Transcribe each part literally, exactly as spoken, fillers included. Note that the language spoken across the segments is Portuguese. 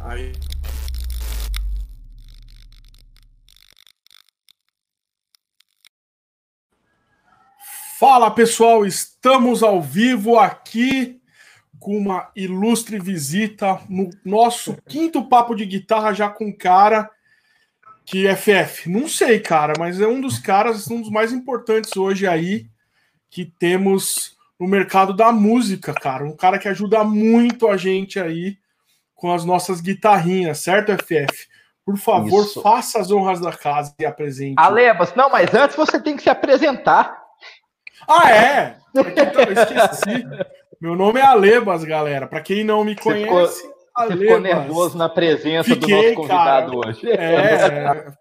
Aí... Fala pessoal, estamos ao vivo aqui com uma ilustre visita no nosso quinto papo de guitarra, já com um cara que F F, não sei, cara, mas é um dos caras, um dos mais importantes hoje aí que temos no mercado da música, cara. Um cara que ajuda muito a gente aí com as nossas guitarrinhas, certo, F F? Por favor, Isso. faça as honras da casa e apresente. Alebas, não, mas antes você tem que se apresentar. Ah, é? Eu esqueci. Meu nome é Alebas, galera. Para quem não me conhece, você ficou, Alebas. Você ficou nervoso na presença Fiquei, do nosso convidado cara. hoje. É.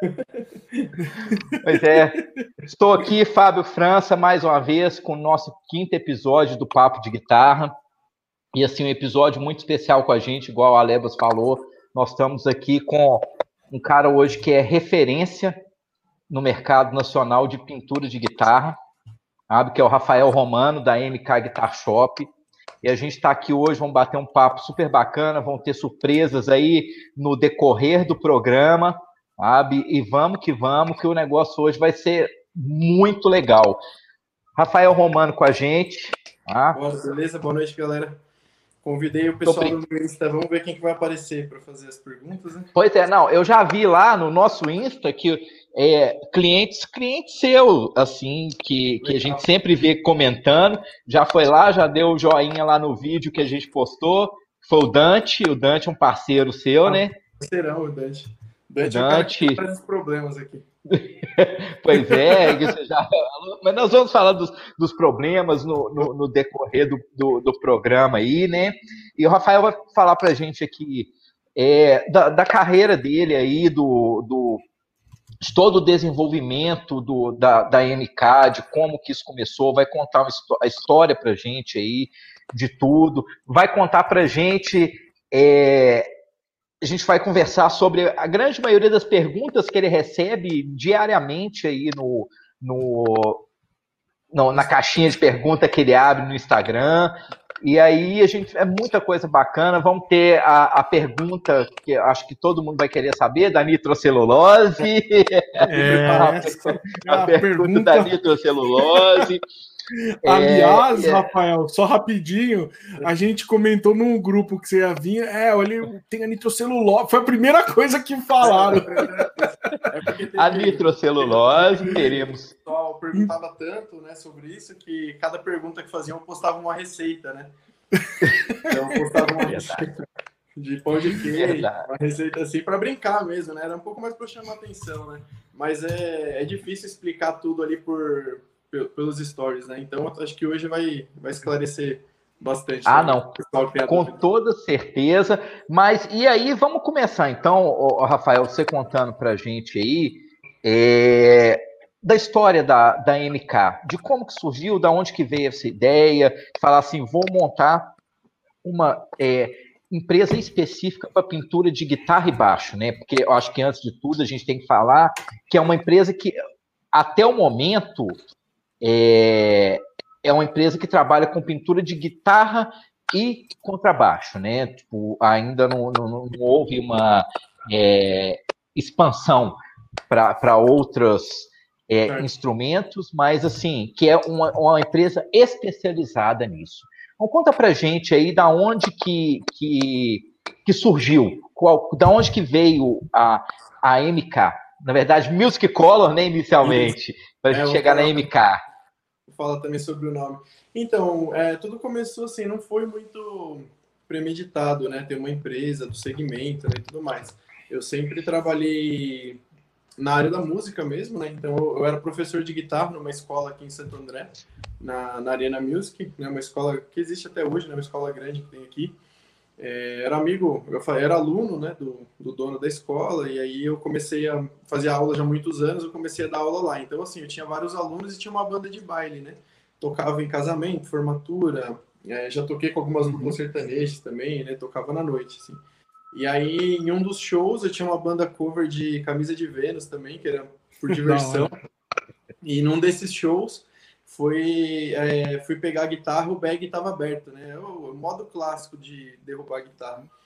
Pois é. Estou aqui, Fábio França, mais uma vez, com o nosso quinto episódio do Papo de Guitarra. E, assim, um episódio muito especial com a gente, igual a Alebas falou. Nós estamos aqui com um cara hoje que é referência no mercado nacional de pintura de guitarra, sabe? Que é o Rafael Romano, da M K Guitar Shop. E a gente está aqui hoje, vamos bater um papo super bacana, vão ter surpresas aí no decorrer do programa, sabe? E vamos que vamos, que o negócio hoje vai ser muito legal. Rafael Romano com a gente. Tá? Boa, beleza? Boa noite, galera. Convidei o pessoal do meu Insta, vamos ver quem que vai aparecer para fazer as perguntas, né? Pois é, não, eu já vi lá no nosso Insta que é, clientes, clientes seu, assim, que, que a gente sempre vê comentando, já foi lá, já deu o joinha lá no vídeo que a gente postou, foi o Dante, o Dante é um parceiro seu, ah, né? Parceirão, o Dante. Dante, Dante... é o cara que traz os problemas aqui. Pois é, você já falou, mas nós vamos falar dos, dos problemas no, no, no decorrer do, do, do programa aí, né? E o Rafael vai falar pra gente aqui é, da, da carreira dele aí, do, do, de todo o desenvolvimento do, da, da M K, de como que isso começou, vai contar uma, a história pra gente aí, de tudo, vai contar pra gente... É, a gente vai conversar sobre a grande maioria das perguntas que ele recebe diariamente aí no, no, no, na caixinha de pergunta que ele abre no Instagram. E aí a gente é muita coisa bacana. Vamos ter a, a pergunta que acho que todo mundo vai querer saber, da nitrocelulose. É, a, a, a pergunta, pergunta da nitrocelulose. Aliás, é, Rafael, só rapidinho, a gente comentou num grupo que você ia vir, é, olha, tem a nitrocelulose, foi a primeira coisa que falaram. É a nitrocelulose, teremos. O pessoal perguntava tanto, né, sobre isso, que cada pergunta que faziam eu postava uma receita, né? Então eu postava uma receita de pão de queijo, uma receita assim, para brincar mesmo, né? Era um pouco mais para chamar atenção, né? Mas é, é difícil explicar tudo ali por... pelos stories, né? Então, acho que hoje vai, vai esclarecer bastante. Ah, né? não. Com toda certeza. Mas, e aí, vamos começar, então, ó, Rafael, você contando pra gente aí é, da história da, da M K, de como que surgiu, da onde que veio essa ideia, falar assim, vou montar uma é, empresa específica para pintura de guitarra e baixo, né? Porque eu acho que, antes de tudo, a gente tem que falar que é uma empresa que, até o momento... É, é uma empresa que trabalha com pintura de guitarra e contrabaixo, né? Tipo, ainda não, não, não houve uma é, expansão para outros é, instrumentos, mas assim, que é uma, uma empresa especializada nisso. Então conta pra gente aí da onde que, que, que surgiu, qual, da onde que veio a, a M K. Na verdade, Music Color, né, inicialmente, para a gente é, chegar na M K. Fala também sobre o nome. Então, é, tudo começou assim, não foi muito premeditado, né? Ter uma empresa do segmento, né, e tudo mais. Eu sempre trabalhei na área da música mesmo, né? Então, eu, eu era professor de guitarra numa escola aqui em Santo André, na, na Arena Music, né? Uma escola que existe até hoje, né? Uma escola grande que tem aqui. É, era amigo, eu era aluno, né, do, do dono da escola, e aí eu comecei a fazer aula já há muitos anos, eu comecei a dar aula lá. Então, assim, eu tinha vários alunos e tinha uma banda de baile, né? Tocava em casamento, formatura, é, já toquei com algumas duplas sertanejas também, né? Tocava na noite, assim. E aí, em um dos shows, eu tinha uma banda cover de Camisa de Vênus também, que era por diversão. E num desses shows, foi, é, fui pegar a guitarra, o bag estava aberto, né? O, o modo clássico de derrubar a guitarra.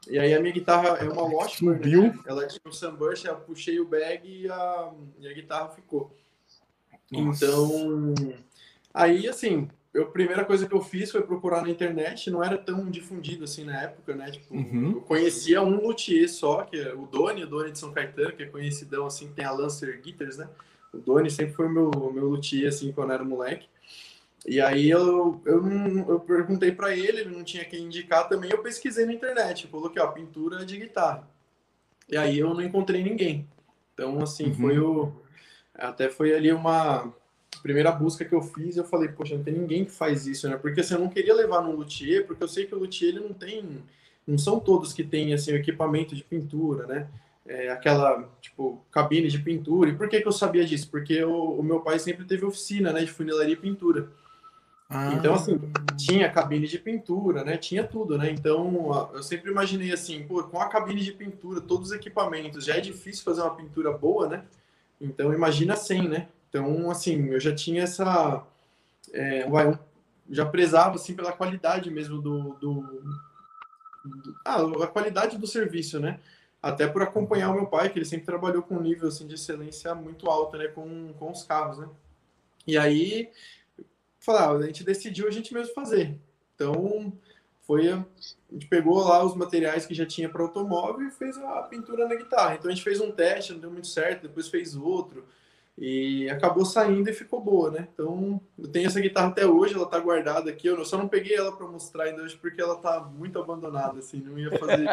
E aí a minha guitarra é uma Washburn, Subiu. né? Ela tinha um sunburst, eu puxei o bag e a, e a guitarra ficou. Nossa. Então, aí assim, eu, a primeira coisa que eu fiz foi procurar na internet, não era tão difundido assim na época, né? Tipo, Uhum. eu conhecia um luthier só, que é o Doni, o Doni de São Caetano, que é conhecidão assim, tem a Lancer Guitars, né? O Doni sempre foi meu, meu luthier, assim, quando eu era moleque. E aí eu, eu, não, eu perguntei para ele, ele não tinha quem indicar também, eu pesquisei na internet, eu coloquei, ó, pintura de guitarra. E aí eu não encontrei ninguém. Então, assim, Uhum. foi o... Até foi ali uma primeira busca que eu fiz, eu falei, poxa, não tem ninguém que faz isso, né? Porque assim, eu não queria levar no luthier, porque eu sei que o luthier, ele não tem... Não são todos que têm, assim, o equipamento de pintura, né? É, aquela, tipo, cabine de pintura. E por que que eu sabia disso? Porque o, o meu pai sempre teve oficina, né, de funilaria e pintura. Ah. Então, assim, tinha cabine de pintura, né? Tinha tudo, né? Então, eu sempre imaginei assim, pô, com a cabine de pintura, todos os equipamentos, já é difícil fazer uma pintura boa, né? Então, imagina sem, né? Então, assim, eu já tinha essa... É, eu já prezava, assim, pela qualidade mesmo do, do, do... Ah, a qualidade do serviço, né? Até por acompanhar o meu pai, que ele sempre trabalhou com um nível, assim, de excelência muito alto, né? Com, com os carros, né? E aí... falar, a gente decidiu a gente mesmo fazer. Então, foi a gente pegou lá os materiais que já tinha para automóvel e fez a pintura na guitarra. Então a gente fez um teste, não deu muito certo, depois fez outro e acabou saindo e ficou boa, né? Então, eu tenho essa guitarra até hoje, ela tá guardada aqui. Eu só não peguei ela para mostrar ainda hoje porque ela tá muito abandonada, assim, não ia fazer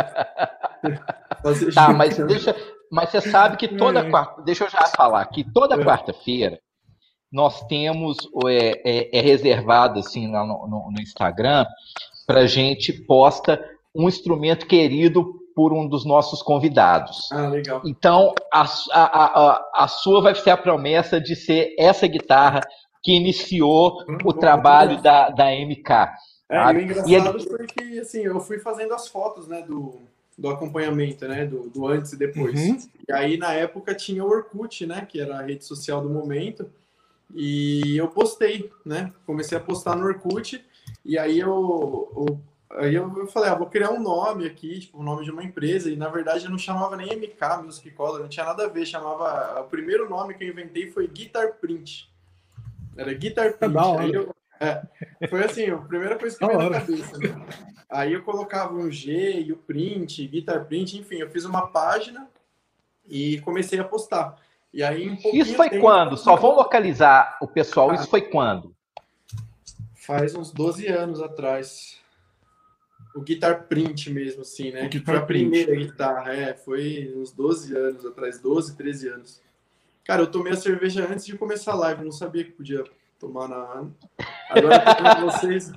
fazer Tá, show. mas deixa, mas você sabe que toda quarta, deixa eu já falar que toda É. quarta-feira nós temos é, é, é reservado assim lá no, no, no Instagram para a gente posta um instrumento querido por um dos nossos convidados. Ah, legal. Então a, a, a, a sua vai ser a promessa de ser essa guitarra que iniciou o trabalho da, da M K. É, e o E engraçado ele... foi que assim, eu fui fazendo as fotos, né, do, do acompanhamento, né, do, do antes e depois. Uhum. E aí, na época, tinha o Orkut, né, que era a rede social do momento, e eu postei, né, comecei a postar no Orkut, e aí eu, eu, aí eu falei, ah, vou criar um nome aqui, tipo, o nome de uma empresa, e na verdade eu não chamava nem M K Music Color, não tinha nada a ver, chamava, o primeiro nome que eu inventei foi Guitar Print. Era Guitar Print. da hora. Aí eu, é, foi assim, a primeira coisa que Da veio na hora. cabeça. Né? Aí eu colocava um G e o print, Guitar Print, enfim, eu fiz uma página e comecei a postar. E aí, em pouquinho Isso foi tempo, quando? Só vão localizar o pessoal, isso foi quando? Faz uns doze anos atrás. O Guitar Print mesmo, assim, né? O Que Guitar foi a Print. primeira guitarra, é, foi uns doze anos atrás, doze, treze anos. Cara, eu tomei a cerveja antes de começar a live, não sabia que podia tomar na... Agora eu tô com vocês...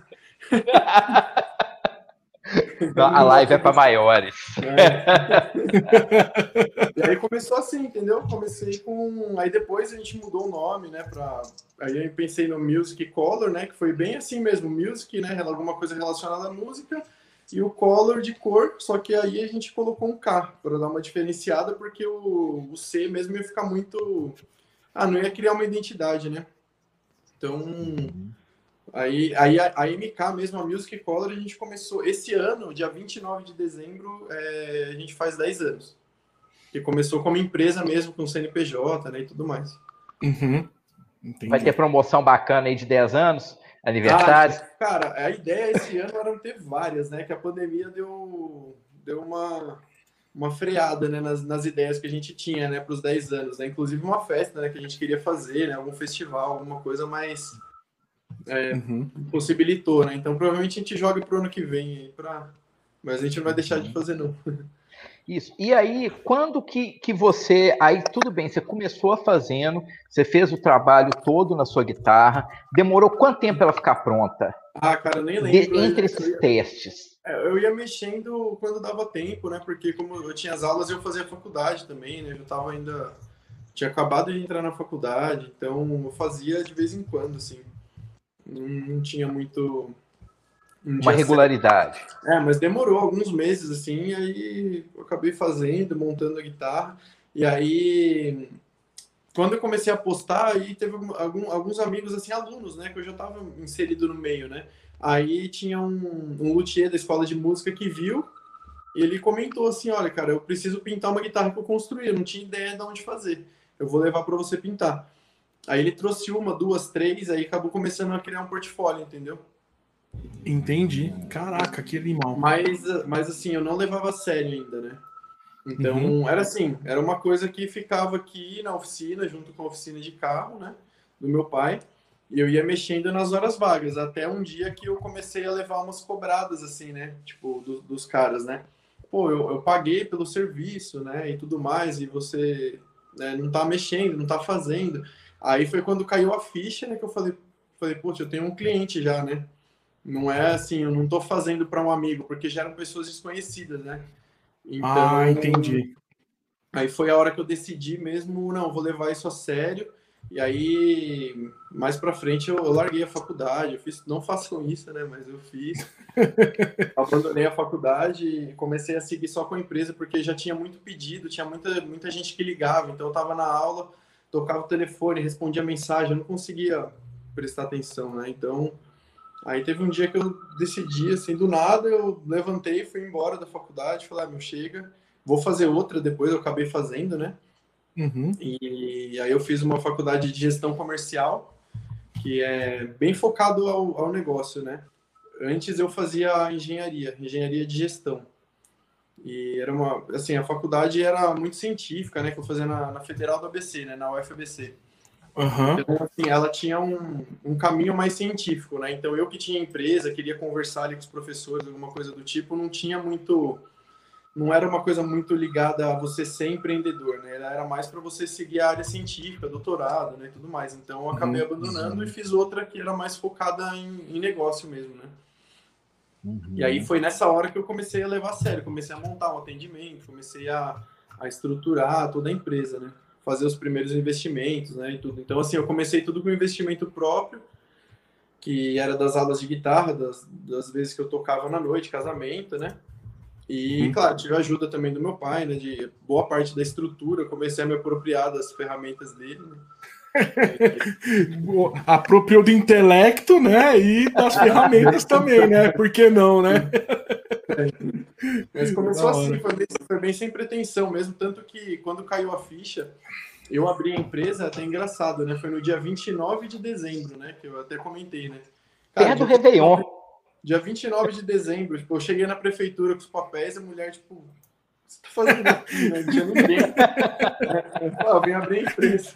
A live é para maiores. É. E aí começou assim, entendeu? Comecei com... Aí depois a gente mudou o nome, né? Pra... Aí eu pensei no Music Color, né? Que foi bem assim mesmo, Music, né? Alguma coisa relacionada à música. E o Color de cor, só que aí a gente colocou um K para dar uma diferenciada, porque o, o C mesmo ia ficar muito... Ah, não ia criar uma identidade, né? Então... Aí, aí a, a M K mesmo, a Music Color, a gente começou esse ano, dia vinte e nove de dezembro, é, a gente faz dez anos. Que começou como empresa mesmo, com C N P J, né, e tudo mais. Uhum. Vai ter promoção bacana aí de dez anos, aniversário? Ah, cara, a ideia esse ano era ter várias, né, que a pandemia deu, deu uma, uma freada, né, nas, nas ideias que a gente tinha, né, para os dez anos, né, inclusive uma festa, né, que a gente queria fazer, né, algum festival, alguma coisa mais... É, uhum. possibilitou, né? Então provavelmente a gente joga pro ano que vem pra... mas a gente não vai deixar de fazer, não. Isso. E aí, quando que, que você... Aí, tudo bem, você começou fazendo, você fez o trabalho todo na sua guitarra, demorou quanto tempo ela ficar pronta? Ah, cara, eu nem lembro. De, entre eu, esses eu ia, testes. eu ia mexendo quando dava tempo, né? Porque como eu tinha as aulas, eu fazia faculdade também, né? Eu tava ainda... Tinha acabado de entrar na faculdade, então eu fazia de vez em quando, assim. Não, não tinha muito... Um Uma regularidade. Certo. É, mas demorou alguns meses, assim, e aí eu acabei fazendo, montando a guitarra, e aí, quando eu comecei a postar, aí teve algum, alguns amigos, assim, alunos, né, que eu já estava inserido no meio, né, aí tinha um, um luthier da escola de música que viu, e ele comentou assim, olha, cara, eu preciso pintar uma guitarra que eu construí, eu não tinha ideia de onde fazer. Eu vou levar para você pintar. Aí ele trouxe uma, duas, três, aí acabou começando a criar um portfólio, entendeu? Entendi. Caraca, que animal. Mas, mas assim, eu não levava a sério ainda, né? Então, Uhum. era assim, era uma coisa que ficava aqui na oficina, junto com a oficina de carro, né, do meu pai, e eu ia mexendo nas horas vagas, até um dia que eu comecei a levar umas cobradas, assim, né, tipo, do, dos caras, né, pô, eu, eu paguei pelo serviço, né, e tudo mais, e você, né, não tá mexendo, não tá fazendo. Aí foi quando caiu a ficha, né, que eu falei, falei, putz, eu tenho um cliente já, né, não é assim, eu não tô fazendo para um amigo, porque já eram pessoas desconhecidas, né. Ah, Então, entendi. aí foi a hora que eu decidi mesmo, não, vou levar isso a sério. E aí, mais pra frente, eu, eu larguei a faculdade. Eu fiz, não façam isso, né? Mas eu fiz. Abandonei a faculdade e comecei a seguir só com a empresa, porque já tinha muito pedido, tinha muita, muita gente que ligava. Então, eu tava na aula, tocava o telefone, respondia mensagem, eu não conseguia prestar atenção, né? Então, aí teve um dia que eu decidi, assim, do nada, eu levantei, fui embora da faculdade, falei, ah, meu, chega, vou fazer outra depois, eu acabei fazendo, né? Uhum. E aí eu fiz uma faculdade de gestão comercial, que é bem focado ao, ao negócio, né? Antes eu fazia engenharia, engenharia de gestão. E era uma, assim, a faculdade era muito científica, né? Que eu fazia na, na Federal do A B C, né? Na U F A B C. Aham. Então, assim, ela tinha um, um caminho mais científico, né? Então, eu que tinha empresa, queria conversar ali com os professores, alguma coisa do tipo, não tinha muito... Não era uma coisa muito ligada a você ser empreendedor, né? Ela era mais para você seguir a área científica, doutorado, né? E tudo mais. Então, eu acabei Uhum. abandonando e fiz outra que era mais focada em, em negócio mesmo, né? Uhum. E aí foi nessa hora que eu comecei a levar a sério, comecei a montar um atendimento, comecei a, a estruturar toda a empresa, né? Fazer os primeiros investimentos, né? E tudo. Então, assim, eu comecei tudo com investimento próprio, que era das aulas de guitarra, das, das vezes que eu tocava na noite, casamento, né? E, Uhum. claro, tive a ajuda também do meu pai, né? De boa parte da estrutura, eu comecei a me apropriar das ferramentas dele, né? Apropriou do intelecto, né? E das ferramentas também, né? Por que não, né? Mas Da começou assim, hora. foi bem, foi bem sem pretensão mesmo, tanto que quando caiu a ficha, eu abri a empresa, até engraçado, né? Foi no dia vinte e nove de dezembro, né? Que eu até comentei, né? Cara, Perto do dia vinte e nove, Réveillon. dia vinte e nove de dezembro, tipo, eu cheguei na prefeitura com os papéis, a mulher, tipo, o que você tá fazendo aqui, né? Não tinha ninguém. É, eu falei, ah, eu vim abrir a empresa.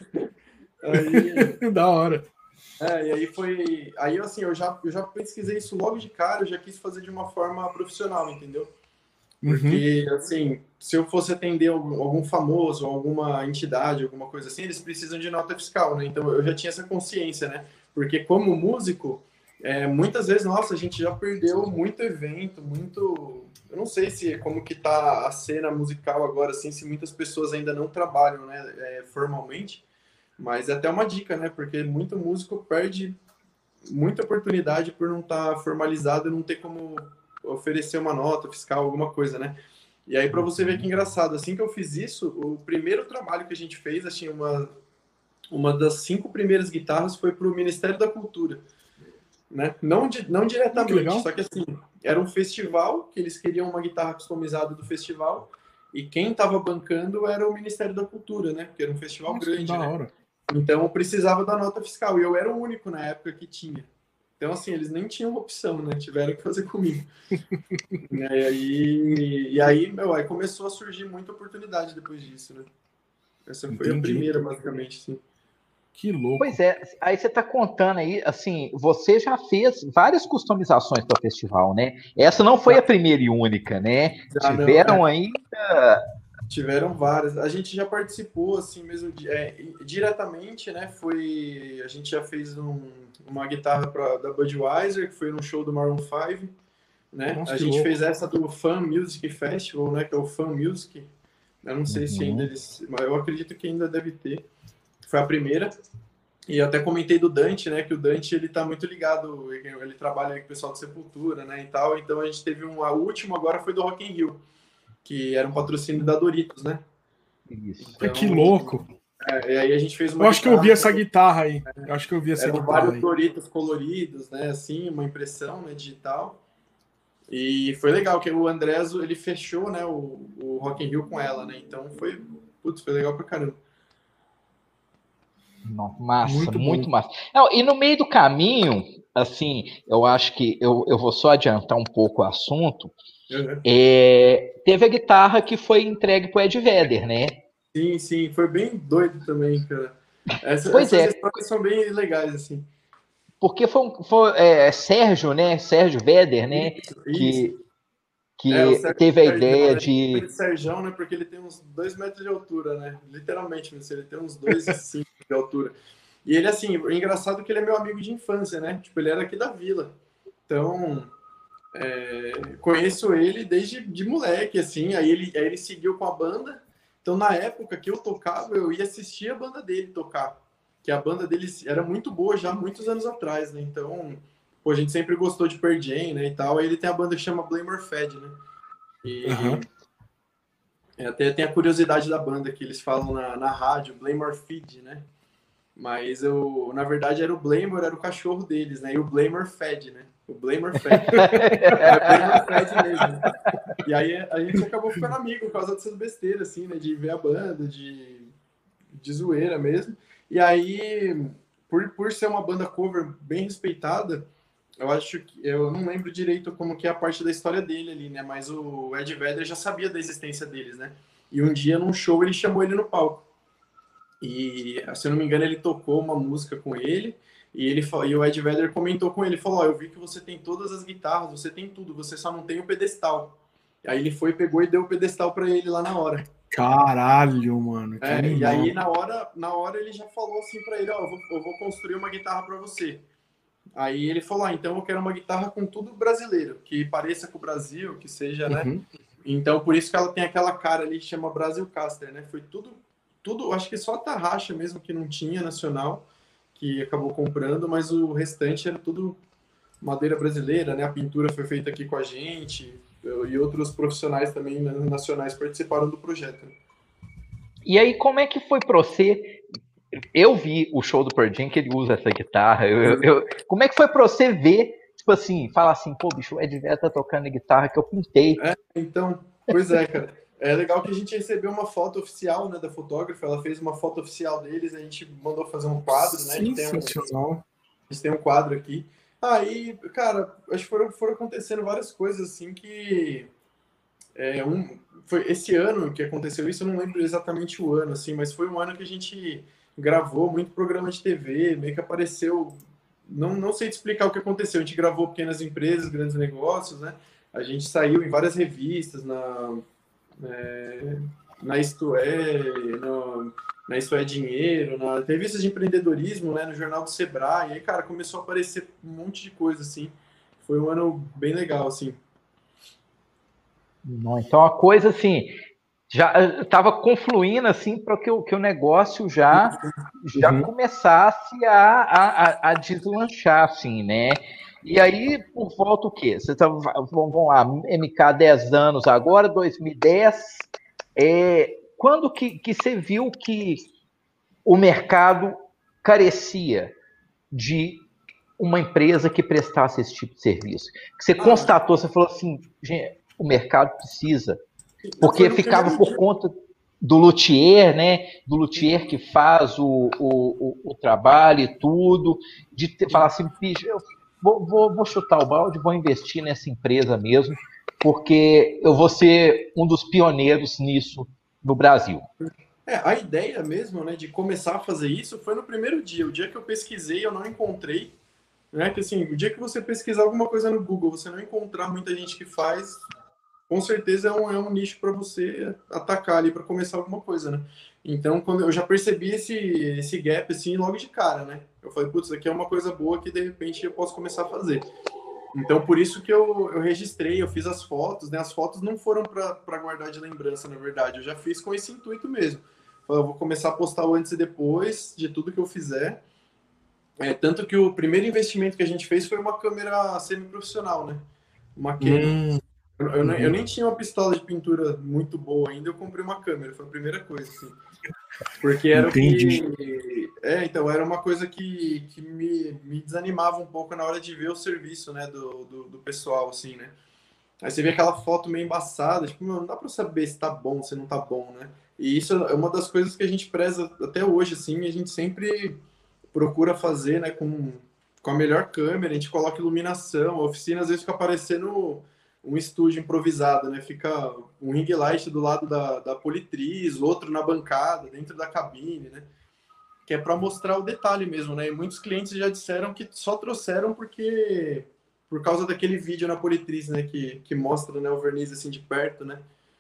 Aí, Da hora. é, e aí foi. Aí, assim, eu já, eu já pesquisei isso logo de cara, eu já quis fazer de uma forma profissional, entendeu? Uhum. Porque, assim, se eu fosse atender algum, algum famoso, alguma entidade, alguma coisa assim, eles precisam de nota fiscal, né? Então eu já tinha essa consciência, né? Porque como músico, é, muitas vezes, nossa, a gente já perdeu muito evento, muito... Eu não sei se como que tá a cena musical agora, assim, se muitas pessoas ainda não trabalham, né, é, formalmente, mas é até uma dica, né? Porque muito músico perde muita oportunidade por não estar tá formalizado e não ter como oferecer uma nota fiscal, alguma coisa, né? E aí, para você ver que engraçado, assim que eu fiz isso, o primeiro trabalho que a gente fez, assim, uma, uma das cinco primeiras guitarras foi para o Ministério da Cultura, né? Não, não Ah, que diretamente, legal. só que assim, era um festival, que eles queriam uma guitarra customizada do festival, e quem estava bancando era o Ministério da Cultura, né? Porque era um festival Nossa, que grande, da né? hora. Então, eu precisava da nota fiscal, e eu era o único na época que tinha. Então, assim, eles nem tinham opção, né? Tiveram que fazer comigo. E aí, e aí, meu, aí começou a surgir muita oportunidade depois disso, né? Essa foi a Entendi. primeira, basicamente, sim. Que louco. Pois é, aí você está contando aí, assim, você já fez várias customizações para o festival, né? Essa não foi a primeira e única, né? Já não, Tiveram é, ainda. tiveram várias. A gente já participou, assim, mesmo, é, diretamente, né? Foi, a gente já fez um, uma guitarra pra, da Budweiser, que foi no show do Maroon five, né? Nossa, A que gente louco. fez essa do Fan Music Festival, né? Que é o Fan Music. Eu não sei Uhum. se ainda eles... Mas eu acredito que ainda deve ter. Foi a primeira. E eu até comentei do Dante, né? Que o Dante, ele tá muito ligado, ele trabalha com o pessoal de Sepultura, né? E tal. Então a gente teve um... A última agora foi do Rock in Rio, que era um patrocínio da Doritos, né? Isso. Ai, que Então, louco. é, e aí a gente fez uma Eu acho que eu vi guitarra, essa guitarra aí. Eu acho que eu vi essa eram guitarra vários aí. Doritos coloridos, né? Assim, uma impressão, né, digital. E foi legal que o Andrés, ele fechou, né, o, o Rock in Rio com ela, né? Então foi, putz, foi legal pra caramba. Não, massa, Muito muito, bom. massa. Não, e no meio do caminho, assim, eu acho que eu, eu vou só adiantar um pouco o assunto. Uhum. É, teve a guitarra que foi entregue pro Ed Vedder, né? Sim, sim, foi bem doido também, cara. Essa, Pois essas é, histórias são bem legais, assim. porque foi, um- foi é, Sérgio, né? Sérgio Vedder, né? Isso, isso. Que, É, o que Sérgio teve a Sérgio, ideia né? de. Ele Sérgio, né? Porque ele tem uns dois metros de altura, né? Literalmente, mas ele tem uns dois e cinco de altura. E ele, assim, o engraçado é que ele é meu amigo de infância, né? Tipo, ele era aqui da vila. Então, é, conheço ele desde de moleque, assim. Aí ele, aí ele seguiu com a banda. Então, na época que eu tocava, eu ia assistir a banda dele tocar. Que a banda dele era muito boa já muitos anos atrás, né? Então, pô, a gente sempre gostou de Pearl Jam, né? E tal. Aí ele tem a banda que chama Blamer Fed, né? Aham. E é, até tem a curiosidade da banda que eles falam na, na rádio, Blamer Feed, né? Mas eu, na verdade, era o Blamer, era o cachorro deles, né? E o Blamer Fed, né? O Blamer Fed. É Blamer Fed mesmo. E aí a gente acabou ficando amigo por causa dessas besteiras, assim, né? De ver a banda, de, de zoeira mesmo. E aí, por, por ser uma banda cover bem respeitada, eu acho que eu não lembro direito como que é a parte da história dele ali, né? Mas o Ed Vedder já sabia da existência deles, né? E um dia num show ele chamou ele no palco. E se eu não me engano ele tocou uma música com ele e ele e o Ed Vedder comentou com ele, falou: "Ó, eu vi que você tem todas as guitarras, você tem tudo, você só não tem o pedestal". Aí ele foi, pegou e deu o pedestal para ele lá na hora. Caralho, mano, que É, e animal. aí na hora, na hora ele já falou assim para ele: "Ó, eu vou, eu vou construir uma guitarra para você". Aí ele falou: ah, então eu quero uma guitarra com tudo brasileiro, que pareça com o Brasil, que seja, né? Uhum. Então por isso que ela tem aquela cara ali que chama Brasil Caster, né? Foi tudo, tudo, acho que só a Tarraxa mesmo que não tinha nacional, que acabou comprando, mas o restante era tudo madeira brasileira, né? A pintura foi feita aqui com a gente, eu, e outros profissionais também nacionais participaram do projeto. E aí, como é que foi pra você? Eu vi o show do Pearl Jam que ele usa essa guitarra. Eu, eu, eu... Como é que foi pra você ver, tipo assim, falar assim, pô, bicho, o Ed Vedder tá tocando a guitarra que eu pintei. É, então, pois é, cara. É legal que a gente recebeu uma foto oficial, né, da fotógrafa. Ela fez uma foto oficial deles, a gente mandou fazer um quadro, né? A gente tem um, Sensacional. a gente tem um quadro aqui. Aí, cara, acho que foram, foram acontecendo várias coisas assim que é, um, foi esse ano que aconteceu isso, eu não lembro exatamente o ano, assim, mas foi um ano que a gente gravou muito programa de T V, meio que apareceu. Não, não sei te explicar o que aconteceu. A gente gravou pequenas empresas, grandes negócios, né? A gente saiu em várias revistas, na, é, na Isto É, no, na Isto É Dinheiro, na revistas de empreendedorismo, né? No jornal do Sebrae. E aí, cara, começou a aparecer um monte de coisa, assim. Foi um ano bem legal, assim. Então, a coisa assim, já estava confluindo assim para que, que o negócio já já Uhum. começasse a, a, a deslanchar, assim, né? E aí, por volta o quê? Você tá, vamos lá, M K dez anos agora, dois mil e dez. É, quando que, que você viu que o mercado carecia de uma empresa que prestasse esse tipo de serviço? Que você Ah, constatou, você falou assim, gente, o mercado precisa. foi Porque no ficava primeiro por dia. conta do luthier, né? Do luthier que faz o, o, o, o trabalho e tudo, de ter, falar assim, bicho, eu vou, vou, vou chutar o balde, vou investir nessa empresa mesmo, porque eu vou ser um dos pioneiros nisso no Brasil. É, a ideia mesmo, né, de começar a fazer isso foi no primeiro dia. O dia que eu pesquisei, eu não encontrei. Né, que assim, o dia que você pesquisar alguma coisa no Google, você não encontrar muita gente que faz, com certeza é um, é um nicho para você atacar ali para começar alguma coisa, né? Então, quando eu já percebi esse, esse gap assim logo de cara, né? Eu falei, putz, isso aqui é uma coisa boa que de repente eu posso começar a fazer. Então, por isso que eu, eu registrei, eu fiz as fotos, né? As fotos não foram para guardar de lembrança, na verdade. Eu já fiz com esse intuito mesmo. Falei, eu vou começar a postar o antes e depois de tudo que eu fizer. É, tanto que o primeiro investimento que a gente fez foi uma câmera semi-profissional, né? Uma Canon. Hum, Eu, eu, eu uhum. nem tinha uma pistola de pintura muito boa ainda, eu comprei uma câmera, foi a primeira coisa, assim. Porque era Entendi. o que... É, então, era uma coisa que, que me, me desanimava um pouco na hora de ver o serviço, né, do, do, do pessoal, assim, né? Aí você vê aquela foto meio embaçada, tipo, não dá para saber se tá bom, se não tá bom, né? E isso é uma das coisas que a gente preza até hoje, assim, a gente sempre procura fazer, né, com, com a melhor câmera, a gente coloca iluminação, a oficina às vezes fica parecendo um estúdio improvisado, né? Fica um ring light do lado da, da politriz, outro na bancada, dentro da cabine, né? Que é para mostrar o detalhe mesmo, né? E muitos clientes já disseram que só trouxeram porque por causa daquele vídeo na politriz, né? Que, que mostra, né, o verniz assim de perto, né?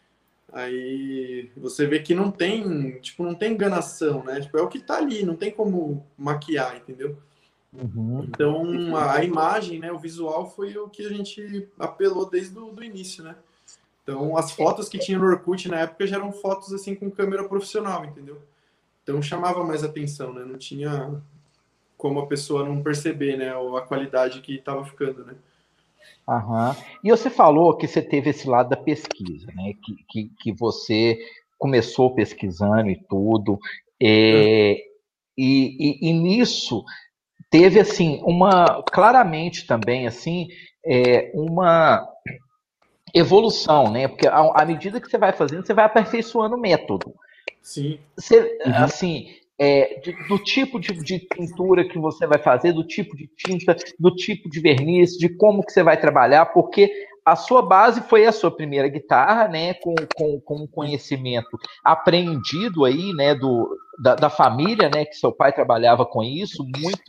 Aí você vê que não tem, tipo, não tem enganação, né? Tipo, é o que tá ali, não tem como maquiar, entendeu? Uhum. Então, a, a imagem, né, o visual foi o que a gente apelou desde o do início, né? Então, as fotos que tinha no Orkut na época já eram fotos, assim, com câmera profissional, entendeu? Então, chamava mais atenção, né? Não tinha como a pessoa não perceber, né, a qualidade que estava ficando, né? Aham. E você falou que você teve esse lado da pesquisa, né? Que, que, que você começou pesquisando e tudo. É, e, e, e nisso teve assim uma claramente também assim é, uma evolução, né? Porque à, à medida que você vai fazendo, você vai aperfeiçoando o método. Sim. Você, Uhum. assim, é, de- do tipo de, de pintura que você vai fazer, do tipo de tinta, do tipo de verniz, de como que você vai trabalhar, porque a sua base foi a sua primeira guitarra, né, com, com, com um conhecimento aprendido aí, né, do, da, da família, né, que seu pai trabalhava com isso, muito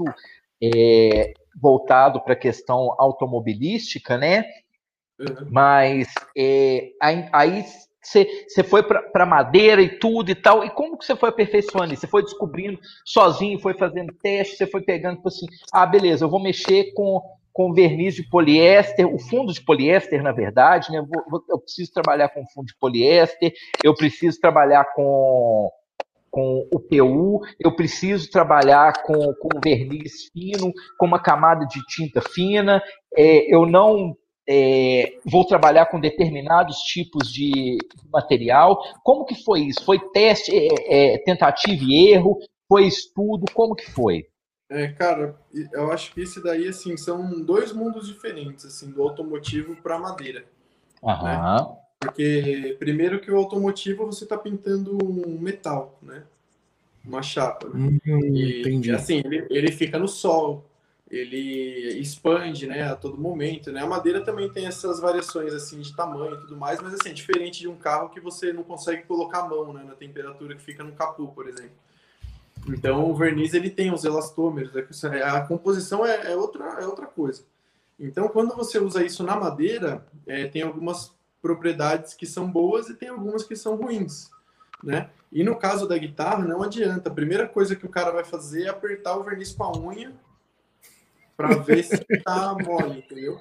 é, voltado para a questão automobilística, né, Uhum. mas é, aí, aí você foi para madeira e tudo e tal. E como que você foi aperfeiçoando isso? Você foi descobrindo sozinho, foi fazendo teste, você foi pegando, tipo assim, ah, beleza, eu vou mexer com, com verniz de poliéster, o fundo de poliéster, na verdade, né? Eu, vou, eu preciso trabalhar com fundo de poliéster, eu preciso trabalhar com, com o P U, eu preciso trabalhar com, com verniz fino, com uma camada de tinta fina, é, eu não é, vou trabalhar com determinados tipos de material. Como que foi isso? Foi teste, é, é, tentativa e erro? Foi estudo? Como que foi? É, cara, eu acho que esse daí, assim, são dois mundos diferentes, assim, do automotivo para madeira, né? Aham. Porque primeiro que o automotivo você está pintando um metal, né? Uma chapa, né? Hum, E entendi. assim, ele, ele fica no sol, ele expande, né, a todo momento, né? A madeira também tem essas variações assim de tamanho e tudo mais, mas assim, é diferente de um carro que você não consegue colocar a mão, né, na temperatura que fica no capô, por exemplo. Então, o verniz ele tem os elastômeros, a composição é, é outra, é outra coisa. Então, quando você usa isso na madeira, é, tem algumas propriedades que são boas e tem algumas que são ruins, né? E no caso da guitarra, não adianta. A primeira coisa que o cara vai fazer é apertar o verniz com a unha para ver se tá mole, entendeu?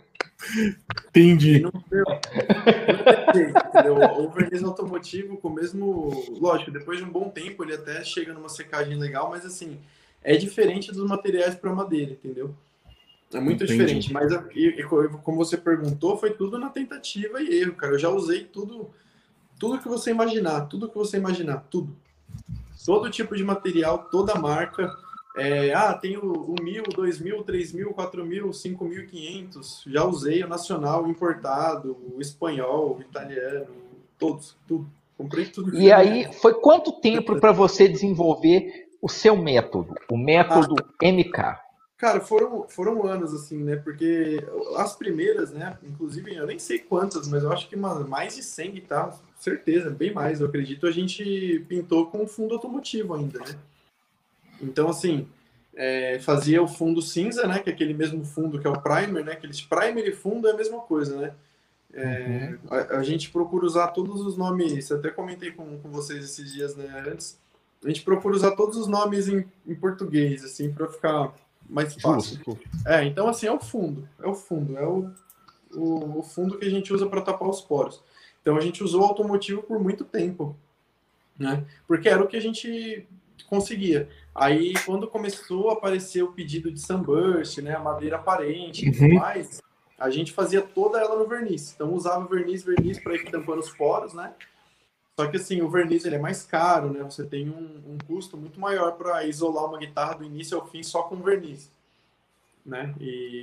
E Entendi. não, não tem jeito, entendeu? O verniz automotivo, com o mesmo. Lógico, depois de um bom tempo, ele até chega numa secagem legal, mas assim, é diferente dos materiais para madeira, entendeu? É muito Entendi. diferente, mas e, e como você perguntou, foi tudo na tentativa e erro, cara. Eu já usei tudo, tudo que você imaginar, tudo que você imaginar, tudo. Todo tipo de material, toda marca. É, ah, tem o, o mil, dois mil, três mil, quatro mil, cinco mil e quinhentos. Já usei o nacional, o importado, o espanhol, o italiano, todos, tudo. Comprei tudo E que. aí, foi quanto tempo para você desenvolver o seu método, o Ah, método M K? cara, foram, foram anos, assim, né? Porque as primeiras, né? Inclusive, eu nem sei quantas, mas eu acho que mano, mais de cem guitarras, certeza, bem mais, eu acredito, a gente pintou com fundo automotivo ainda, né? Então, assim, é, fazia o fundo cinza, né? Que é aquele mesmo fundo que é o primer, né? Aqueles primer e fundo é a mesma coisa, né? É, Uhum. a, a gente procura usar todos os nomes, até comentei com, com vocês esses dias, né? Antes, a gente procura usar todos os nomes em, em português, assim, para ficar mais fácil. Justo. É, então, assim, é o fundo, é o fundo, é o, o, o fundo que a gente usa para tapar os poros. Então, a gente usou automotivo por muito tempo, né? Porque era o que a gente conseguia. Aí, quando começou a aparecer o pedido de sunburst, né, a madeira aparente e tudo Uhum. mais, a gente fazia toda ela no verniz. Então, usava verniz, verniz para ir tampando os poros, né? Só que, assim, o verniz ele é mais caro, né? Você tem um, um custo muito maior para isolar uma guitarra do início ao fim só com verniz, né? E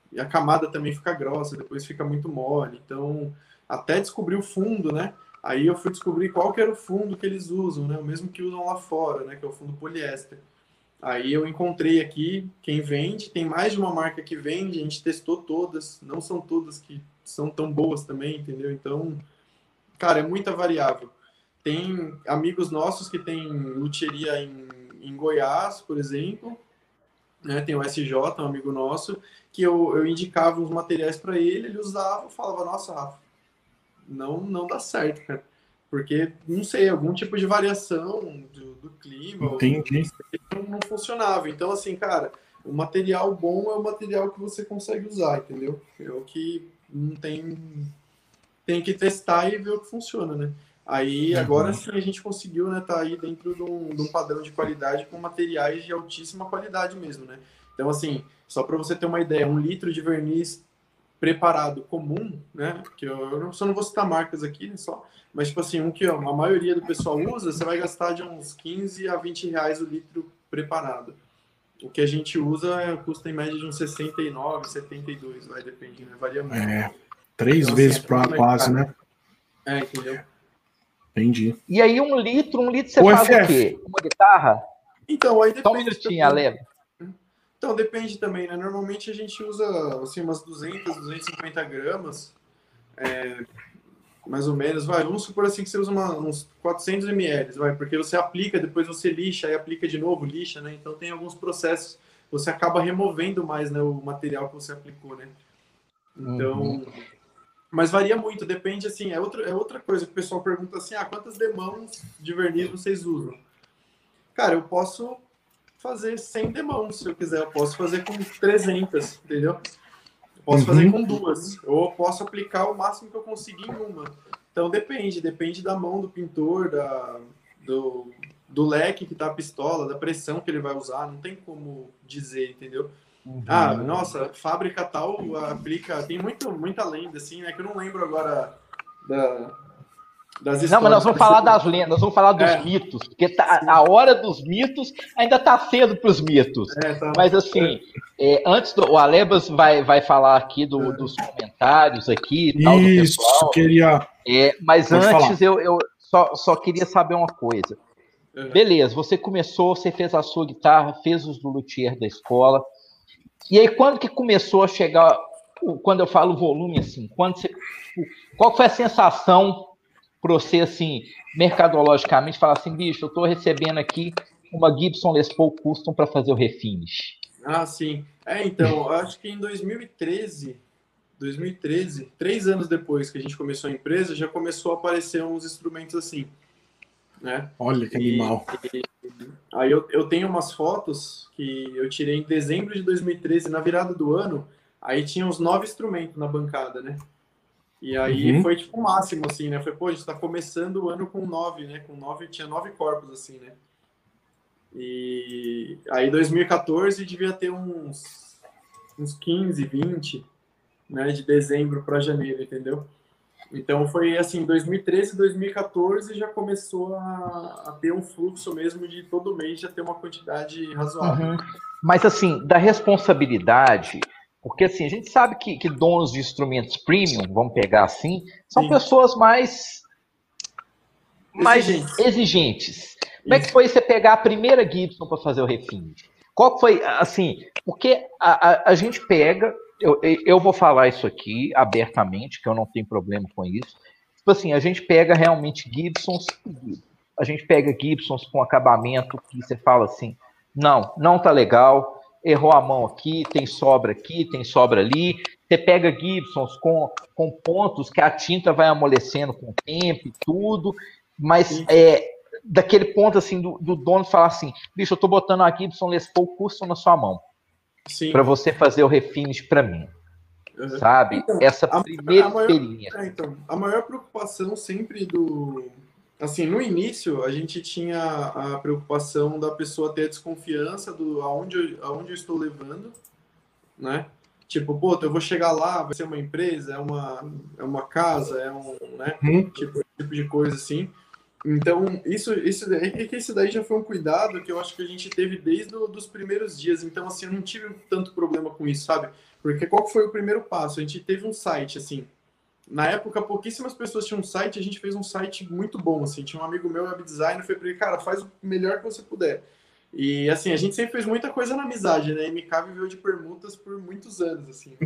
e a camada também fica grossa, depois fica muito mole. Então, até descobrir o fundo, né? Aí eu fui descobrir qual que era o fundo que eles usam, né? O mesmo que usam lá fora, né? Que é o fundo poliéster. Aí eu encontrei aqui quem vende, tem mais de uma marca que vende, a gente testou todas, não são todas que são tão boas também, entendeu? Então, cara, é muita variável. Tem amigos nossos que têm luthieria em, em Goiás, por exemplo, né? Tem o S J, um amigo nosso, que eu, eu indicava uns materiais para ele, ele usava, falava, nossa, Rafa, não, não dá certo, cara. Porque, não sei, algum tipo de variação do, do clima, Entendi. não, não funcionava. Então, assim, cara, o material bom é o material que você consegue usar, entendeu? É o que não tem... Tem que testar e ver o que funciona, né? Aí, Uhum. agora sim, a gente conseguiu, né, tá aí dentro de um, de um padrão de qualidade com materiais de altíssima qualidade mesmo, né? Então, assim, só para você ter uma ideia, um litro de verniz preparado comum, né? Que eu, eu não, só não vou citar marcas aqui, né, só, mas tipo assim, um que ó, a maioria do pessoal usa, você vai gastar de uns quinze a vinte reais o litro preparado. O que a gente usa é, custa em média de uns sessenta e nove, setenta e dois, vai, depende, né? Varia muito. É, três Então, vezes assim, é para muito mais quase, caro. né? É, entendeu? Entendi. E aí, um litro, um litro você O faz F F. o quê? Uma guitarra? Então, aí Só um depende minutinho, também. Ale. Então, depende também, né? Normalmente a gente usa, assim, umas duzentas, duzentas e cinquenta gramas, é, mais ou menos, vai, vamos supor assim que você usa uma, uns quatrocentos mililitros, vai, porque você aplica, depois você lixa, aí aplica de novo, lixa, né? Então tem alguns processos, você acaba removendo mais, né, o material que você aplicou, né? Então, Uhum. mas varia muito, depende, assim, é, outro, é outra coisa que o pessoal pergunta assim, ah, quantas demãos de verniz vocês usam? Cara, eu posso fazer cem demãos, se eu quiser, eu posso fazer com trezentas, entendeu? Posso Uhum. fazer com duas, ou posso aplicar o máximo que eu conseguir em uma. Então depende, depende da mão do pintor, da, do, do leque que tá a pistola, da pressão que ele vai usar, não tem como dizer, entendeu? Uhum. Ah, nossa, fábrica tal aplica, tem muito, muita lenda, assim, né, que eu não lembro agora da, das histórias. Não, mas nós vamos falar das lendas, nós vamos falar dos é, mitos, porque tá, a hora dos mitos ainda está cedo para os mitos. É, tá. Mas assim, é, antes do, o Alebas vai, vai falar aqui do, dos comentários aqui e tal do Isso, pessoal. queria. É, mas Pode antes falar. eu, eu só, só queria saber uma coisa. Uhum. Beleza, você começou, você fez a sua guitarra, fez os do luthier da escola. E aí, quando que começou a chegar, quando eu falo volume, assim, quando você, qual foi a sensação para você, assim, mercadologicamente, falar assim, bicho, eu estou recebendo aqui uma Gibson Les Paul Custom para fazer o refinish? Ah, sim. É, então, eu acho que em dois mil e treze, dois mil e treze, três anos depois que a gente começou a empresa, já começou a aparecer uns instrumentos assim, né? Olha que E, animal. e aí eu, eu tenho umas fotos que eu tirei em dezembro de dois mil e treze, na virada do ano, aí tinha uns nove instrumentos na bancada, né? E aí Uhum. foi tipo o máximo, assim, né? Foi, pô, a gente tá começando o ano com nove, né? Com nove, tinha nove corpos, assim, né? E aí dois mil e quatorze devia ter uns, uns quinze, vinte, né? De dezembro para janeiro, entendeu? Então foi assim, dois mil e treze, dois mil e quatorze já começou a, a ter um fluxo mesmo de todo mês já ter uma quantidade razoável. Uhum. Mas assim, da responsabilidade, porque assim, a gente sabe que, que donos de instrumentos premium, vamos pegar assim, são Sim. pessoas mais, mais Exigentes. exigentes. Como é que Isso. foi você pegar a primeira Gibson para fazer o refinish? Qual foi, assim, porque a, a, a gente pega, eu, eu vou falar isso aqui abertamente, que eu não tenho problema com isso. Tipo assim, a gente pega realmente Gibsons, a gente pega Gibsons com acabamento que você fala assim, não, não tá legal, errou a mão aqui, tem sobra aqui, tem sobra ali. Você pega Gibsons com, com pontos que a tinta vai amolecendo com o tempo e tudo, mas é, daquele ponto assim do, do dono falar assim, bicho, eu tô botando a Gibson Les Paul Custom na sua mão para você fazer o refinish para mim, uhum. Sabe? Então, essa a, primeira a maior, experiência. É, então, a maior preocupação sempre do... Assim, no início, a gente tinha a preocupação da pessoa ter a desconfiança do aonde eu, aonde eu estou levando, né? Tipo, pô, eu vou chegar lá, vai ser uma empresa, é uma, é uma casa, é um, né? Hum. Tipo, tipo de coisa assim. Então, isso, isso, isso daí já foi um cuidado que eu acho que a gente teve desde os dos primeiros dias. Então, assim, eu não tive tanto problema com isso, sabe? Porque qual que foi o primeiro passo? A gente teve um site, assim, na época pouquíssimas pessoas tinham um site, a gente fez um site muito bom, assim, tinha um amigo meu, web designer, foi para ele, cara, faz o melhor que você puder. E, assim, a gente sempre fez muita coisa na amizade, né? M K viveu de permutas por muitos anos, assim.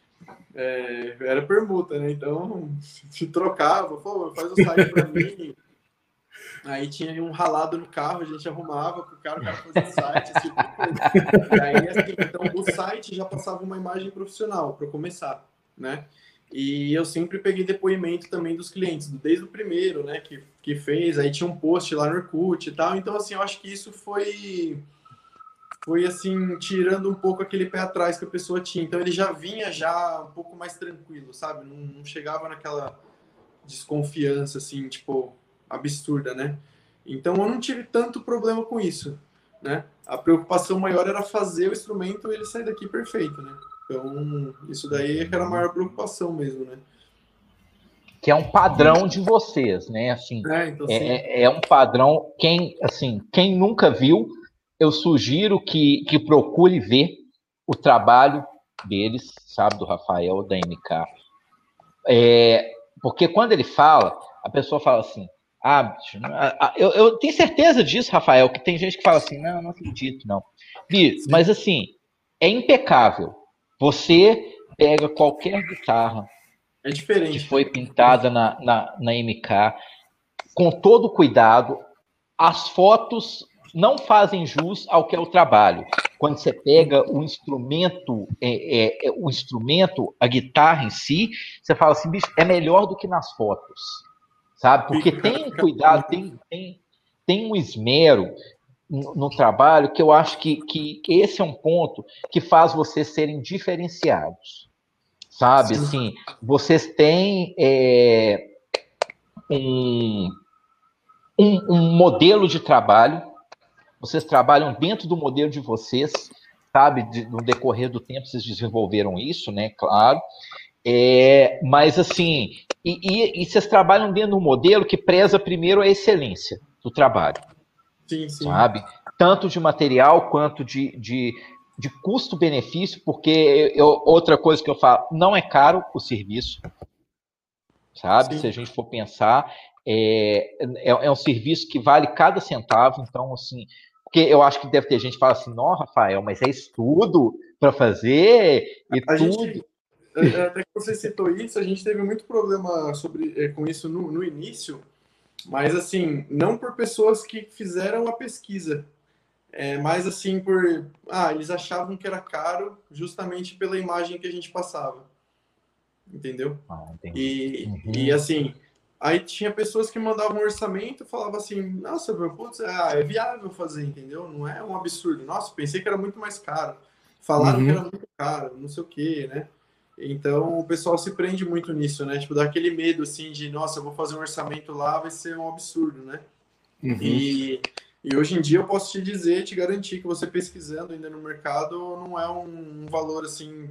É, era permuta, né? Então, se trocava, pô, faz o site para mim. Aí tinha um ralado no carro, a gente arrumava pro cara, o cara fazia o site, esse tipo de coisa. E aí, assim, então, o site já passava uma imagem profissional, para começar, né? E eu sempre peguei depoimento também dos clientes, desde o primeiro, né, que, que fez, aí tinha um post lá no Orkut e tal, então, assim, eu acho que isso foi, foi, assim, tirando um pouco aquele pé atrás que a pessoa tinha, então ele já vinha já um pouco mais tranquilo, sabe, não, não chegava naquela desconfiança, assim, tipo, absurda, né, então eu não tive tanto problema com isso, né, a preocupação maior era fazer o instrumento e ele sair daqui perfeito, né. Então, isso daí é que era a maior preocupação mesmo, né? Que é um padrão de vocês, né? Assim, é, então, é, é um padrão. Quem, assim, quem nunca viu, eu sugiro que, que procure ver o trabalho deles, sabe, do Rafael, da M K. É, porque quando ele fala, a pessoa fala assim, ah, bicho, eu, eu tenho certeza disso, Rafael, que tem gente que fala assim, não, não acredito, não. Bicho, mas assim, é impecável. Você pega qualquer guitarra é diferente, que foi pintada na, na, na M K, com todo cuidado, as fotos não fazem jus ao que é o trabalho. Quando você pega o instrumento, é, é, o instrumento, a guitarra em si, você fala assim, bicho, é melhor do que nas fotos, sabe? Porque tem um cuidado, tem, tem, tem um esmero no, no trabalho que eu acho que, que, que esse é um ponto que faz vocês serem diferenciados, sabe? Sim. Assim, vocês têm é, um, um, um modelo de trabalho, vocês trabalham dentro do modelo de vocês, sabe? De, no decorrer do tempo vocês desenvolveram isso, né? Claro. É, mas assim, e, e, e vocês trabalham dentro de um modelo que preza primeiro a excelência do trabalho. Sim, sim. Sabe? Tanto de material quanto de, de, de custo-benefício, porque eu, outra coisa que eu falo, não é caro o serviço, sabe? Sim. Se a gente for pensar, é, é, é um serviço que vale cada centavo, então, assim, porque eu acho que deve ter gente que fala assim, não, Rafael, mas é estudo para fazer e a tudo. Gente, até que você citou isso, a gente teve muito problema sobre, com isso no, no início, mas, assim, não por pessoas que fizeram a pesquisa, é, mas, assim, por... Ah, eles achavam que era caro justamente pela imagem que a gente passava. Entendeu? Ah, e, uhum. e, assim, aí tinha pessoas que mandavam um orçamento e falavam assim, nossa, meu, putz, ah, é viável fazer, entendeu? Não é um absurdo. Nossa, pensei que era muito mais caro. Falaram uhum. que era muito caro, não sei o quê, né? Então, o pessoal se prende muito nisso, né? Tipo, dá aquele medo, assim, de, nossa, eu vou fazer um orçamento lá, vai ser um absurdo, né? Uhum. E, e hoje em dia eu posso te dizer, te garantir que você pesquisando ainda no mercado não é um, um valor, assim,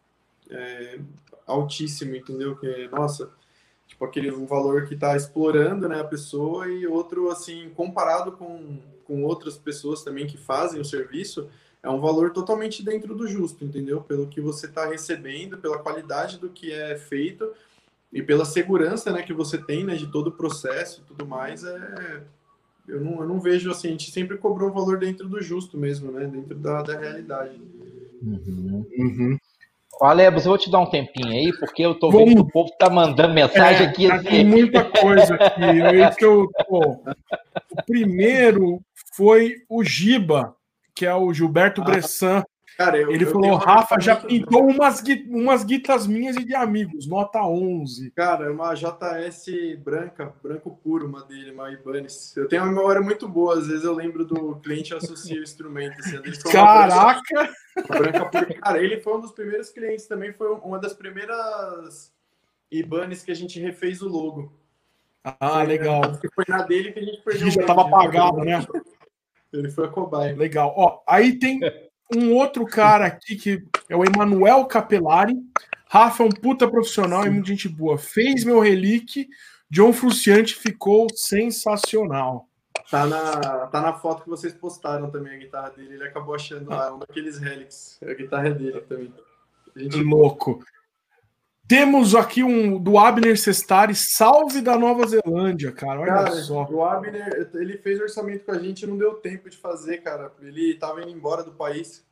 é, altíssimo, entendeu? Que, nossa, tipo, aquele um valor que está explorando, né, a pessoa, e outro, assim, comparado com, com outras pessoas também que fazem o serviço, é um valor totalmente dentro do justo, entendeu? Pelo que você está recebendo, pela qualidade do que é feito e pela segurança, né, que você tem, né, de todo o processo e tudo mais, é... Eu não, eu não vejo, assim, a gente sempre cobrou um valor dentro do justo mesmo, né, dentro da, da realidade. Uhum. Uhum. Alebos, eu vou te dar um tempinho aí, porque eu tô vendo Vamos... que o povo tá mandando mensagem é, aqui. Tá assim. com muita coisa aqui. É isso que eu, pô, o primeiro foi o Giba, que é o Gilberto ah, Bressan. Cara, eu, Ele eu falou, Rafa já pintou umas, umas guitas minhas e de amigos, nota onze. Cara, é uma J S branca, branco puro, uma dele, uma Ibanez. Eu tenho uma memória muito boa, às vezes eu lembro do cliente e associo o instrumento. Assim, Caraca! Branca, uma branca pura. Cara, ele foi um dos primeiros clientes também, foi uma das primeiras Ibanez que a gente refez o logo. Ah, foi, legal. Foi na dele que a gente perdeu. Já estava apagado, né? Ele foi a cobaia. Legal. Ó, aí tem um outro cara aqui que é o Emanuel Capelari. Rafa é um puta profissional Sim. e muita gente boa. Fez meu relique. John Frusciante ficou sensacional. Tá na, tá na foto que vocês postaram também a guitarra dele. Ele acabou achando lá um daqueles relics. A guitarra dele também. Gente louco. Temos aqui um do Abner Sestari, salve da Nova Zelândia, cara. Olha cara, só. O Abner, ele fez orçamento com a gente, não deu tempo de fazer, cara. Ele tava indo embora do país.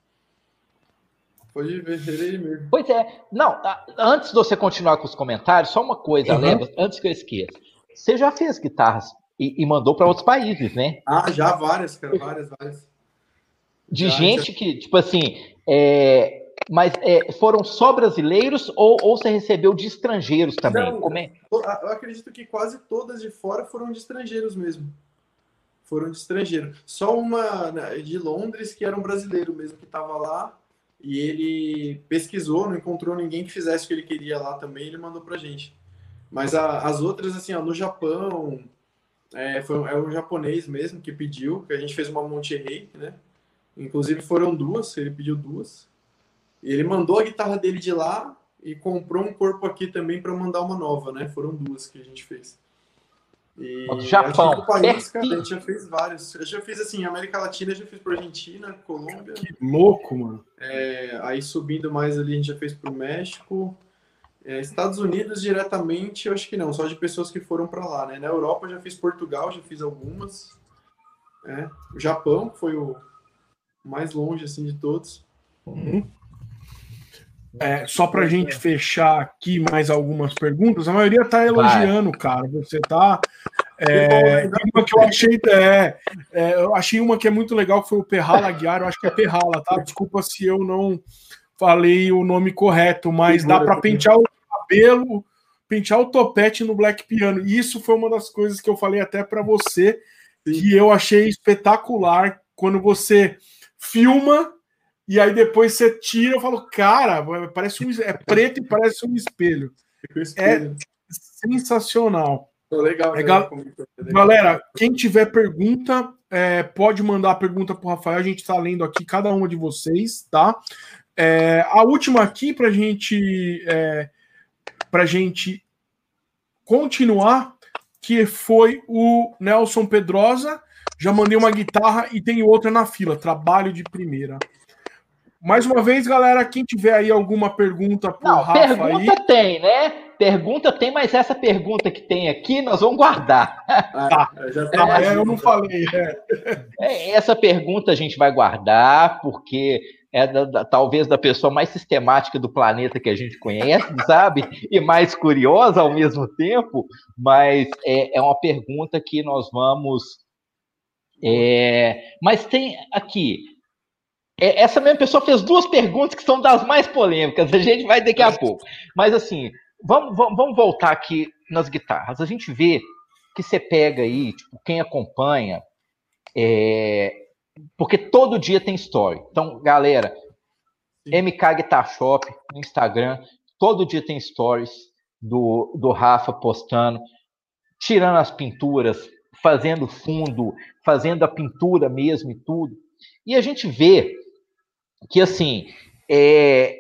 Pode ver, ele mesmo. Pois é. Não, antes de você continuar com os comentários, só uma coisa, uhum. Leva, antes que eu esqueça. Você já fez guitarras e, e mandou para outros países, né? Ah, já várias, cara, várias, várias. De já, gente já... que, tipo assim, é... mas é, foram só brasileiros ou, ou você recebeu de estrangeiros também? Não, Como é? Eu acredito que quase todas de fora foram de estrangeiros mesmo. Foram de estrangeiro. Só uma de Londres que era um brasileiro mesmo que estava lá e ele pesquisou, não encontrou ninguém que fizesse o que ele queria lá também, ele mandou pra gente. Mas a, as outras, assim, ó, no Japão, é, foi, é um japonês mesmo que pediu, que a gente fez uma Monterrey, né? Inclusive foram duas, ele pediu duas. E ele mandou a guitarra dele de lá e comprou um corpo aqui também para mandar uma nova, né? Foram duas que a gente fez. E Japão. Do país, cara, a gente já fez vários. Eu já fiz assim, América Latina, já fiz para Argentina, Colômbia. Que louco, mano. É, aí subindo mais ali, a gente já fez para o México. É, Estados Unidos diretamente, eu acho que não, só de pessoas que foram para lá, né? Na Europa eu já fiz Portugal, já fiz algumas. É. O Japão foi o mais longe assim de todos. Uhum. É, só para a gente fechar aqui mais algumas perguntas, a maioria tá elogiando, Vai. cara. Você tá. É, uma que eu achei, é, é, eu achei uma que é muito legal, que foi o Perrala Aguiar, eu acho que é Perrala, tá? Desculpa se eu não falei o nome correto, mas dá para pentear o cabelo, pentear o topete no Black Piano. E isso foi uma das coisas que eu falei até para você, Sim. que eu achei espetacular quando você filma. E aí depois você tira, eu falo, cara, parece um, é preto e parece um espelho. É sensacional. Legal, é, gal... Galera, quem tiver pergunta, é, pode mandar a pergunta para o Rafael. A gente está lendo aqui cada uma de vocês, tá? É, a última aqui para gente, é, a gente continuar, que foi o Nelson Pedrosa. Já mandei uma guitarra e tem outra na fila. Trabalho de primeira. Mais uma vez, galera, quem tiver aí alguma pergunta pro Não, Rafa pergunta aí... tem, né? Pergunta tem, mas essa pergunta que tem aqui, nós vamos guardar. Tá, já tá, é, eu não falei. É. Essa pergunta a gente vai guardar, porque é da, da, talvez da pessoa mais sistemática do planeta que a gente conhece, sabe? E mais curiosa ao mesmo tempo, mas é, é uma pergunta que nós vamos... É, mas tem aqui... Essa mesma pessoa fez duas perguntas que são das mais polêmicas, a gente vai daqui a pouco. Mas assim, vamos, vamos, vamos voltar aqui nas guitarras. A gente vê que você pega aí, tipo, quem acompanha, é... porque todo dia tem story. Então, galera, Sim. M K Guitar Shop no Instagram, todo dia tem stories do, do Rafa postando, tirando as pinturas, fazendo fundo, fazendo a pintura mesmo e tudo. E a gente vê que, assim, é...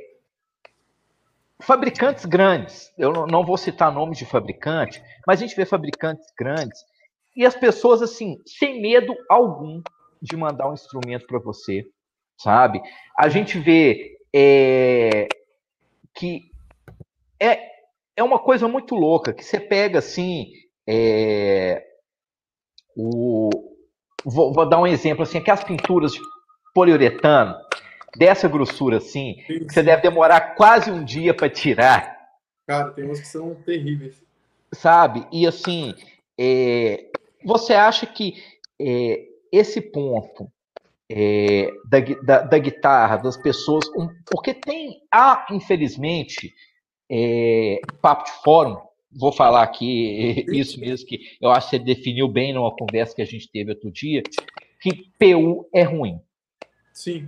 fabricantes grandes, eu não vou citar nomes de fabricante, mas a gente vê fabricantes grandes e as pessoas, assim, sem medo algum de mandar um instrumento para você, sabe? A gente vê é... que é, é uma coisa muito louca, que você pega, assim, é... o... vou, vou dar um exemplo, assim, aquelas pinturas de poliuretano, dessa grossura assim, sim, sim. que você deve demorar quase um dia para tirar. Cara, tem uns que são terríveis. Sabe? E assim, é, você acha que é, esse ponto é, da, da, da guitarra, das pessoas, um, porque tem, há, infelizmente, é, papo de fórum, vou falar aqui sim. isso mesmo, que eu acho que você definiu bem numa conversa que a gente teve outro dia, que P U é ruim. Sim.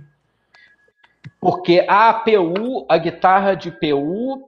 Porque a P U, a guitarra de P U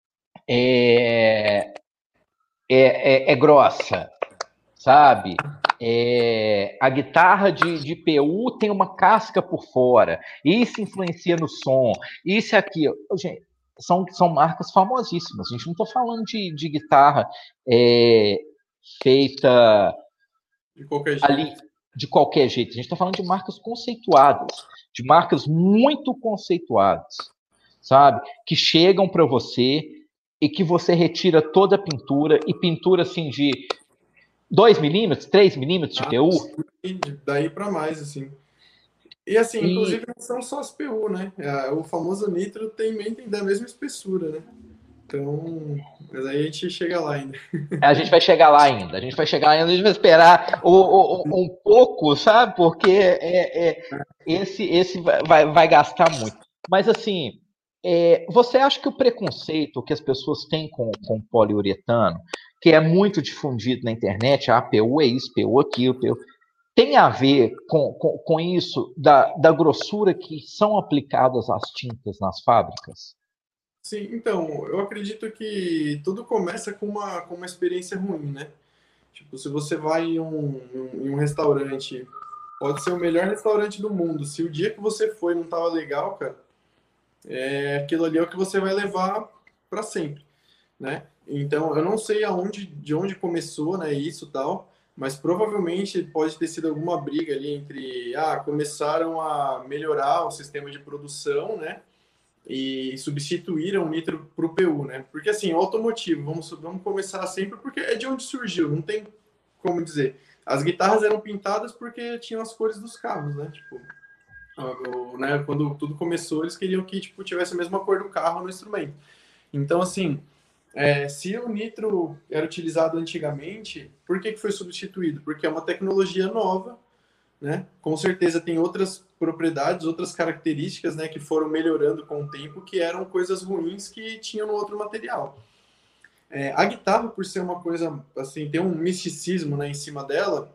é, é, é, é grossa, sabe? É, a guitarra de, de P U tem uma casca por fora, isso influencia no som, isso aqui, gente, são, são marcas famosíssimas. A gente não está falando de, de guitarra é, feita de qualquer jeito. ali de qualquer jeito. A gente está falando de marcas conceituadas, de marcas muito conceituadas, sabe? Que chegam para você e que você retira toda a pintura, e pintura assim de dois milímetros, três milímetros de Ah, P U. daí para mais, assim. E assim, E inclusive não são só as P U, né? O famoso nitro também tem da mesma espessura, né? Então, mas aí a gente chega lá ainda. a gente vai chegar lá ainda, a gente vai chegar lá ainda, a gente vai esperar o, o, um pouco, sabe? Porque é, é, esse, esse vai, vai gastar muito. Mas assim, é, você acha que o preconceito que as pessoas têm com, com poliuretano, que é muito difundido na internet, ah, P U é isso, P U aquilo, P U, tem a ver com, com, com isso da, da grossura que são aplicadas às tintas nas fábricas? Sim, então, eu acredito que tudo começa com uma, com uma experiência ruim, né? Tipo, se você vai em um, em um restaurante, pode ser o melhor restaurante do mundo, se o dia que você foi não tava legal, cara, é, aquilo ali é o que você vai levar para sempre, né? Então, eu não sei aonde, de onde começou, né, isso e tal, mas provavelmente pode ter sido alguma briga ali entre, ah, começaram a melhorar o sistema de produção, né, e substituíram o nitro para o P U, né? Porque assim, o automotivo, vamos, vamos começar sempre porque é de onde surgiu, não tem como dizer. As guitarras eram pintadas porque tinham as cores dos carros, né? Tipo, o, né, quando tudo começou, eles queriam que tipo, tivesse a mesma cor do carro no instrumento. Então, assim, é, se o nitro era utilizado antigamente, por que, que foi substituído? Porque é uma tecnologia nova, né? Com certeza tem outras propriedades, outras características, né, que foram melhorando com o tempo, que eram coisas ruins que tinham no outro material. É, a guitarra, por ser uma coisa, assim, tem um misticismo, né, em cima dela,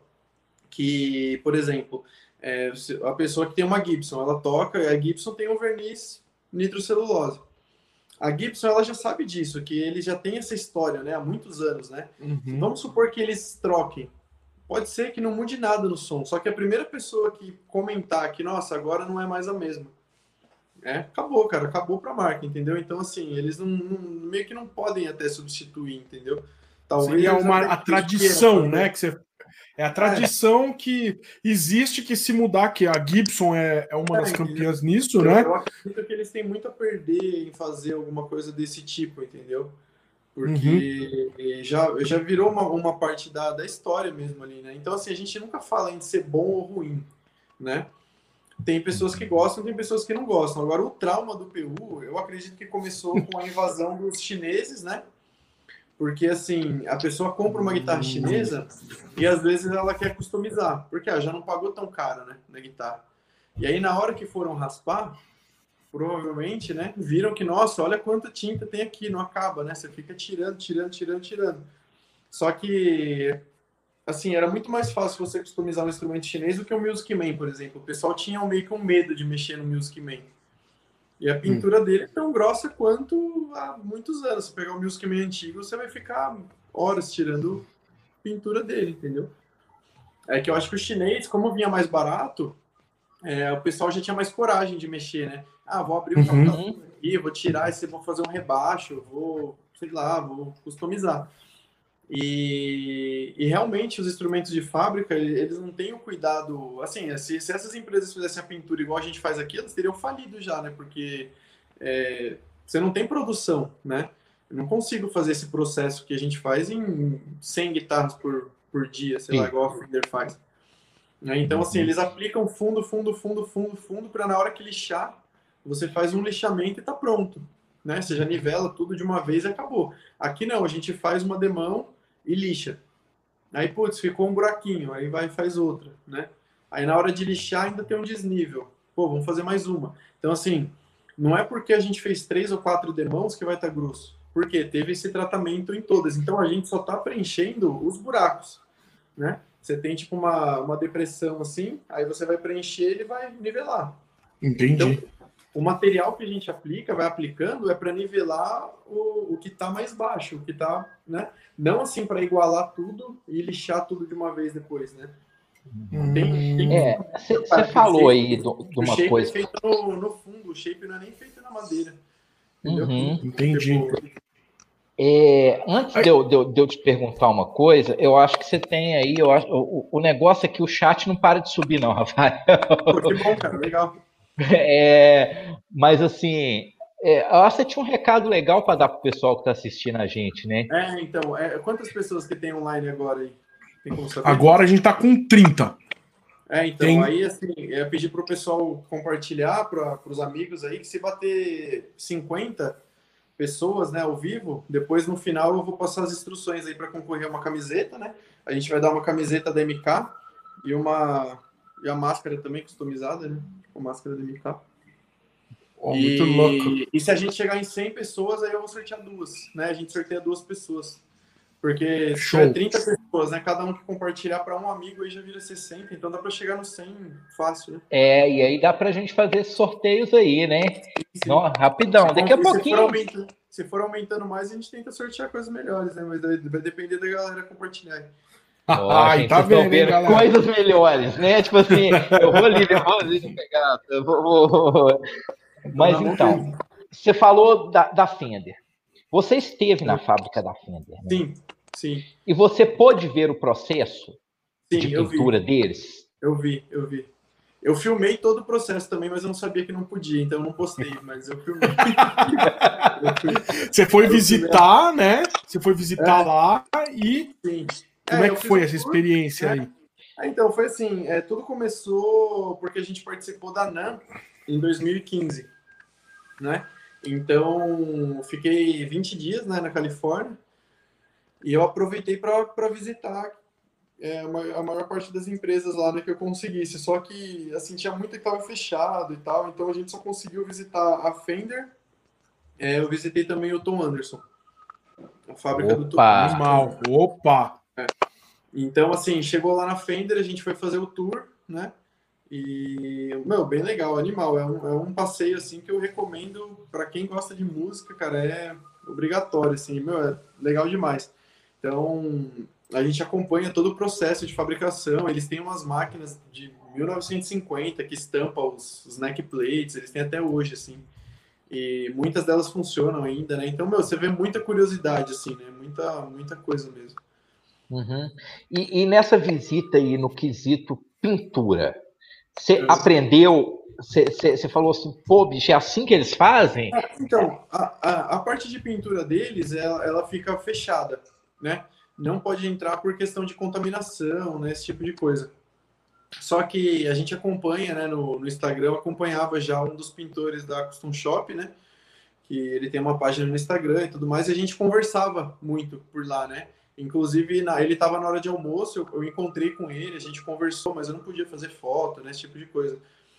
que, por exemplo, é, a pessoa que tem uma Gibson, ela toca, e a Gibson tem um verniz nitrocelulose. A Gibson, ela já sabe disso, que ele já tem essa história, né, há muitos anos, né? Uhum. Vamos supor que eles troquem. Pode ser que não mude nada no som, só que a primeira pessoa que comentar que, nossa, agora não é mais a mesma, é, acabou, cara, acabou pra marca, entendeu? Então, assim, eles não, não, meio que não podem até substituir, entendeu? Talvez seria uma, a tradição, né? Que você, é a tradição é. que existe que se mudar, que a Gibson é, é uma é, das campeãs eles, nisso, eu, né? Eu acredito que eles têm muito a perder em fazer alguma coisa desse tipo, entendeu? Porque uhum. já, já virou uma, uma parte da, da história mesmo ali, né? Então, assim, a gente nunca fala em ser bom ou ruim, né? Tem pessoas que gostam, tem pessoas que não gostam. Agora, o trauma do P U, eu acredito que começou com a invasão dos chineses, né? Porque, assim, a pessoa compra uma guitarra chinesa e, às vezes, ela quer customizar. Porque ah, já não pagou tão caro, né, na guitarra. E aí, na hora que foram raspar, provavelmente, né, viram que, nossa, olha quanta tinta tem aqui, não acaba, né? Você fica tirando, tirando, tirando, tirando. Só que, assim, era muito mais fácil você customizar um instrumento chinês do que o Music Man, por exemplo. O pessoal tinha meio que um medo de mexer no Music Man. E a pintura hum. dele é tão grossa quanto há muitos anos. Se pegar o Music Man antigo, você vai ficar horas tirando pintura dele, entendeu? É que eu acho que o chinês, como vinha mais barato, é, o pessoal já tinha mais coragem de mexer, né? Ah, vou abrir um captador uhum. aqui, vou tirar esse, vou fazer um rebaixo, vou, sei lá, vou customizar. E, e realmente os instrumentos de fábrica, eles não têm o cuidado, assim, se, se essas empresas fizessem a pintura igual a gente faz aqui, elas teriam falido já, né? Porque é, você não tem produção, né? Eu não consigo fazer esse processo que a gente faz em cem guitarras por, por dia, sei Sim. lá, igual a Fender faz. Então, assim, eles aplicam fundo, fundo, fundo, fundo, fundo, para na hora que lixar, você faz um lixamento e tá pronto, né? Você já nivela tudo de uma vez e acabou. Aqui não, a gente faz uma demão e lixa. Aí, putz, ficou um buraquinho, aí vai e faz outra, né? Aí na hora de lixar ainda tem um desnível. Pô, vamos fazer mais uma. Então, assim, não é porque a gente fez três ou quatro demãos que vai estar grosso. Porque teve esse tratamento em todas. Então, a gente só tá preenchendo os buracos, né? Você tem, tipo, uma, uma depressão assim, aí você vai preencher e ele vai nivelar. Entendi. Então, o material que a gente aplica, vai aplicando, é para nivelar o, o que está mais baixo, o que está, né? Não assim para igualar tudo e lixar tudo de uma vez depois, né? Você falou aí de uma shape coisa. É feito no, no fundo, o shape não é nem feito na madeira. Entendeu? Uhum. Entendi. Tipo, É, antes de eu, de, eu, de eu te perguntar uma coisa, eu acho que você tem aí, eu acho, o, o negócio é que o chat não para de subir, não, Rafael. Pô, que bom, cara, legal. É, mas assim, É, eu acho que você tinha um recado legal para dar para o pessoal que está assistindo a gente, né? É, então, é, quantas pessoas que tem online agora aí? Tem como saber? Agora a gente tá com trinta. É, então, Tem... aí assim, eu pedi para o pessoal compartilhar para os amigos aí, que se bater cinquenta pessoas, né, ao vivo, depois no final eu vou passar as instruções aí para concorrer a uma camiseta, né? A gente vai dar uma camiseta da M K e uma e a máscara também customizada, né? A máscara da M K. Oh, e, muito louco. E se a gente chegar em cem pessoas, aí eu vou sortear duas, né? A gente sorteia duas pessoas. Porque se tiver trinta pessoas, né? Cada um que compartilhar para um amigo aí já vira sessenta, então dá para chegar no cem fácil, né? É, e aí dá pra gente fazer esses sorteios aí, né? Sim. Não, rapidão, se daqui a se pouquinho. For aumentando, se for aumentando mais, a gente tenta sortear coisas melhores, né? Mas vai depender da galera compartilhar. Ó, Ai, gente, tá vocês estão vendo, hein, vendo galera? coisas melhores, né? Tipo assim, eu vou ali, eu vou ali pegar. Eu vou, vou... Mas então, você falou da, da Fender. Você esteve na fábrica da Fender, né? Sim, sim. E você pôde ver o processo sim, de pintura eu vi. deles? Eu vi, eu vi. Eu filmei todo o processo também, mas eu não sabia que não podia, então eu não postei, mas eu filmei. Você foi visitar, né? Você foi visitar é. lá e Sim. como é, é que foi essa experiência tour, aí? Né? Então, foi assim, é, tudo começou porque a gente participou da NAMM em dois mil e quinze, né? Então, fiquei vinte dias, né, na Califórnia e eu aproveitei para visitar é, a maior parte das empresas lá, né, que eu conseguisse. Só que, assim, tinha muita que estava fechado e tal, então a gente só conseguiu visitar a Fender. É, eu visitei também o Tom Anderson, a fábrica Opa. do Tom Anderson. Mal. Opa! É. Então, assim, chegou lá na Fender, a gente foi fazer o tour, né? E, meu, bem legal, animal. É um, é um passeio, assim, que eu recomendo para quem gosta de música, cara, é obrigatório, assim, meu, é legal demais. Então, a gente acompanha todo o processo de fabricação. Eles têm umas máquinas de mil novecentos e cinquenta que estampam os, os neck plates, eles têm até hoje, assim. E muitas delas funcionam ainda, né? Então, meu, você vê muita curiosidade, assim, né? Muita, muita coisa mesmo. Uhum. E, e nessa visita aí, no quesito pintura, você é. aprendeu, você falou assim, pô, bicho, é assim que eles fazem? Então, a, a, a parte de pintura deles, ela, ela fica fechada, né? Não pode entrar por questão de contaminação, né? Esse tipo de coisa. Só que a gente acompanha, né, no, no Instagram, acompanhava já um dos pintores da Custom Shop, né? Que ele tem uma página no Instagram e tudo mais, e a gente conversava muito por lá, né? Inclusive, na, ele estava na hora de almoço, eu, eu encontrei com ele, a gente conversou, mas eu não podia fazer foto, né? Esse tipo de coisa.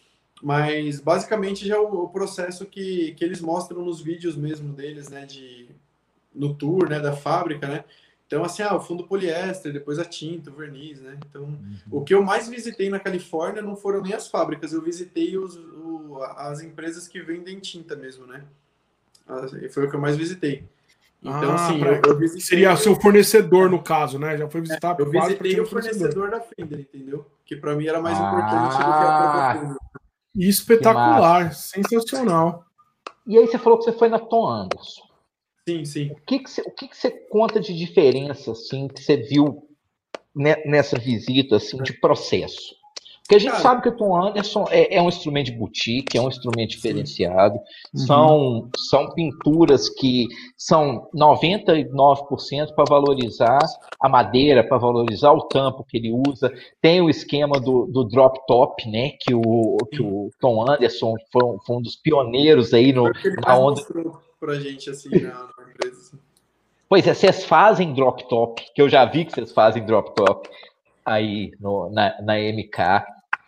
Mas, basicamente, já é o, o processo que, que eles mostram nos vídeos mesmo deles, né? De, no tour, né? Da fábrica, né? Então, assim, ah, o fundo poliéster, depois a tinta, o verniz, né? Então, uhum. O que eu mais visitei na Califórnia não foram nem as fábricas, eu visitei os, o, as empresas que vendem tinta mesmo, né? Foi o que eu mais visitei. Então, ah, assim, pra... eu, eu visitei... Seria seu fornecedor, no caso, né? Já foi visitar... É, eu visitei o fornecedor. fornecedor da Fender, entendeu? Que para mim era mais ah, importante do que a própria Fender. Espetacular, sensacional. E aí você falou que você foi na Tom Anderson. Sim, sim. O que que você, o que que você conta de diferença, assim, que você viu nessa visita, assim, de processo? Porque a gente Cara, sabe que o Tom Anderson é, é um instrumento de boutique, é um instrumento diferenciado, uhum. são, são pinturas que são noventa e nove por cento para valorizar a madeira, para valorizar o tampo que ele usa. Tem o esquema do, do drop top, né, que o, que o Tom Anderson foi, foi um dos pioneiros aí no, na onda. Mostrou pra gente assim na, na empresa. Assim. Pois é, vocês fazem drop top, que eu já vi que vocês fazem drop top aí no, na, na M K,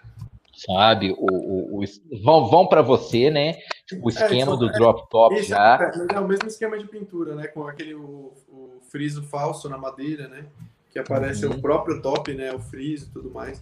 sabe? O, o, o vão vão para você, né? O esquema é, do drop top esse, já. É, é o mesmo esquema de pintura, né? Com aquele o, o friso falso na madeira, né? Que aparece uhum. o próprio top, né? O friso e tudo mais.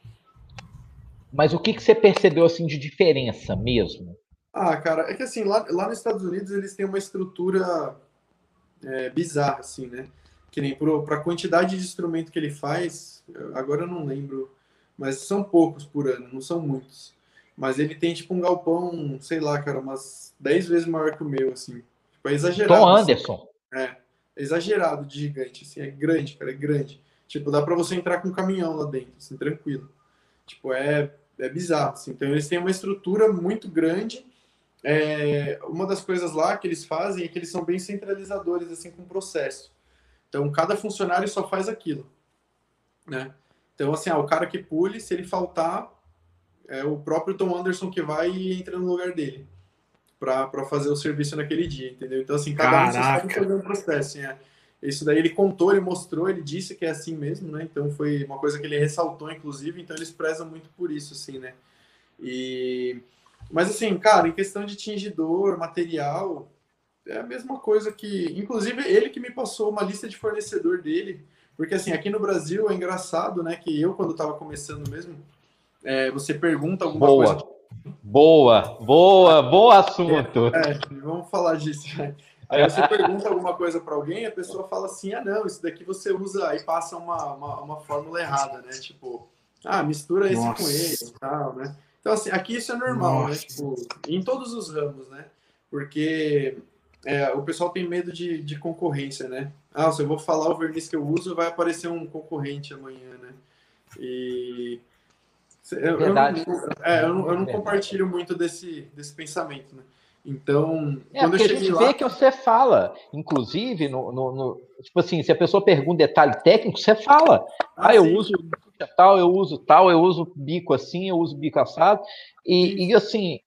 Mas o que, que você percebeu assim de diferença mesmo? Ah, cara, é que assim, lá, lá nos Estados Unidos eles têm uma estrutura é, bizarra, assim, né? Que nem para a quantidade de instrumento que ele faz, agora eu não lembro, mas são poucos por ano, não são muitos. Mas ele tem, tipo, um galpão, sei lá, cara, umas dez vezes maior que o meu, assim. Tipo, é exagerado. Tom Anderson. Assim. É, é exagerado de gigante, assim, é grande, cara, é grande. Tipo, dá para você entrar com um caminhão lá dentro, assim, tranquilo. Tipo, é, é bizarro, assim. Então, eles têm uma estrutura muito grande. é, uma das coisas lá que eles fazem é que eles são bem centralizadores, assim, com o processo. Então, cada funcionário só faz aquilo, né? Então, assim, ah, o cara que pule, se ele faltar, é o próprio Tom Anderson que vai e entra no lugar dele para fazer o serviço naquele dia, entendeu? Então, assim, cada um só sabe fazer um processo, né? Isso daí ele contou, ele mostrou, ele disse que é assim mesmo, né? Então, foi uma coisa que ele ressaltou, inclusive, então eles prezam muito por isso, assim, né? E... Mas, assim, cara, em questão de tingidor, material, é a mesma coisa que... Inclusive, ele que me passou uma lista de fornecedor dele, porque, assim, aqui no Brasil é engraçado, né? Que eu, quando estava começando mesmo, é, você pergunta alguma boa. coisa... Boa, boa, bom assunto. É, é, vamos falar disso. Aí você pergunta alguma coisa para alguém, a pessoa fala assim, ah, não, isso daqui você usa, aí passa uma, uma, uma fórmula errada, né? Tipo, ah, mistura esse Nossa. com esse e tal, né? Então, assim, aqui isso é normal, Nossa. né? Tipo, em todos os ramos, né? Porque é, o pessoal tem medo de, de concorrência, né? Ah, se eu vou falar o verniz que eu uso, vai aparecer um concorrente amanhã, né? E... Eu, Verdade. Eu, não, é, eu não, eu não compartilho muito desse, desse pensamento, né? Então, é, quando eu cheguei a gente lá... vê que você fala, inclusive, no, no, no, tipo assim, se a pessoa pergunta detalhe técnico, você fala. Ah, ah eu uso tal, eu uso tal, eu uso bico assim, eu uso bico assado. E, e assim,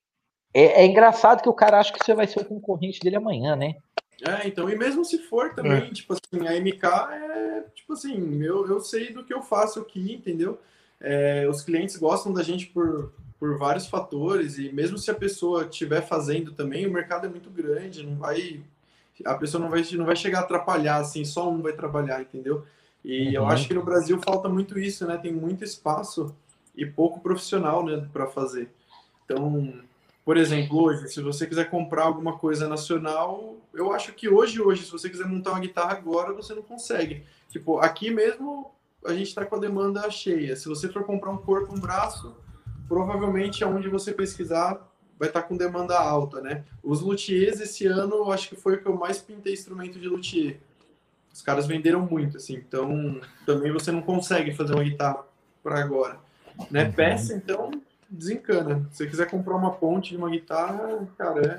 é, é engraçado que o cara acha que você vai ser o concorrente dele amanhã, né? É, então, e mesmo se for também, é. tipo assim, a M K é, tipo assim, eu, eu sei do que eu faço aqui, entendeu? É, os clientes gostam da gente por, por vários fatores, e mesmo se a pessoa estiver fazendo também, o mercado é muito grande, não vai, a pessoa não vai, não vai chegar a atrapalhar, assim, só um vai trabalhar, entendeu? E uhum. eu acho que no Brasil falta muito isso, né? Tem muito espaço e pouco profissional, né, para fazer. Então, por exemplo, hoje, se você quiser comprar alguma coisa nacional, eu acho que hoje, hoje, se você quiser montar uma guitarra agora, você não consegue. Tipo, aqui mesmo a gente está com a demanda cheia. Se você for comprar um corpo, um braço, provavelmente aonde você pesquisar vai estar com demanda alta, né? Os luthiers esse ano, eu acho que foi o que eu mais pintei instrumento de luthier. Os caras venderam muito, assim. Então, também você não consegue fazer uma guitarra para agora. Né? Peça, então, desencana. Se você quiser comprar uma ponte de uma guitarra, cara,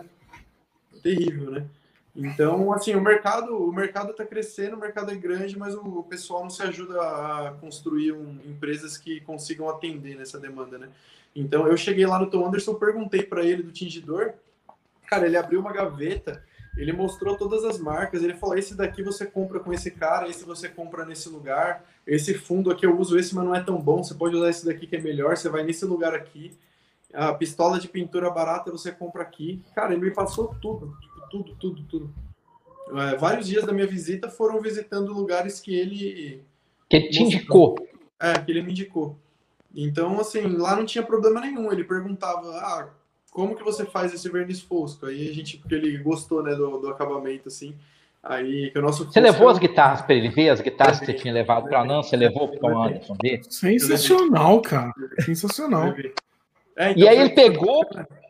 é terrível, né? Então, assim, o mercado o mercado está crescendo, o mercado é grande, mas o pessoal não se ajuda a construir um, empresas que consigam atender nessa demanda, né? Então, eu cheguei lá no Tom Anderson, perguntei para ele do tingidor, cara, ele abriu uma gaveta, ele mostrou todas as marcas, ele falou, esse daqui você compra com esse cara, esse você compra nesse lugar, esse fundo aqui eu uso esse, mas não é tão bom, você pode usar esse daqui que é melhor, você vai nesse lugar aqui, a pistola de pintura barata você compra aqui. Cara, ele me passou tudo, tudo, tudo, tudo. É, vários dias da minha visita foram visitando lugares que ele... Que ele te indicou. É, que ele me indicou. Então, assim, lá não tinha problema nenhum. Ele perguntava, ah, como que você faz esse verniz fosco? Aí a gente, porque ele gostou, né, do, do acabamento, assim. Aí, que o nosso você levou as guitarras para ele ver? As guitarras que você tinha levado para não? Você levou para o Anderson ver? Sensacional, cara. Sensacional. É, então, e aí ele pegou...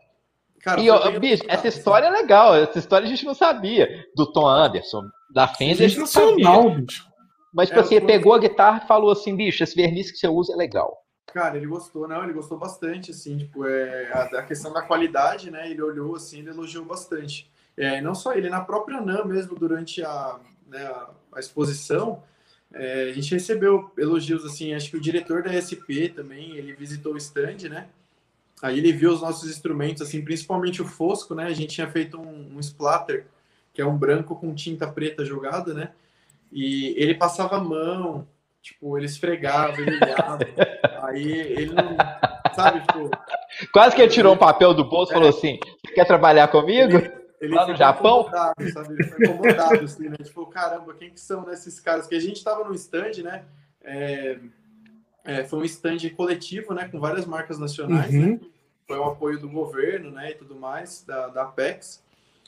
Cara, e, ó, bicho, essa história é legal. Essa história a gente não sabia. Do Tom Anderson, da Fender, a gente sabia. Bicho. Mas, tipo é, assim, ele pegou a guitarra e falou assim, bicho, esse verniz que você usa é legal. Cara, ele gostou, não, ele gostou bastante, assim, tipo, é, a, a questão da qualidade, né, ele olhou, assim, ele elogiou bastante. É, não só ele, na própria NAMM mesmo, durante a, né, a, a exposição, é, a gente recebeu elogios, assim, acho que o diretor da E S P também, ele visitou o stand, né, aí ele viu os nossos instrumentos, assim, principalmente o Fosco, né, a gente tinha feito um, um splatter, que é um branco com tinta preta jogada, né, e ele passava a mão, tipo, ele esfregava, ele olhava, aí ele não, sabe, tipo... Quase que ele tirou um papel do bolso e é, falou assim, você quer trabalhar comigo? Ele, ele lá no Japão? Incomodado, sabe? Ele foi incomodado, assim, né? Tipo, caramba, quem que são, né, esses caras? Que a gente tava no stand, né, é, é, foi um stand coletivo, né, com várias marcas nacionais, uhum. né? Foi o apoio do governo, né, e tudo mais, da, da Apex.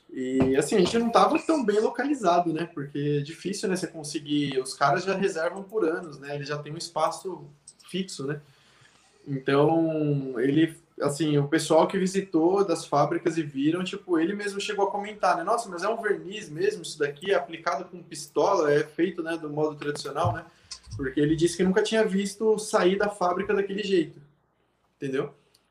E, assim, a gente não tava tão bem localizado, né? Porque é difícil, né, você conseguir... Os caras já reservam por anos, né? Eles já têm um espaço fixo, né? Então, ele... Assim, o pessoal que visitou das fábricas e viram, tipo, ele mesmo chegou a comentar, né? Nossa, mas é um verniz mesmo isso daqui? É aplicado com pistola? É feito, né, do modo tradicional, né? Porque ele disse que nunca tinha visto sair da fábrica daquele jeito. Entendeu?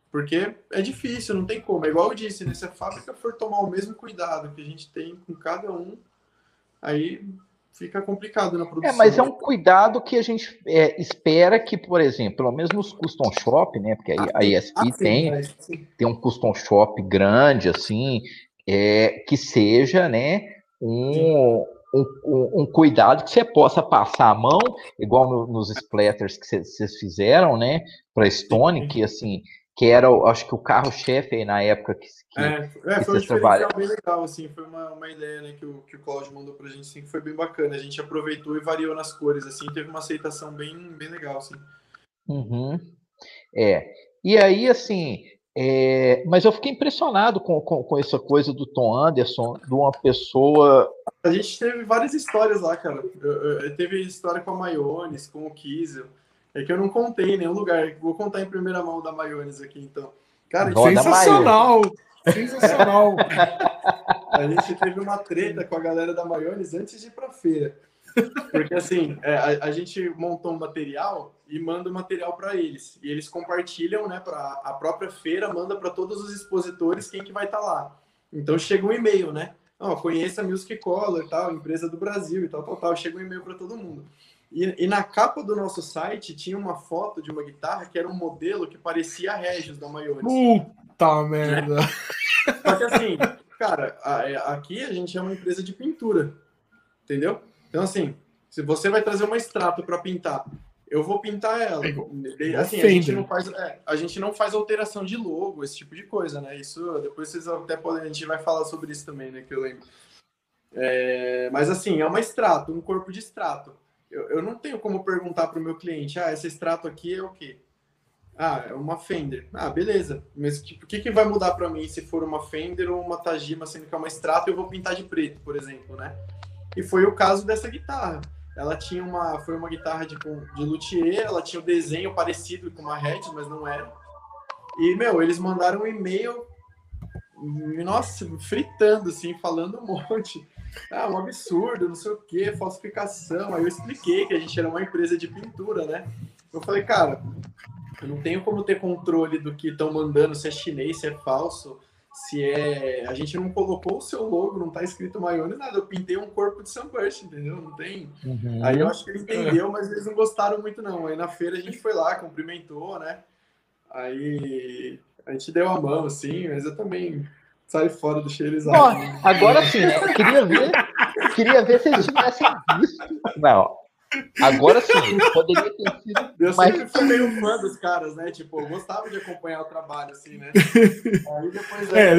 Porque é difícil, não tem como. É igual eu disse, né? Se a fábrica for tomar o mesmo cuidado que a gente tem com cada um, aí fica complicado na produção. É, mas é um cuidado que a gente é, espera que, por exemplo, pelo menos nos custom shop, né? Porque a, a E S P assim, tem, é, sim. tem um custom shop grande, assim, é, que seja, né, um, um, um cuidado que você possa passar a mão, igual no, nos splatters que vocês fizeram, né, para Stone, que assim, que era, acho que o carro-chefe aí na época que, que, é, é, que foi um vocês trabalham. diferencial bem legal, assim, foi uma, uma ideia, né, que o, que o Cláudio mandou pra gente, assim, que foi bem bacana, a gente aproveitou e variou nas cores, assim, teve uma aceitação bem, bem legal, assim. Uhum. É, e aí, assim, é, mas eu fiquei impressionado com, com, com essa coisa do Tom Anderson, de uma pessoa. A gente teve várias histórias lá, cara. Eu, eu, eu teve história com a Maiones, com o Kiesel. É que eu não contei em nenhum lugar. Vou contar em primeira mão da Maiones aqui, então. Cara, sensacional! Sensacional! A gente teve uma treta com a galera da Maiones antes de ir pra feira. Porque, assim, é, a, a gente montou um material e manda o material para eles. E eles compartilham, né, para a própria feira, manda para todos os expositores quem que vai estar lá. Então, chega um e-mail, né? Ó, conheça a Music Color, tal, empresa do Brasil e tal, tal, tal. Chega um e-mail para todo mundo. E, e na capa do nosso site tinha uma foto de uma guitarra que era um modelo que parecia a Regis da Maiones. Puta merda! Né? Só que assim, cara, a, aqui a gente é uma empresa de pintura, entendeu? Então, assim, se você vai trazer uma extrato para pintar, eu vou pintar ela. É, assim, a gente, não faz, é, a gente não faz alteração de logo, esse tipo de coisa, né? Isso, depois vocês até podem, a gente vai falar sobre isso também, né? Que eu lembro. É, mas, assim, é uma extrato, um corpo de extrato. Eu, eu não tenho como perguntar para o meu cliente, ah, esse extrato aqui é o quê? Ah, é uma Fender. Ah, beleza. Mas tipo, o que, que vai mudar para mim se for uma Fender ou uma Tajima, sendo que é uma extrato, eu vou pintar de preto, por exemplo, né? E foi o caso dessa guitarra. Ela tinha uma, foi uma guitarra de, de luthier, ela tinha o um desenho parecido com uma Red, mas não era. E, meu, eles mandaram um e-mail, nossa, fritando, assim, falando um monte. Ah, um absurdo, não sei o quê, falsificação. Aí eu expliquei que a gente era uma empresa de pintura, né? Eu falei, cara, eu não tenho como ter controle do que estão mandando, se é chinês, se é falso. Se é. A gente não colocou o seu logo, não tá escrito Maiones, nada. Eu pintei um corpo de Sunburst, entendeu? Não tem. Uhum. Aí eu acho que ele entendeu, mas eles não gostaram muito, não. Aí na feira a gente foi lá, cumprimentou, né? Aí a gente deu a mão, assim, mas eu também saí fora do xerizado. Agora sim, né? Eu queria ver, queria ver se eles tivessem visto. Não. Agora sim, poderia ter sido. Eu mais... sempre fui meio fã dos caras, né? Tipo, eu gostava de acompanhar o trabalho, assim, né? Aí depois. É...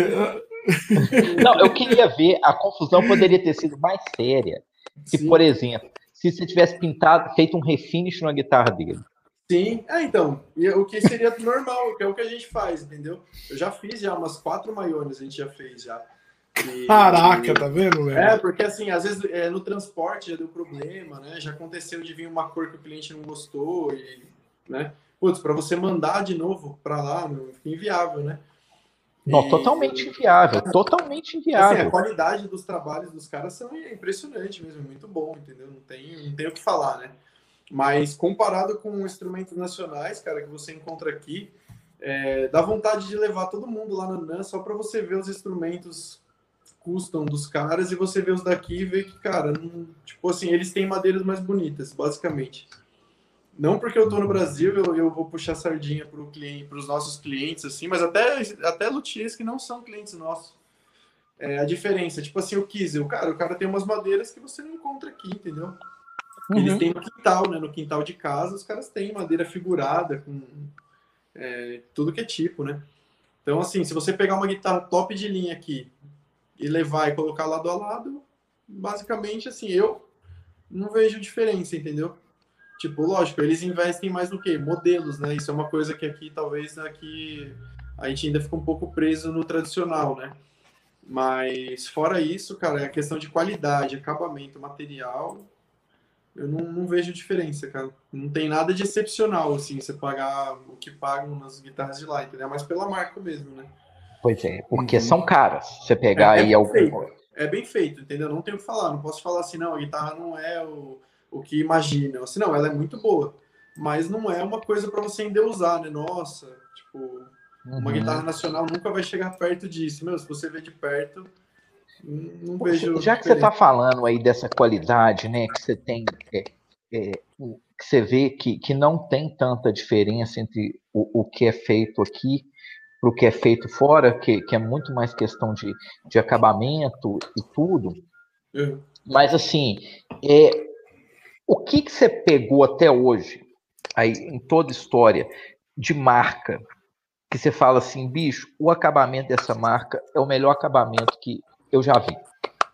É... Não, eu queria ver, a confusão poderia ter sido mais séria. Se, sim. Por exemplo, se você tivesse pintado, feito um refinish na guitarra dele. Sim, é, então, o que seria normal, que é o que a gente faz, entendeu? Eu já fiz já umas quatro Maiones, a gente já fez já. E, Caraca, tá vendo, velho? É, porque assim, às vezes é, no transporte já deu problema, né? Já aconteceu de vir uma cor que o cliente não gostou e, né? Putz, para você mandar de novo para lá, não, fica inviável, né? Não, e... totalmente inviável, totalmente inviável. Assim, a qualidade dos trabalhos dos caras são é impressionante mesmo, muito bom, entendeu? Não tem, não tem o que falar, né? Mas comparado com instrumentos nacionais, cara, que você encontra aqui, é, dá vontade de levar todo mundo lá na N A M só para você ver os instrumentos custom dos caras e você vê os daqui e vê que, cara, não, tipo assim, eles têm madeiras mais bonitas, basicamente. Não porque eu tô no Brasil, eu, eu vou puxar sardinha pro cliente, pros nossos clientes, assim, mas até, até luthiers que não são clientes nossos. É, a diferença, tipo assim, o Kiesel, cara, o cara tem umas madeiras que você não encontra aqui, entendeu? Uhum. Eles têm no quintal, né? No quintal de casa, os caras têm madeira figurada, com é, tudo que é tipo, né? Então, assim, se você pegar uma guitarra top de linha aqui e levar e colocar lado a lado, basicamente, assim, eu não vejo diferença, entendeu? Tipo, lógico, eles investem mais no quê? Modelos, né? Isso é uma coisa que aqui, talvez, aqui a gente ainda fica um pouco preso no tradicional, né? Mas, fora isso, cara, é a questão de qualidade, acabamento, material, eu não, não vejo diferença, cara. Não tem nada de excepcional, assim, você pagar o que pagam nas guitarras de lá, entendeu? Mas pela marca mesmo, né? Pois é, porque uhum. são caras. Você pegar é, aí é algum... Feito. É bem feito, entendeu? Não tenho o que falar. Não posso falar assim, não, a guitarra não é o, o que imaginam. Assim, não, ela é muito boa. Mas não é uma coisa para você endeusar, né? Nossa, tipo... Uhum. Uma guitarra nacional nunca vai chegar perto disso. Meu, se você vê de perto, não vejo... Já que você está falando aí dessa qualidade, né, que você tem... É, é, que você vê que, que não tem tanta diferença entre o, o que é feito aqui para o que é feito fora, que, que é muito mais questão de, de acabamento e tudo. Uhum. Mas, assim, é, o que, que você pegou até hoje, aí, em toda história, de marca, que você fala assim, bicho, o acabamento dessa marca é o melhor acabamento que eu já vi?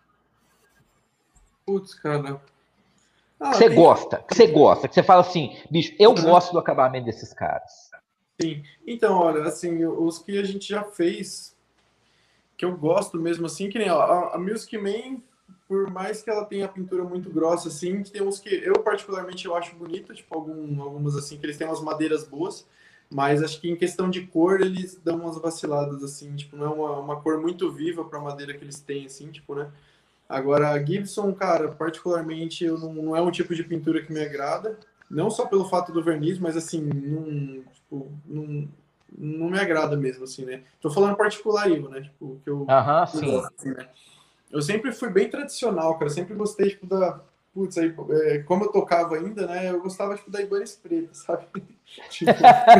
Putz, cara... Ah, que você tem... gosta, que você gosta, que você fala assim, bicho, eu uhum. gosto do acabamento desses caras. Sim, então, olha, assim, os que a gente já fez, que eu gosto mesmo, assim, que nem a, a Music Man, por mais que ela tenha a pintura muito grossa, assim, tem uns que eu particularmente eu acho bonito, tipo, algum, algumas, assim, que eles têm umas madeiras boas, mas acho que em questão de cor, eles dão umas vaciladas, assim, tipo, não é uma, uma cor muito viva pra madeira que eles têm, assim, tipo, né? Agora, a Gibson, cara, particularmente, eu não, não é um tipo de pintura que me agrada. Não só pelo fato do verniz, mas assim, não, tipo, não, não me agrada mesmo, assim, né? Tô falando particular eu, né? Tipo, que eu, Aham, uh-huh, sim. Gosto, assim, né? Eu sempre fui bem tradicional, cara. Eu sempre gostei, tipo, da... Putz, aí, é, como eu tocava ainda, né? Eu gostava, tipo, da Ibanez preta, sabe? Tipo,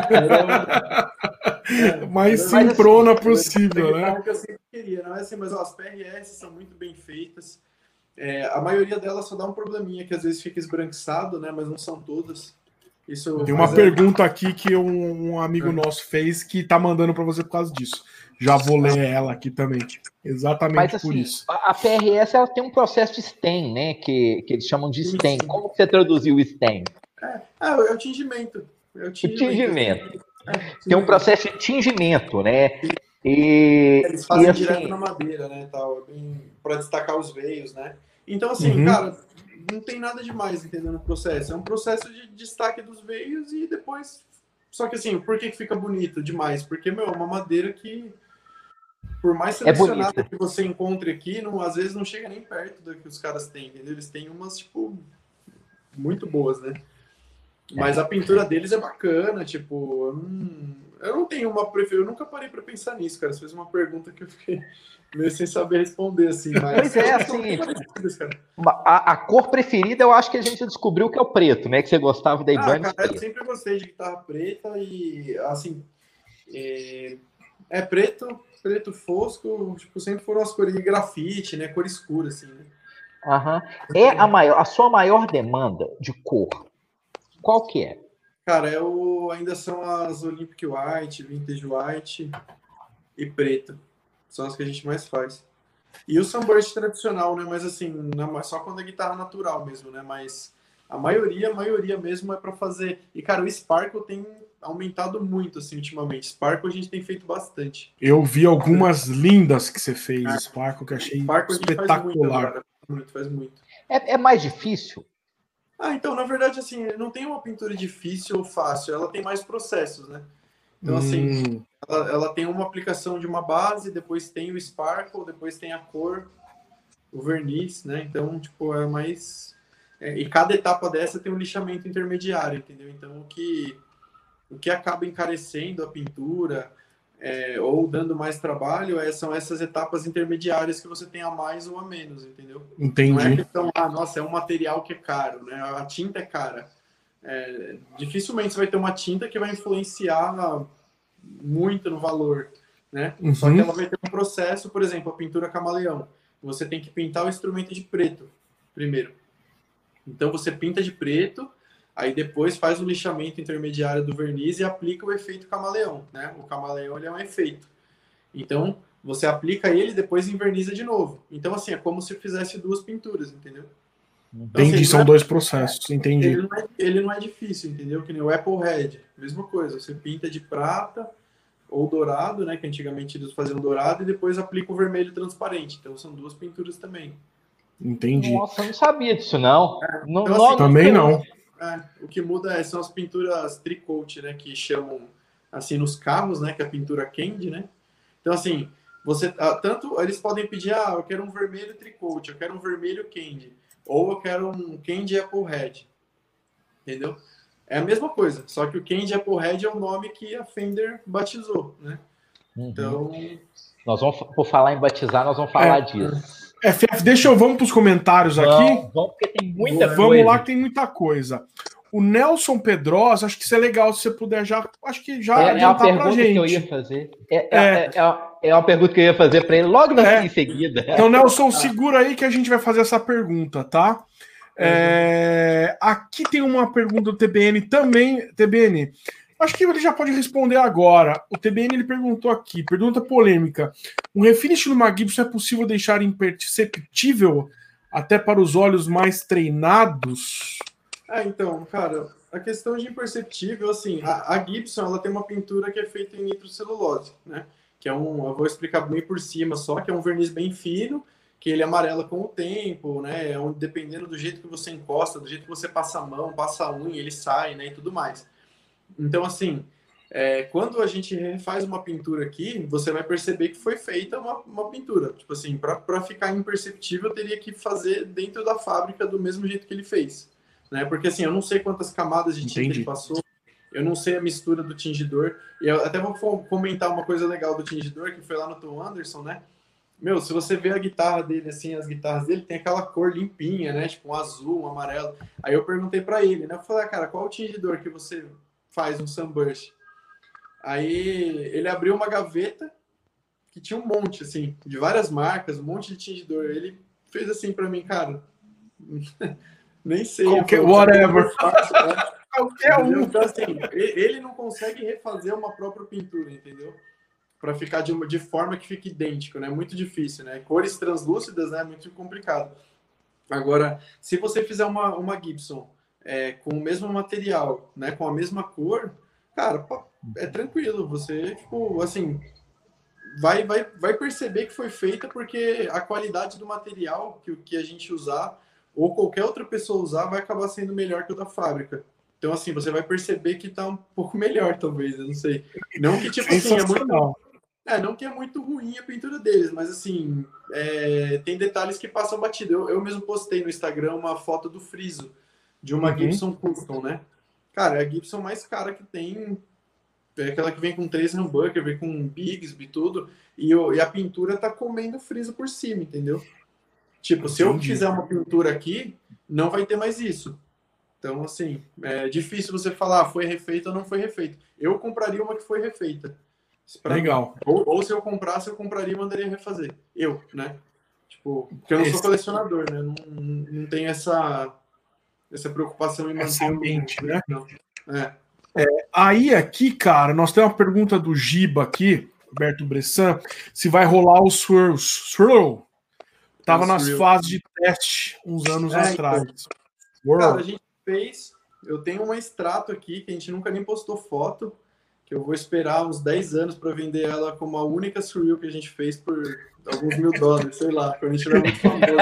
era... É, mais simprona assim, possível, né? Que eu sempre queria, não é assim, mas ó, as P R S são muito bem feitas. É, a maioria delas só dá um probleminha, que às vezes fica esbranquiçado, né? Mas não são todas. Isso, tem uma pergunta é... aqui que um, um amigo é. nosso fez que tá mandando para você por causa disso. Já vou ler ela aqui também. Exatamente mas, por assim, isso. A, a P R S ela tem um processo de stain, né? Que, que eles chamam de stain. Como você traduziu o stain? É, é, é o tingimento. É o tingimento. O tingimento. É, tem um processo de tingimento, né? E, eles fazem e, assim, direto na madeira, né? Para destacar os veios, né? Então, assim, uhum. cara, não tem nada demais, entendeu? No processo. É um processo de destaque dos veios e depois. Só que, assim, por que, que fica bonito demais? Porque, meu, é uma madeira que, por mais selecionada é que você encontre aqui, não, às vezes não chega nem perto do que os caras têm, entendeu? Eles têm umas, tipo, muito boas, né? Mas a pintura deles é bacana, tipo, eu não, eu não tenho uma preferência, eu nunca parei para pensar nisso, cara. Você fez uma pergunta que eu fiquei meio sem saber responder, assim, mas... Pois é, assim, a, a cor preferida eu acho que a gente descobriu que é o preto, né? Que você gostava da Ibanez. Ah, cara, eu sempre gostei de guitarra preta e, assim, é, é preto, preto fosco, tipo, sempre foram as cores de grafite, né? Cor escura, assim, né? Aham. É a, maior, a sua maior demanda de cor? Qual que é? Cara, é o, ainda são as Olympic White, Vintage White e preto. São as que a gente mais faz. E o Sunburst tradicional, né? Mas assim, não, só quando é guitarra natural mesmo, né? Mas a maioria, a maioria mesmo é para fazer... E, cara, o Sparkle tem aumentado muito, assim, ultimamente. Sparkle a gente tem feito bastante. Eu vi algumas lindas que você fez, ah, Sparkle, que achei Sparkle espetacular. Faz muito, agora. muito, faz muito. É, é mais difícil? Ah, então, na verdade, assim, não tem uma pintura difícil ou fácil, ela tem mais processos, né? Então, hum. assim, ela, ela tem uma aplicação de uma base, depois tem o sparkle, depois tem a cor, o verniz, né? Então, tipo, é mais... É, e cada etapa dessa tem um lixamento intermediário, entendeu? Então, o que, o que acaba encarecendo a pintura é, ou dando mais trabalho é, são essas etapas intermediárias que você tem a mais ou a menos, entendeu? Entendi. Não é questão, ah, nossa, é um material que é caro, né? A tinta é cara. É, dificilmente você vai ter uma tinta que vai influenciar muito no valor, né? Uhum. Só que ela vai ter um processo, por exemplo, a pintura camaleão. Você tem que pintar o instrumento de preto primeiro. Então você pinta de preto, aí depois faz o lixamento intermediário do verniz e aplica o efeito camaleão, né? O camaleão ele é um efeito. Então você aplica ele e depois inverniza de novo. Então assim, é como se fizesse duas pinturas, entendeu? Então, entendi, assim, são é, dois processos, entendi. Ele não, é, ele não é difícil, entendeu? Que nem o Apple Red, mesma coisa. Você pinta de prata ou dourado, né? Que antigamente eles faziam dourado e depois aplica o vermelho transparente. Então são duas pinturas também. Entendi. Nossa, eu não sabia disso, não. É, não, então, não assim, também não. É, o que muda é, são as pinturas tricoat, né? Que chamam, assim, nos carros, né? Que é a pintura candy, né? Então, assim, você... Tanto eles podem pedir, ah, eu quero um vermelho tricoat, eu quero um vermelho candy. Ou eu quero um candy apple red. Entendeu? é a mesma coisa, só que o Candy Applehead é o nome que a Fender batizou, né? Uhum. Então... Nós vamos, por falar em batizar, nós vamos falar é, disso. F F, deixa eu, vamos para os comentários vamos, aqui. Vamos, porque tem muita vamos coisa. lá, que tem muita coisa. O Nelson Pedrosa, acho que isso é legal se você puder já, acho que já é, adiantar é uma pra pergunta gente. que eu ia fazer. É, é. É, é, é uma pergunta que eu ia fazer para ele logo na, é. em seguida. Então, Nelson, segura aí que a gente vai fazer essa pergunta, tá? É, aqui tem uma pergunta do T B N também. T B N, acho que ele já pode responder agora. O T B N ele perguntou aqui, pergunta polêmica. Um refinish numa Gibson é possível deixar imperceptível até para os olhos mais treinados? Ah, então, cara, a questão de imperceptível, assim, a, a Gibson, ela tem uma pintura que é feita em nitrocelulose, né? Que é um, eu vou explicar bem por cima só, que é um verniz bem fino, que ele amarela com o tempo, né? É um, dependendo do jeito que você encosta, do jeito que você passa a mão, passa a unha, ele sai, né? E tudo mais. Então, assim, é, quando a gente refaz uma pintura aqui, você vai perceber que foi feita uma, uma pintura. Tipo assim, para ficar imperceptível, eu teria que fazer dentro da fábrica do mesmo jeito que ele fez. Né? Porque assim, eu não sei quantas camadas de tinta Entendi. ele passou, eu não sei a mistura do tingidor, e eu até vou comentar uma coisa legal do tingidor, que foi lá no Tom Anderson, né? Meu, se você vê a guitarra dele, assim, as guitarras dele, tem aquela cor limpinha, né? Tipo um azul, um amarelo. Aí eu perguntei pra ele, né? Eu falei, ah, cara, qual o tingidor que você faz no Sunburst? Aí ele abriu uma gaveta que tinha um monte, assim, de várias marcas, um monte de tingidor. Ele fez assim pra mim, cara... Nem sei. Qualquer, whatever. Fácil, né? Qualquer um. Então, assim, ele não consegue refazer uma própria pintura, entendeu? Para ficar de, uma, de forma que fique idêntico, né? Muito difícil, né? Cores translúcidas, né? Muito complicado. Agora, se você fizer uma, uma Gibson é, com o mesmo material, né? Com a mesma cor, cara, é tranquilo. Você, tipo, assim, vai, vai, vai perceber que foi feita porque a qualidade do material que, que a gente usar ou qualquer outra pessoa usar, vai acabar sendo melhor que o da fábrica. Então, assim, você vai perceber que tá um pouco melhor, talvez, eu não sei. Não que, tipo assim, é muito... É, não que é muito ruim a pintura deles, mas, assim, é... tem detalhes que passam batido. Eu, eu mesmo postei no Instagram uma foto do friso de uma uhum. Gibson Custom, né? Cara, é a Gibson mais cara que tem... É aquela que vem com três humbucker, vem com Bigsby e tudo, e, eu, e a pintura tá comendo o friso por cima, entendeu? Tipo, se eu fizer uma pintura aqui, não vai ter mais isso. Então, assim, é difícil você falar foi refeita ou não foi refeita. Eu compraria uma que foi refeita. Legal. Ou, ou se eu comprasse, eu compraria e mandaria refazer. Eu, né? Tipo, porque eu não Esse... sou colecionador, né? Não, não tenho essa, essa preocupação em manter o ambiente, né? Não. É. É, aí, aqui, cara, nós temos uma pergunta do Giba aqui, Roberto Bressan, se vai rolar o Swirl. Swirl. Tava nas fases de teste uns anos é, atrás. Então, cara, a gente fez. Eu tenho uma extrato aqui que a gente nunca nem postou foto, que eu vou esperar uns dez anos para vender ela como a única surreal que a gente fez por alguns mil dólares, sei lá, quando a gente era muito famoso.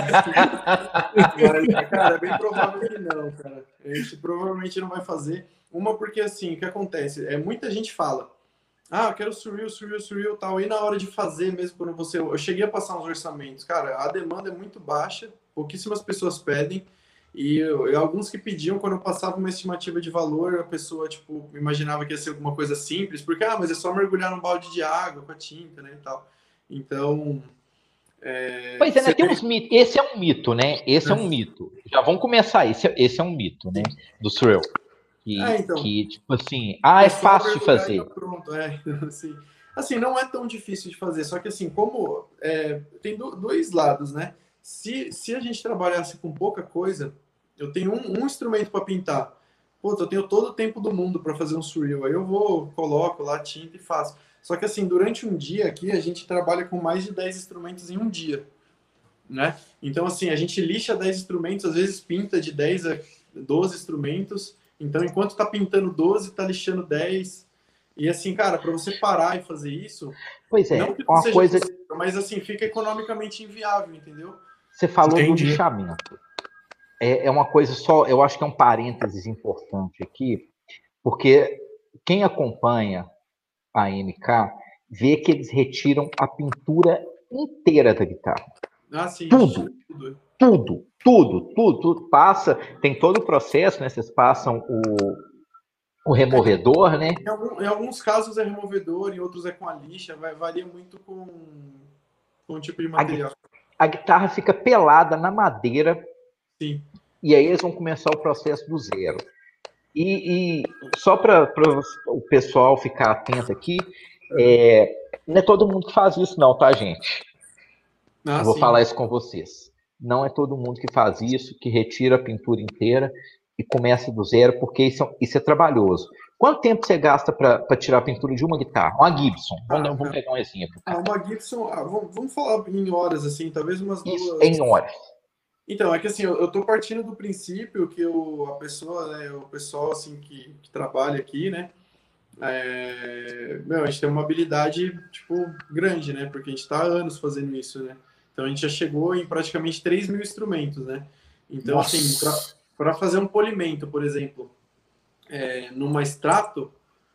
Mas, cara, é bem provável que não, cara. A gente provavelmente não vai fazer. Uma porque, assim, o que acontece? É, muita gente fala, ah, eu quero surreal, surreal, surreal e tal. E na hora de fazer mesmo, quando você... Eu cheguei a passar uns orçamentos. Cara, a demanda é muito baixa, pouquíssimas pessoas pedem. E, eu, e alguns que pediam, quando eu passava uma estimativa de valor, a pessoa, tipo, imaginava que ia ser alguma coisa simples, porque, ah, mas é só mergulhar num balde de água com a tinta, né, e tal. Então... É, pois é, né? Tem uns mitos. Esse é um mito, né? Esse é um mito. Já vamos começar. Esse, esse é um mito, né? Do surreal. Que, é, então, que, tipo assim, ah, é fácil de fazer. Tá pronto, é, assim, assim, não é tão difícil de fazer, só que assim, como é, tem do, dois lados, né? Se, se a gente trabalhasse com pouca coisa, eu tenho um, um instrumento para pintar, pô, eu tenho todo o tempo do mundo para fazer um surreal, aí eu vou, coloco lá tinta e faço. Só que assim, durante um dia aqui, a gente trabalha com mais de dez instrumentos em um dia, né? Então assim, a gente lixa dez instrumentos, às vezes pinta de dez a doze instrumentos. Então, enquanto tá pintando doze, tá lixando dez. E assim, cara, para você parar e fazer isso... Pois é, não que uma seja coisa... possível, mas assim, fica economicamente inviável, entendeu? Você falou Entendi. do lixamento. É, é uma coisa só... Eu acho que é um parênteses importante aqui, porque quem acompanha a N K vê que eles retiram a pintura inteira da guitarra. Ah, sim. Tudo. Tudo. Tudo, tudo, tudo, tudo passa, tem todo o processo, né? Vocês passam o, O removedor, né? Em, algum, em alguns casos é removedor, em outros é com a lixa, vai, varia muito com, com o tipo de material. A, a guitarra fica pelada na madeira. Sim. E aí eles vão começar o processo do zero. E, e só para o pessoal ficar atento aqui, é, não é todo mundo que faz isso não, tá, gente? Ah, Eu vou sim. falar isso com vocês. Não é todo mundo que faz isso, que retira a pintura inteira e começa do zero, porque isso é, isso é trabalhoso. Quanto tempo você gasta para tirar a pintura de uma guitarra? Uma Gibson. Vamos, ah, vamos pegar um exemplo. Ah, uma Gibson, ah, vamos, vamos falar em horas, assim, talvez umas isso, duas... em horas. Então, é que assim, eu, eu tô partindo do princípio que o, a pessoa, né, o pessoal, assim, que, que trabalha aqui, né, é, meu, a gente tem uma habilidade, tipo, grande, né, porque a gente tá há anos fazendo isso, né, então a gente já chegou em praticamente três mil instrumentos, né, então, Nossa. assim, para fazer um polimento, por exemplo, é, numa extrato,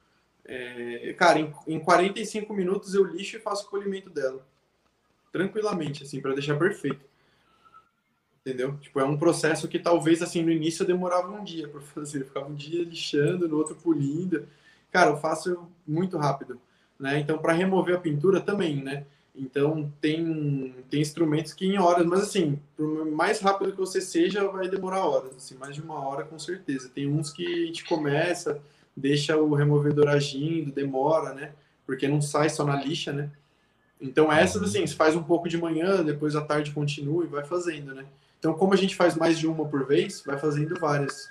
é, cara, em, em quarenta e cinco minutos eu lixo e faço o polimento dela, tranquilamente, assim, para deixar perfeito. Entendeu? Tipo, é um processo que talvez, assim, no início eu demorava um dia para fazer. Eu ficava um dia lixando, no outro polindo. Cara, eu faço muito rápido, né? Então, para remover a pintura também, né? Então, tem, tem instrumentos que em horas... Mas, assim, por mais rápido que você seja, vai demorar horas. Assim, mais de uma hora, com certeza. Tem uns que a gente começa, deixa o removedor agindo, demora, né? Porque não sai só na lixa, né? Então, essas, assim, você faz um pouco de manhã, depois à tarde continua e vai fazendo, né? Então, como a gente faz mais de uma por vez, vai fazendo várias.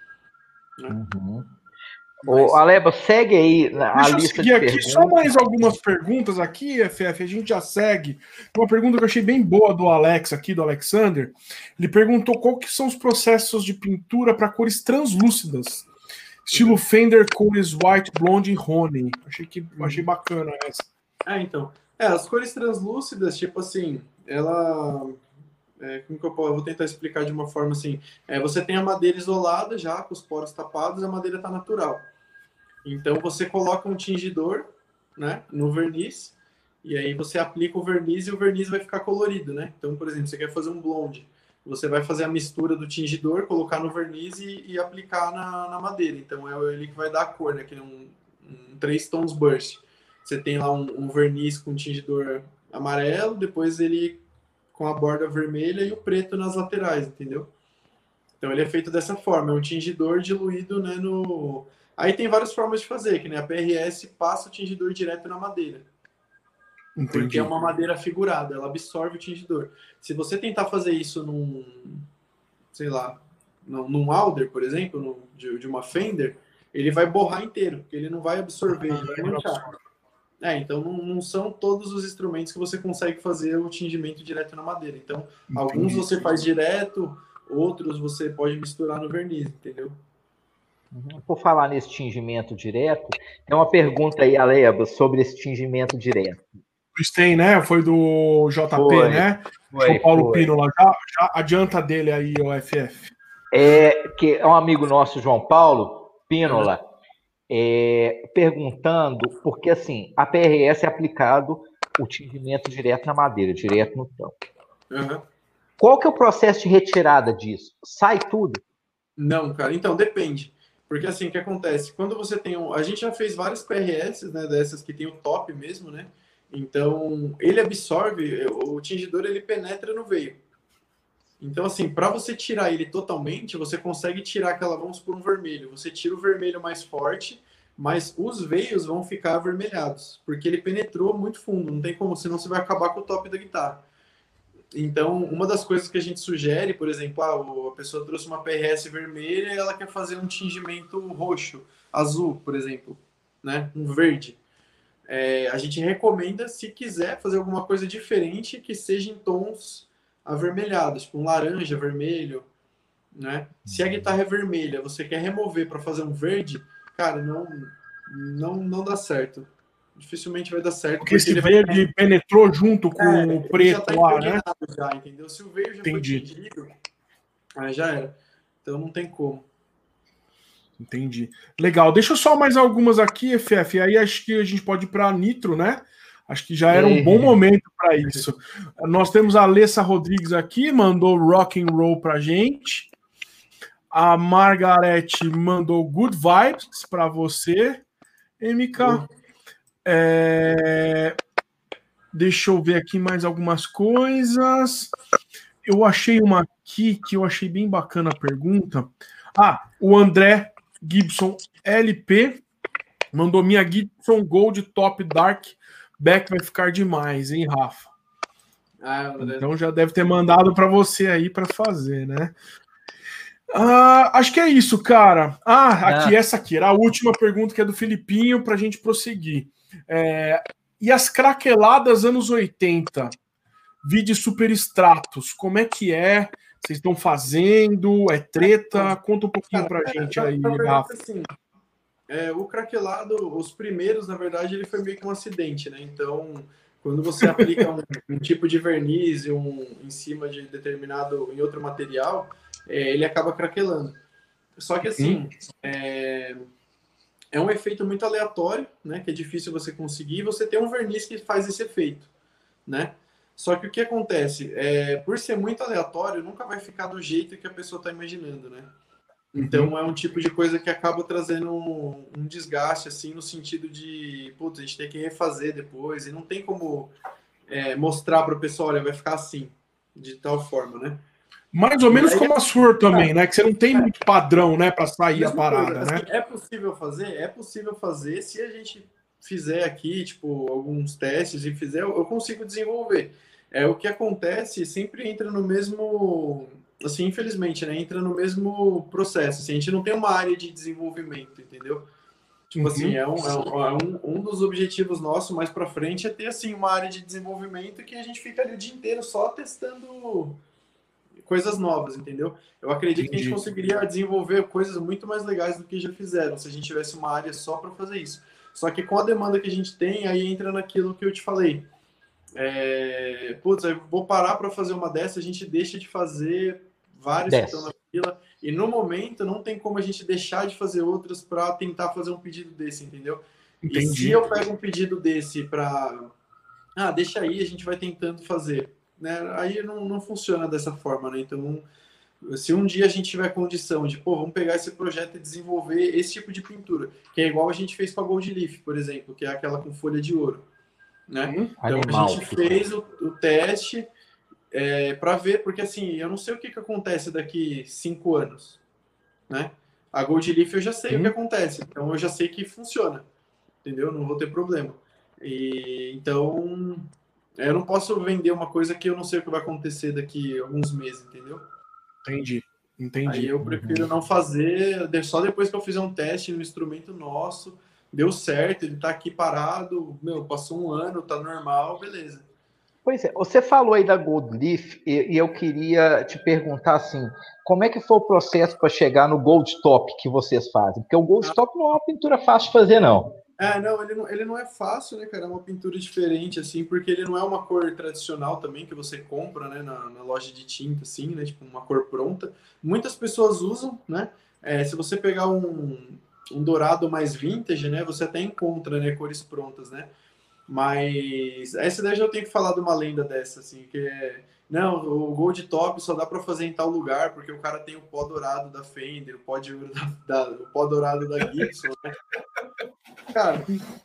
Né? Uhum. Mas... Ô, Aleba, segue aí a Deixa lista eu seguir de aqui perguntas. só mais algumas perguntas aqui, F F, a gente já segue. Uma pergunta que eu achei bem boa do Alex aqui, do Alexander. Ele perguntou qual que são os processos de pintura para cores translúcidas. Estilo Fender Cores White, Blonde e Honey. Achei, que, achei bacana essa. Ah, então. É, as cores translúcidas, tipo assim, ela... É, como que eu, eu vou tentar explicar de uma forma assim. É, você tem a madeira isolada já, com os poros tapados, a madeira está natural. Então você coloca um tingidor, né, no verniz, e aí você aplica o verniz e o verniz vai ficar colorido, né? Então, por exemplo, você quer fazer um blonde, você vai fazer a mistura do tingidor, colocar no verniz e, e aplicar na, na madeira. Então é ele que vai dar a cor, né? Que é um, um três tons burst. Você tem lá um, um verniz com tingidor amarelo, depois ele com a borda vermelha e o preto nas laterais, entendeu? Então ele é feito dessa forma, é um tingidor diluído, né, no... Aí tem várias formas de fazer, que né, a P R S passa o tingidor direto na madeira. Entendi. Porque é uma madeira figurada, ela absorve o tingidor. Se você tentar fazer isso num, sei lá, num, num Alder, por exemplo, num, de, de uma Fender, ele vai borrar inteiro, porque ele não vai absorver, ele vai manchar. É, então não, não são todos os instrumentos que você consegue fazer o tingimento direto na madeira. Então, entendi. Alguns você faz direto, outros você pode misturar no verniz, entendeu? Por falar nesse tingimento direto, tem uma pergunta aí, Aleba, sobre esse tingimento direto. O Stein, né? Foi do J P, foi, né? Foi, João Paulo foi. Pínola. Já, já adianta dele aí, o F F. É, que é um amigo nosso, João Paulo Pínola, uhum. É, perguntando, porque assim, a P R S é aplicado o tingimento direto na madeira, direto no tampo. Uhum. Qual que é o processo de retirada disso? Sai tudo? Não, cara, então depende. Porque assim, o que acontece? Quando você tem um... A gente já fez várias P R S, né, dessas que tem o top mesmo, né? Então, ele absorve, o tingidor ele penetra no veio. Então, assim, para você tirar ele totalmente, você consegue tirar aquela, vamos por um vermelho. Você tira o vermelho mais forte, mas os veios vão ficar avermelhados, porque ele penetrou muito fundo. Não tem como, senão você vai acabar com o top da guitarra. Então, uma das coisas que a gente sugere, por exemplo, ah, a pessoa trouxe uma P R S vermelha e ela quer fazer um tingimento roxo, azul, por exemplo, né? Um verde. É, a gente recomenda, se quiser, fazer alguma coisa diferente que seja em tons avermelhados, tipo um laranja, vermelho, né? Se a guitarra é vermelha, você quer remover para fazer um verde, cara, não, não, não dá certo. Dificilmente vai dar certo. Porque, porque esse verde vai... penetrou junto com é, o preto já tá lá, né? Já, entendeu? Se o verde já Entendi. foi tingido, aí já era. Então não tem como. Entendi. Legal. Deixa eu só mais algumas aqui, F F. Aí acho que a gente pode ir para Nitro, né? Acho que já era um bom momento para isso. Nós temos a Alessa Rodrigues aqui, mandou rock and roll pra gente. A Margarete mandou good vibes para você, M K. É... Deixa eu ver aqui mais algumas coisas. Eu achei uma aqui que eu achei bem bacana a pergunta. Ah, o André Gibson L P mandou minha Gibson Gold Top Dark Back vai ficar demais, hein, Rafa? Ah, então já deve ter mandado para você aí para fazer, né? Ah, acho que é isso, cara. Ah, aqui, ah. essa aqui era a última pergunta que é do Filipinho para a gente prosseguir. É, e as craqueladas anos oitenta? Vide Superstratos, como é que é? Vocês estão fazendo? É treta? Conta um pouquinho pra gente aí, Rafa. Assim, é, o craquelado, os primeiros, na verdade, ele foi meio que um acidente, né? Então, quando você aplica um, um tipo de verniz um, em cima de determinado, em outro material, é, ele acaba craquelando. Só que assim, hum. é, é um efeito muito aleatório, né? Que é difícil você conseguir, e você tem um verniz que faz esse efeito, né? Só que o que acontece? É, por ser muito aleatório, nunca vai ficar do jeito que a pessoa está imaginando, né? Então, uhum. é um tipo de coisa que acaba trazendo um, um desgaste, assim, no sentido de, putz, a gente tem que refazer depois, e não tem como é, mostrar para o pessoal, olha, vai ficar assim, de tal forma, né? Mais ou menos aí, como a sua também, é, né? Que você não tem é, muito padrão, né, para sair a parada, coisa, né? Assim, é possível fazer? É possível fazer se a gente fizer aqui, tipo, alguns testes e fizer, eu consigo desenvolver. É, o que acontece sempre entra no mesmo, assim, infelizmente, né? Entra no mesmo processo. Assim, a gente não tem uma área de desenvolvimento, entendeu? Tipo uhum. assim, é, um, é um, um dos objetivos nossos mais para frente é ter, assim, uma área de desenvolvimento que a gente fica ali o dia inteiro só testando coisas novas, entendeu? Eu acredito Entendi. que a gente conseguiria desenvolver coisas muito mais legais do que já fizeram, se a gente tivesse uma área só para fazer isso. Só que com a demanda que a gente tem, aí entra naquilo que eu te falei. É, putz, eu vou parar para fazer uma dessa, a gente deixa de fazer várias que estão na fila, e no momento não tem como a gente deixar de fazer outras para tentar fazer um pedido desse, entendeu? Entendi. E se eu pego um pedido desse para, ah, deixa aí, a gente vai tentando fazer, né? Aí não, não funciona dessa forma, né? Então, se um dia a gente tiver condição de, pô, vamos pegar esse projeto e desenvolver esse tipo de pintura, que é igual a gente fez com a Gold Leaf, por exemplo, que é aquela com folha de ouro, né? Hum, então animal. A gente fez o, o teste é, para ver, porque assim, eu não sei o que, que acontece daqui cinco anos, né? A Gold Leaf eu já sei hum. o que acontece, então eu já sei que funciona, entendeu? Não vou ter problema. E, então, eu não posso vender uma coisa que eu não sei o que vai acontecer daqui a alguns meses, entendeu? Entendi, entendi. Aí eu prefiro uhum. não fazer, só depois que eu fizer um teste no instrumento nosso, deu certo, ele tá aqui parado, meu, passou um ano, tá normal, beleza. Pois é, você falou aí da Gold Leaf e, e eu queria te perguntar assim, como é que foi o processo para chegar no Gold Top que vocês fazem? Porque o Gold ah. Top não é uma pintura fácil de fazer, não. É, não ele, não, ele não é fácil, né, cara? É uma pintura diferente, assim, porque ele não é uma cor tradicional também, que você compra, né, na, na loja de tinta, assim, né, tipo uma cor pronta. Muitas pessoas usam, né? É, se você pegar um, um dourado mais vintage, né, você até encontra, né, cores prontas, né? Mas essa daí eu tenho que falar de uma lenda dessa, assim, que é... Não, o Gold Top só dá para fazer em tal lugar, porque o cara tem o pó dourado da Fender, o pó, de ouro da, da, o pó dourado da Gibson, né? Cara...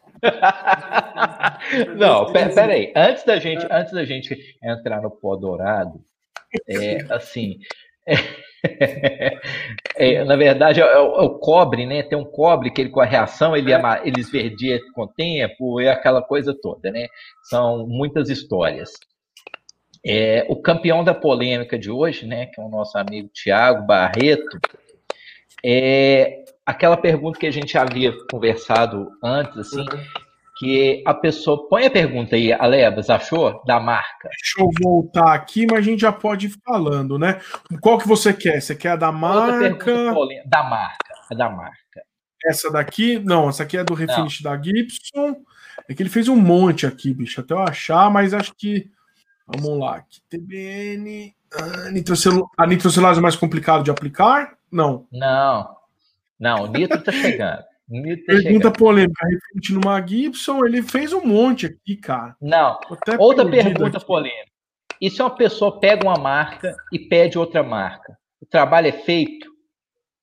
Não, pera aí. Antes da gente, é. antes da gente entrar no pó dourado, é, assim... É, é, na verdade, é o, é o cobre, né? Tem um cobre que ele, com a reação ele, é. ele esverdia com o tempo, é aquela coisa toda, né? São muitas histórias. É, o campeão da polêmica de hoje, né? Que é o nosso amigo Thiago Barreto, é aquela pergunta que a gente havia conversado antes, assim, que a pessoa... Põe a pergunta aí, Alebas, achou? Da marca. Deixa eu voltar aqui, mas a gente já pode ir falando, né? Qual que você quer? Você quer a da marca? Da marca, a da marca. Essa daqui? Não, essa aqui é do Refinish da Gibson. É que ele fez um monte aqui, bicho, até eu achar, mas acho que... Vamos lá, aqui, T B N... Ah, nitrocelu... A nitrocelulose é mais complicado de aplicar? Não. Não, não, o nitro tá chegando. Pergunta polêmica, referente numa Gibson, ele fez um monte aqui, cara. Não, outra pergunta aqui. polêmica. E se uma pessoa pega uma marca e pede outra marca? O trabalho é feito?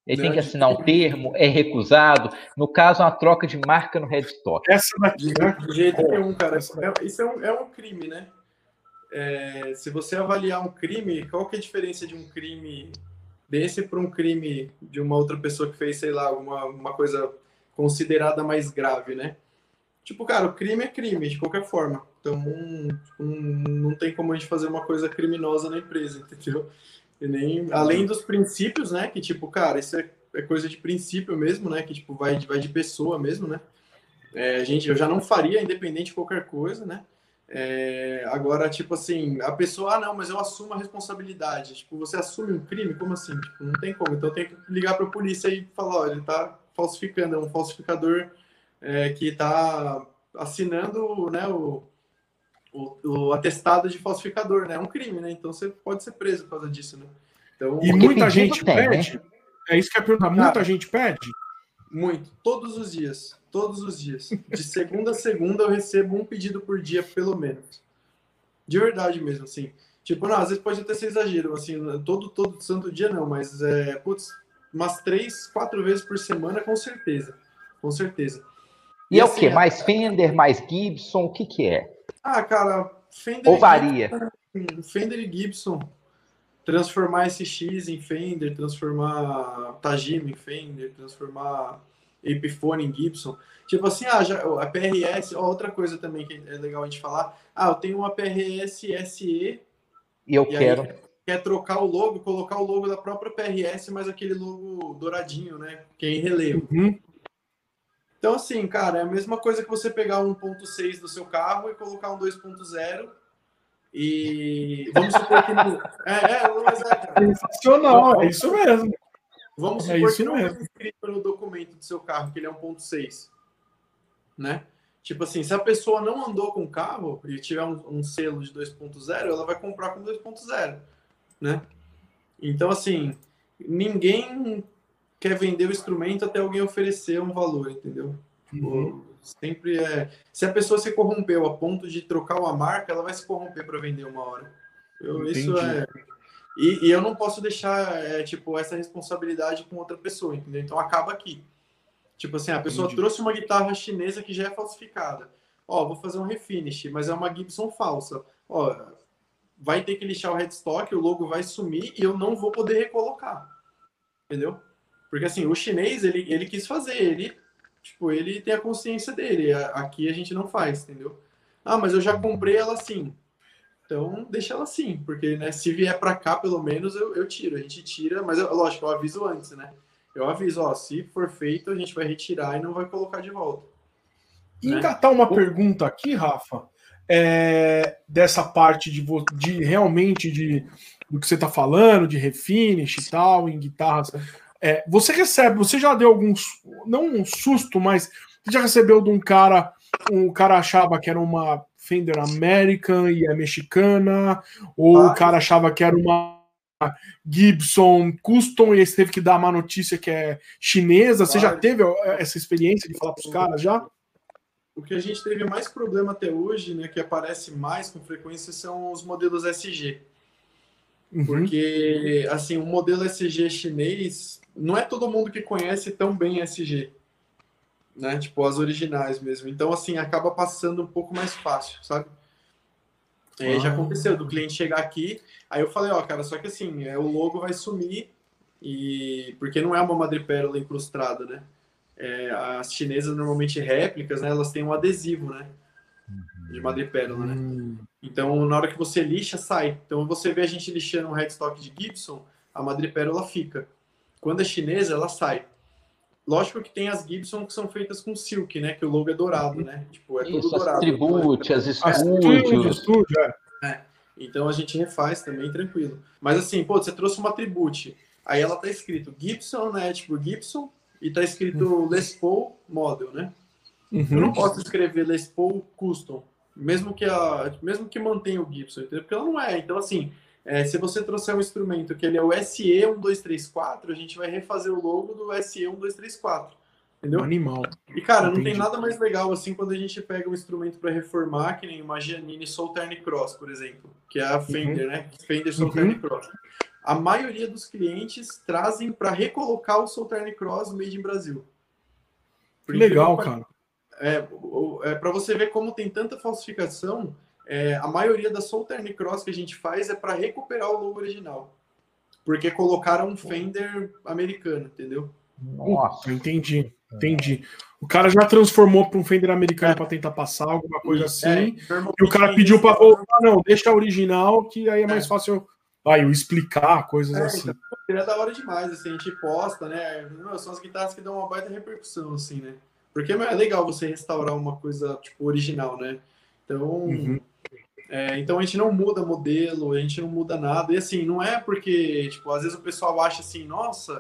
Ele Não, tem que de- assinar um termo, é recusado. No caso, uma troca de marca no headstock. Essa daqui, de, né? de jeito nenhum, cara. Essa daqui. É- isso é um, é um crime, né? É, se você avaliar um crime, qual que é a diferença de um crime desse para um crime de uma outra pessoa que fez, sei lá, uma, uma coisa considerada mais grave, né? Tipo, cara, o crime é crime, de qualquer forma. Então, tipo, não, não tem como a gente fazer uma coisa criminosa na empresa, entendeu? E nem, além dos princípios, né? Que, tipo, cara, isso é, é coisa de princípio mesmo, né? Que, tipo, vai, vai de pessoa mesmo, né? É, a gente, eu já não faria, independente de qualquer coisa, né? É, agora, tipo assim, a pessoa, ah, não, mas eu assumo a responsabilidade. Tipo, você assume um crime? Como assim? Tipo, não tem como. Então tem que ligar para a polícia e falar, ó, ele tá falsificando, é um falsificador é, que tá assinando, né, o, o, o atestado de falsificador, né? É um crime, né? Então você pode ser preso por causa disso, né? Então, E Porque muita pedido gente tem, pede. né? É isso que eu ia perguntar. Muita Cara, gente pede? muito, todos os dias, todos os dias. De segunda a segunda eu recebo um pedido por dia, pelo menos. De verdade mesmo, assim. Tipo, não, às vezes pode até ser exagero, assim, todo, todo santo dia não, mas, é, putz, umas três, quatro vezes por semana, com certeza. Com certeza. E E é o assim, quê? Mais Fender, mais Gibson? O que que é? ah, cara, Fender Ou e varia? Gibson, Fender e Gibson, transformar S X em Fender, transformar Tajima em Fender, transformar Epiphone em Gibson. Tipo assim, ah, já, a P R S, ó, outra coisa também que é legal a gente falar. Ah, eu tenho uma P R S S E, E eu e aí quero. quer, quer trocar o logo, colocar o logo da própria P R S, mas aquele logo douradinho, né? Que é em relevo. Uhum. Então, assim, cara, é a mesma coisa que você pegar um um ponto seis do seu carro e colocar um dois ponto zero. E vamos supor que não. É, é, mas é, cara. Sensacional, é isso mesmo. Vamos É supor que isso não mesmo. está escrito no documento do seu carro que ele é um ponto seis, né? Tipo assim, se a pessoa não andou com o carro e tiver um, um selo de dois ponto zero, ela vai comprar com dois ponto zero, né? Então, assim, ninguém quer vender o instrumento até alguém oferecer um valor, entendeu? Uhum. Sempre é. Se a pessoa se corrompeu a ponto de trocar uma marca, ela vai se corromper para vender uma hora. Eu, isso Entendi. é. E, e eu não posso deixar é, tipo essa responsabilidade com outra pessoa, entendeu? Então acaba aqui. Tipo assim, a pessoa Entendi. trouxe uma guitarra chinesa que já é falsificada. Ó, vou fazer um refinish, mas é uma Gibson falsa. Ó, vai ter que lixar o headstock, o logo vai sumir e eu não vou poder recolocar. Entendeu? Porque assim, o chinês, ele, ele quis fazer, ele, tipo, ele tem a consciência dele. Aqui a gente não faz, entendeu? Ah, mas eu já comprei ela assim. Então, deixa ela assim, porque, né, se vier para cá, pelo menos, eu, eu tiro. A gente tira, mas, eu, lógico, eu aviso antes, né? Eu aviso, ó, se for feito, a gente vai retirar e não vai colocar de volta. E Né? engatar uma pergunta aqui, Rafa, é, dessa parte de, de realmente de, do que você está falando, de refinish e tal, em guitarras. É, você recebe, você já deu alguns, não um susto, mas você já recebeu de um cara, um cara achava que era uma Fender American e é mexicana, ou ah, o cara achava que era uma Gibson Custom e aí você teve que dar uma notícia que é chinesa. Você já teve essa experiência de falar para os caras já? O que a gente teve mais problema até hoje, né, que aparece mais com frequência, são os modelos S G. Uhum. Porque, assim, o modelo S G chinês, não é todo mundo que conhece tão bem S G, né? Tipo, as originais mesmo. Então, assim, acaba passando um pouco mais fácil, sabe? É, já aconteceu do cliente chegar aqui, aí eu falei, ó, cara, só que assim, é, o logo vai sumir, e porque não é uma madrepérola incrustada, né? É, as chinesas, normalmente réplicas, né? Elas têm um adesivo, né? De madrepérola, né? Então, na hora que você lixa, sai. Então, você vê a gente lixando um headstock de Gibson, a madrepérola fica. Quando é chinesa, ela sai. Lógico que tem as Gibson que são feitas com silk, né? Que o logo é dourado, né? Tipo, é todo Isso, dourado. as tribute, as estúdios. É. Então a gente refaz também tranquilo. Mas assim, pô, você trouxe uma tribute. Aí ela tá escrito Gibson, né? Tipo Gibson, e tá escrito uhum. Les Paul Model, né? Uhum. Eu não posso escrever Les Paul Custom, mesmo que, a, mesmo que mantenha o Gibson, entendeu? Porque ela não é. Então, assim, é, se você trouxer um instrumento que ele é o S E um dois três quatro, a gente vai refazer o logo do S E um dois três quatro. Entendeu? Animal. E, cara, Entendi. Não tem nada mais legal assim quando a gente pega um instrumento para reformar, que nem uma Giannini Sauterne Cross, por exemplo, que é a Fender, uhum. né? Fender Sauterne uhum. Cross. a maioria dos clientes trazem para recolocar o Soultern Cross Made in Brasil. Que legal, cara. É, é, para você ver como tem tanta falsificação, é, a maioria da Soultern Cross que a gente faz é para recuperar o logo original. Porque colocaram um Fender americano, entendeu? Nossa, entendi, entendi. O cara já transformou para um Fender americano é. para tentar passar alguma coisa assim. É, e o cara pediu para voltar, não, deixa a original, que aí é mais é. fácil vai, eu explicar coisas é, assim. Então, é da hora demais, assim, a gente posta, né? São as guitarras que dão uma baita repercussão, assim, né? Porque é legal você restaurar uma coisa, tipo, original, né? Então, uhum. é, então a gente não muda modelo, a gente não muda nada. E assim, não é porque, tipo, às vezes o pessoal acha assim, nossa,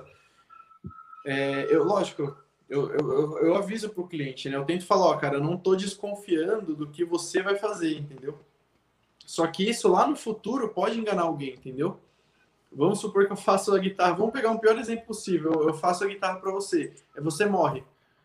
é, eu, lógico, eu, eu, eu aviso pro cliente, né? Eu tento falar, ó, cara, eu não tô desconfiando do que você vai fazer, entendeu? Só que isso lá no futuro pode enganar alguém, entendeu? Vamos supor que eu faço a guitarra, vamos pegar um pior exemplo possível, eu faço a guitarra para você, é você morre.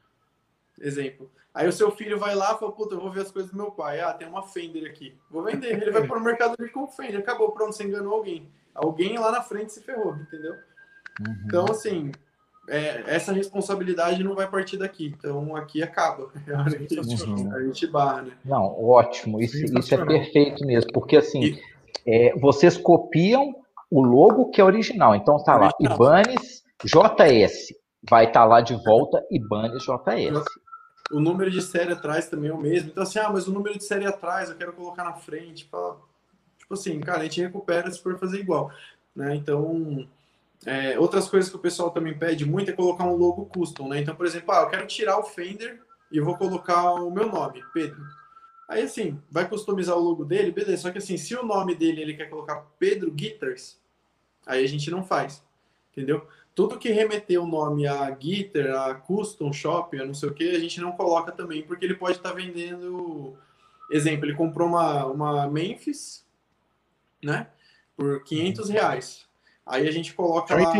Exemplo. Aí o seu filho vai lá e fala, puta, eu vou ver as coisas do meu pai. Ah, tem uma Fender aqui. Vou vender. Ele vai para o mercado livre com Fender. Acabou, pronto, você enganou alguém. Alguém lá na frente se ferrou, entendeu? Uhum. Então, assim, é, essa responsabilidade não vai partir daqui. Então, aqui acaba. Uhum. A gente barra, né? Não, ótimo. Isso, isso é perfeito mesmo. Porque, assim, e... é, vocês copiam o logo que é original. Então, tá lá, Ibanez J S. Vai estar tá lá de volta Ibanez J S. O número de série atrás também é o mesmo. Então, assim, ah, mas o número de série atrás eu quero colocar na frente. Pra... Tipo assim, cara, a gente recupera se for fazer igual. Né? Então, é, outras coisas que o pessoal também pede muito é colocar um logo custom. Né? Então, por exemplo, ah, eu quero tirar o Fender e vou colocar o meu nome, Pedro. Aí, assim, vai customizar o logo dele, beleza. Só que, assim, se o nome dele ele quer colocar Pedro Guitars, aí a gente não faz. Entendeu? Tudo que remeter o nome a Guitar, a Custom Shop, a não sei o que, a gente não coloca também, porque ele pode estar vendendo... Exemplo, ele comprou uma, uma Memphis, né? Por quinhentos reais. Aí a gente coloca lá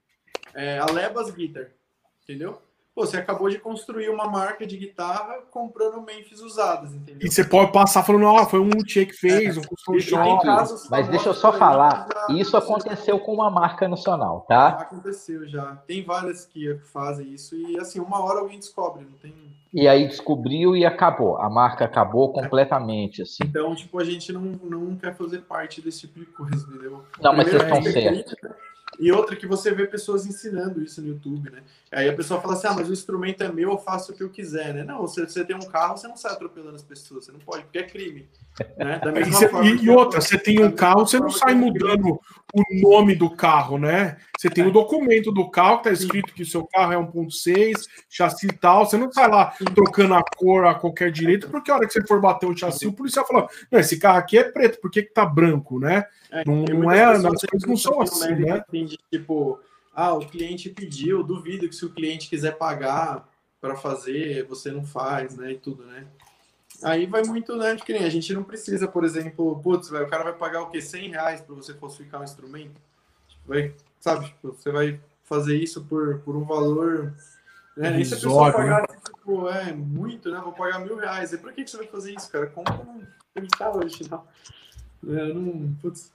é, a Lebas Guitar, entendeu? Pô, você acabou de construir uma marca de guitarra comprando Memphis usadas, entendeu? E você pode passar falando, ah, foi um luthier que fez, é, um custom shop. Mas deixa eu só falar, já... isso aconteceu com uma marca nacional, tá? Já aconteceu, já. Tem várias que fazem isso e, assim, uma hora alguém descobre, não tem... E aí descobriu e acabou. A marca acabou completamente, assim. Então, tipo, a gente não, não quer fazer parte desse tipo de coisa, entendeu? Não, mas vocês estão certos. E outra que você vê pessoas ensinando isso no YouTube, né? Aí a pessoa fala assim, ah, mas o instrumento é meu, eu faço o que eu quiser, né? Não, você, você tem um carro, você não sai atropelando as pessoas, você não pode, porque é crime. Né? Da mesma e, cê, forma, e outra, você tem um carro, você não sai mudando o nome do carro, né? Você tem o documento do carro, que tá escrito que o seu carro é um ponto seis, chassi e tal, você não sai lá trocando a cor a qualquer direito, porque a hora que você for bater o chassi, o policial fala, não, esse carro aqui é preto, por que que tá branco, né? É, não não é, as coisas não são assim, né? De, tipo, ah, o cliente pediu, duvido que se o cliente quiser pagar para fazer, você não faz, né, e tudo, né? Aí vai muito, né, de que nem a gente não precisa, por exemplo, putz, o cara vai pagar o quê? cem reais para você falsificar um instrumento? Vai, sabe, tipo, você vai fazer isso por, por um valor, né? Nem se a pessoa pagar, tipo, é muito, né, vou pagar mil reais. E por que, que você vai fazer isso, cara? Compra um guitarra original. É, não, putz,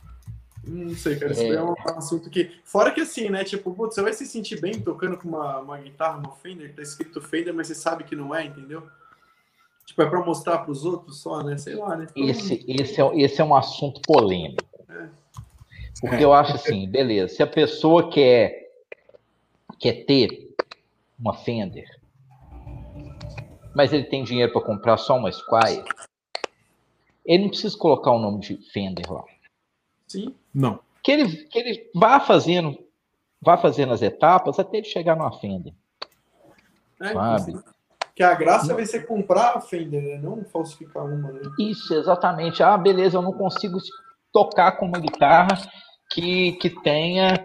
não sei, cara, isso é. é um assunto que... Fora que assim, né, tipo, putz, você vai se sentir bem tocando com uma, uma guitarra, uma Fender, que tá escrito Fender, mas você sabe que não é, entendeu? Tipo, é para mostrar para os outros só, né? Sei lá, né? Esse, esse, é, esse é um assunto polêmico. É. Porque é. eu acho assim, beleza, se a pessoa quer, quer ter uma Fender, mas ele tem dinheiro para comprar só uma Squier, ele não precisa colocar o nome de Fender lá. Sim. Não. Que ele, que ele vá fazendo, vá fazendo as etapas até ele chegar numa Fender. É, sabe? Isso. Que a graça vai ser comprar a Fender, né? Não falsificar uma, né? Isso, exatamente. Ah, beleza, eu não consigo tocar com uma guitarra que, que tenha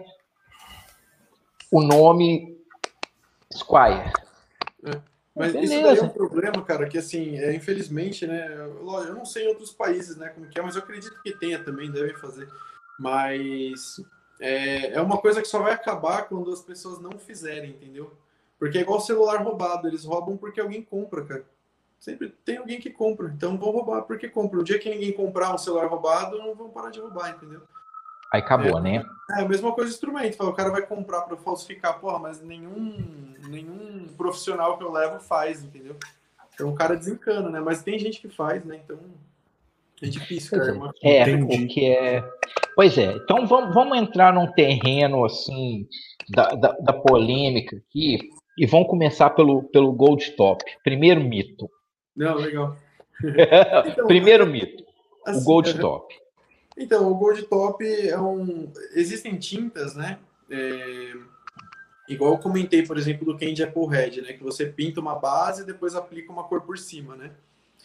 o nome Squier. É. Mas beleza. Isso daí é um problema, cara, que assim, é, infelizmente, né? Eu, eu não sei em outros países, né, como que é, mas eu acredito que tenha também, devem fazer. Mas é, é uma coisa que só vai acabar quando as pessoas não fizerem, entendeu? Porque é igual celular roubado, eles roubam porque alguém compra, cara. Sempre tem alguém que compra, então vão roubar porque compra. O dia que ninguém comprar um celular roubado, não vão parar de roubar, entendeu? Aí acabou, é, né? É a mesma coisa do instrumento. O cara vai comprar para falsificar, porra, mas nenhum, nenhum profissional que eu levo faz, entendeu? Então o cara desencana, né? Mas tem gente que faz, né? Então é difícil, Pois cara. é, Uma... é Entendi. porque é. Pois é, então vamos, vamos entrar num terreno assim da, da, da polêmica aqui e vamos começar pelo, pelo Gold Top. Primeiro mito. Não, legal. Então, Primeiro mito, o assim, Gold Top. então, o Gold Top é um. Existem tintas, né? É... Igual eu comentei, por exemplo, do Candy Apple Red, né? Que você pinta uma base e depois aplica uma cor por cima, né?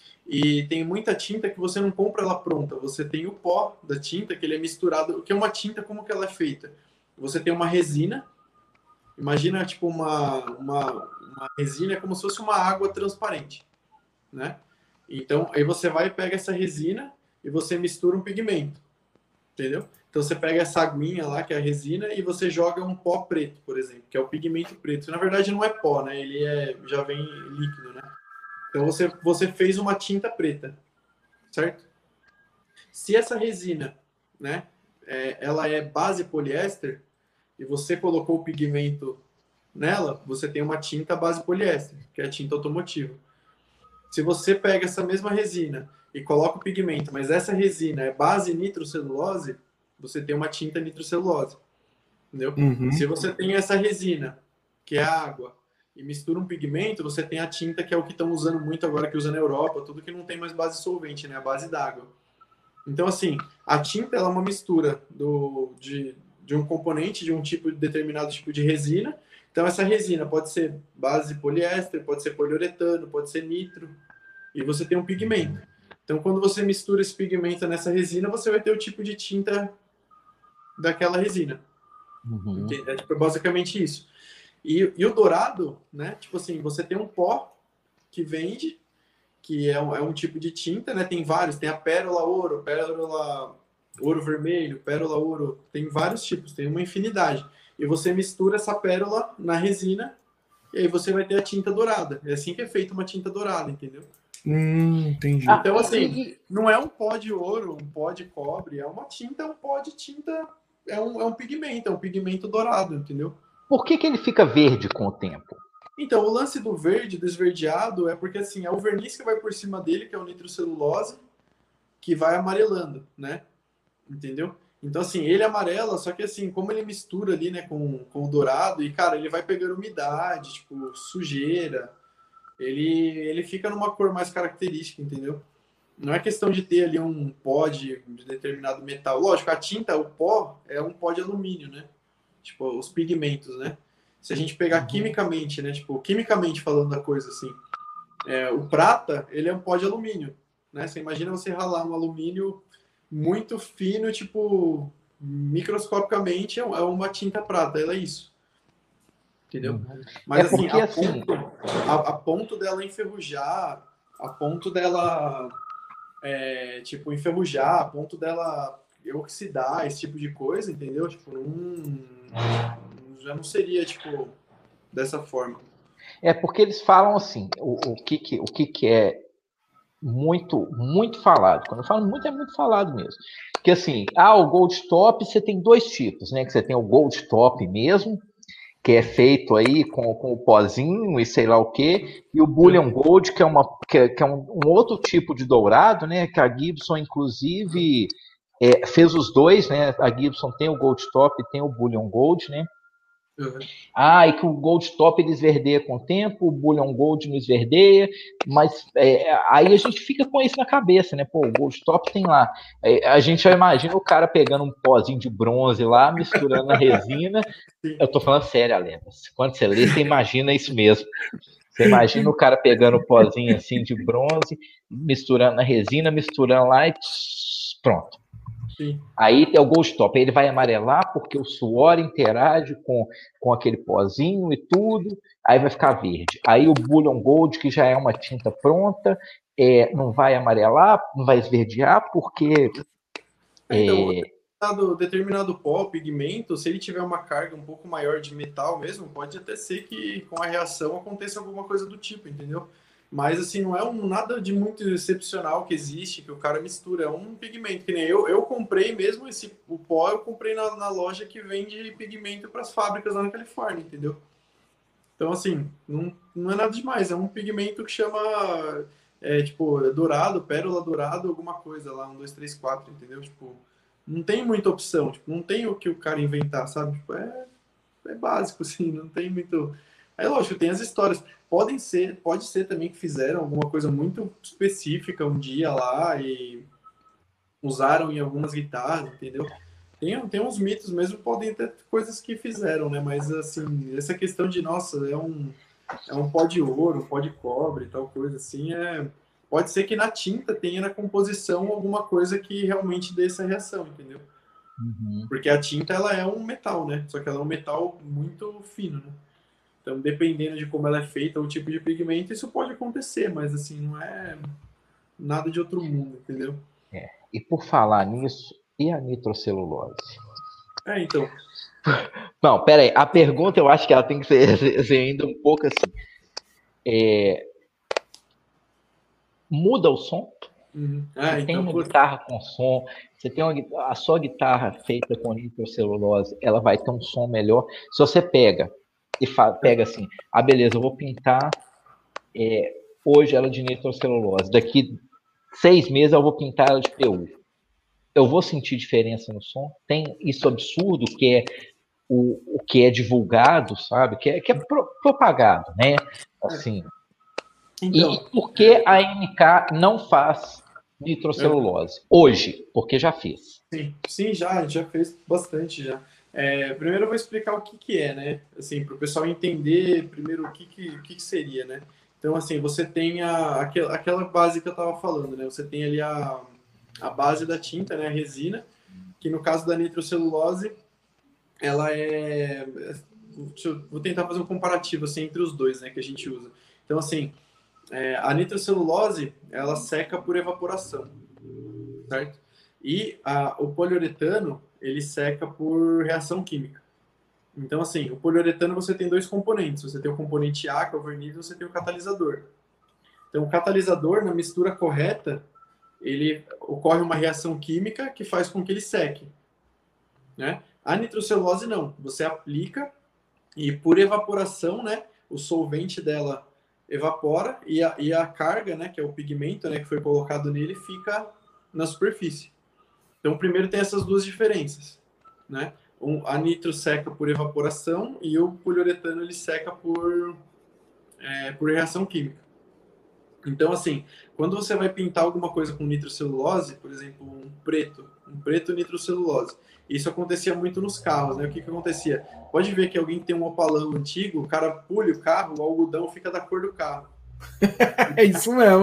E tem muita tinta que você não compra ela pronta. Você tem o pó da tinta, que ele é misturado. O que é uma tinta, como que ela é feita? Você tem uma resina. Imagina, tipo, uma, uma, uma resina, é como se fosse uma água transparente, né? Então, aí você vai e pega essa resina e você mistura um pigmento, entendeu? Então, você pega essa aguinha lá, que é a resina, e você joga um pó preto, por exemplo, que é o pigmento preto. Na verdade, não é pó, né? Ele é, já vem líquido, né? Então, você, você fez uma tinta preta, certo? Se essa resina, né, é, ela é base poliéster, e você colocou o pigmento nela, você tem uma tinta base poliéster, que é a tinta automotiva. Se você pega essa mesma resina e coloca o pigmento, mas essa resina é base nitrocelulose, você tem uma tinta nitrocelulose, entendeu? Uhum. Se você tem essa resina, que é água, e mistura um pigmento, você tem a tinta que é o que estão usando muito agora, que usa na Europa, tudo que não tem mais base solvente, né? A base d'água. Então, assim, a tinta ela é uma mistura do, de, de um componente, de um tipo, determinado tipo de resina. Então, essa resina pode ser base poliéster, pode ser poliuretano, pode ser nitro, e você tem um pigmento. Então, quando você mistura esse pigmento nessa resina, você vai ter o tipo de tinta daquela resina. Uhum. É tipo, basicamente isso. E, e o dourado, né? Tipo assim, você tem um pó que vende, que é um, é um tipo de tinta, né? Tem vários, tem a pérola ouro, pérola ouro vermelho, pérola ouro, tem vários tipos, tem uma infinidade. E você mistura essa pérola na resina e aí você vai ter a tinta dourada. É assim que é feita uma tinta dourada, entendeu? Hum, entendi. Ah, Então, assim, e, e não é um pó de ouro, um pó de cobre, é uma tinta, um pó de tinta, é um, é um pigmento, é um pigmento dourado, entendeu? por que, que ele fica verde com o tempo? Então, o lance do verde, do esverdeado, é porque, assim, é o verniz que vai por cima dele, que é o nitrocelulose, que vai amarelando, né? Entendeu? Então, assim, ele amarela, só que, assim, como ele mistura ali, né, com, com o dourado, e, cara, ele vai pegando umidade, tipo, sujeira, ele, ele fica numa cor mais característica, entendeu? Não é questão de ter ali um pó de, de determinado metal. Lógico, a tinta, o pó, é um pó de alumínio, né? Tipo, os pigmentos, né? Se a gente pegar Uhum. quimicamente, né? Tipo, quimicamente falando da coisa assim, é, o prata, ele é um pó de alumínio, né? Você imagina você ralar um alumínio muito fino, tipo, microscopicamente é uma tinta prata, ela é isso. Entendeu? Uhum. Mas É assim, porque a assim, ponto, a, a ponto dela enferrujar, a ponto dela, é, tipo, enferrujar, a ponto dela oxidar, esse tipo de coisa, entendeu? Tipo, não, já não seria, tipo, dessa forma. é porque eles falam assim, o, o, que, que, o que, que é muito, muito falado. Quando eu falo muito, é muito falado mesmo. Que assim, ah, o Gold Top, você tem dois tipos, né? Que você tem o Gold Top mesmo, que é feito aí com, com o pozinho e sei lá o quê, e o Bullion Gold, que é, uma, que é, que é um, um outro tipo de dourado, né? Que a Gibson, inclusive, é, fez os dois, né? A Gibson tem o Gold Top e tem o Bullion Gold, né? Uhum. Ah, e que o Gold Top ele esverdeia com o tempo, o Bullion Gold não esverdeia, mas é, aí a gente fica com isso na cabeça, né? Pô, o Gold Top tem lá. É, a gente já imagina o cara pegando um pozinho de bronze lá, misturando na resina. Sim. Eu tô falando sério, Alemas. Quando você lê, você imagina isso mesmo. Você imagina o cara pegando o pozinho assim de bronze, misturando na resina, misturando lá e tss, pronto. Sim. Aí é o Gold Top, ele vai amarelar porque o suor interage com, com aquele pozinho e tudo, aí vai ficar verde. Aí o Bullion Gold, que já é uma tinta pronta, é, não vai amarelar, não vai esverdear, porque... É, então, É, determinado, determinado pó, pigmento, se ele tiver uma carga um pouco maior de metal mesmo, pode até ser que com a reação aconteça alguma coisa do tipo, entendeu? Mas, assim, não é um, nada de muito excepcional que existe, que o cara mistura. É um pigmento, que nem eu, eu comprei mesmo esse, o pó, eu comprei na, na loja que vende pigmento para as fábricas lá na Califórnia, entendeu? Então, assim, não, não é nada demais. É um pigmento que chama, é, tipo, dourado, pérola dourado, alguma coisa lá, um, dois, três, quatro, entendeu? Tipo, não tem muita opção. Tipo, não tem o que o cara inventar, sabe? Tipo, é, é básico, assim, não tem muito... Aí, lógico, tem as histórias. Podem ser, pode ser também que fizeram alguma coisa muito específica um dia lá e usaram em algumas guitarras, entendeu? Tem, tem uns mitos mesmo, podem ter coisas que fizeram, né? Mas, assim, essa questão de, nossa, é um, é um pó de ouro, um pó de cobre, tal coisa assim, é... Pode ser que na tinta tenha na composição alguma coisa que realmente dê essa reação, entendeu? Uhum. Porque a tinta, ela é um metal, né? Só que ela é um metal muito fino, né? Então, dependendo de como ela é feita, o tipo de pigmento, isso pode acontecer, mas, assim, não é nada de outro mundo, entendeu? É. E por falar nisso, e a nitrocelulose? É, então... Não, pera aí. A pergunta eu acho que ela tem que ser, ser ainda um pouco assim. É, muda o som? Uhum. Você Ah, tem então, uma putz, guitarra com som, você tem uma, gui- a sua guitarra feita com nitrocelulose, ela vai ter um som melhor. Se você pega e fa- pega assim, ah, beleza, eu vou pintar é, hoje ela de nitrocelulose, daqui seis meses eu vou pintar ela de P U. Eu vou sentir diferença no som? Tem isso absurdo que é o, o que é divulgado, sabe? Que é, que é pro, propagado, né? Assim. E, e então, por que a M K não faz é, nitrocelulose? Hoje, porque já fez. sim, sim, já, já fez bastante já. É, primeiro eu vou explicar o que que é, né? Assim, para o pessoal entender primeiro o que que, o que que seria, né? Então, assim, você tem a, aquela, aquela base que eu estava falando, né? Você tem ali a, a base da tinta, né? A resina, que no caso da nitrocelulose, ela é... Deixa eu, vou tentar fazer um comparativo, assim, entre os dois, né? Que a gente usa. Então, assim, é, a nitrocelulose, ela seca por evaporação, certo? E a, o poliuretano, ele seca por reação química. Então, assim, o poliuretano você tem dois componentes. Você tem o componente A, que é o verniz, e você tem o catalisador. Então, o catalisador, na mistura correta, ele ocorre uma reação química que faz com que ele seque, né? A nitrocelulose não. Você aplica e por evaporação, né, o solvente dela evapora e a, e a carga, né, que é o pigmento, né, que foi colocado nele, fica na superfície. Então, primeiro tem essas duas diferenças, né? Um, a nitro seca por evaporação e o poliuretano ele seca por, é, por reação química. Então, assim, quando você vai pintar alguma coisa com nitrocelulose, por exemplo, um preto, um preto nitrocelulose, isso acontecia muito nos carros, né? O que que acontecia? Pode ver que alguém tem um opalão antigo, o cara pule o carro, o algodão fica da cor do carro. É isso mesmo.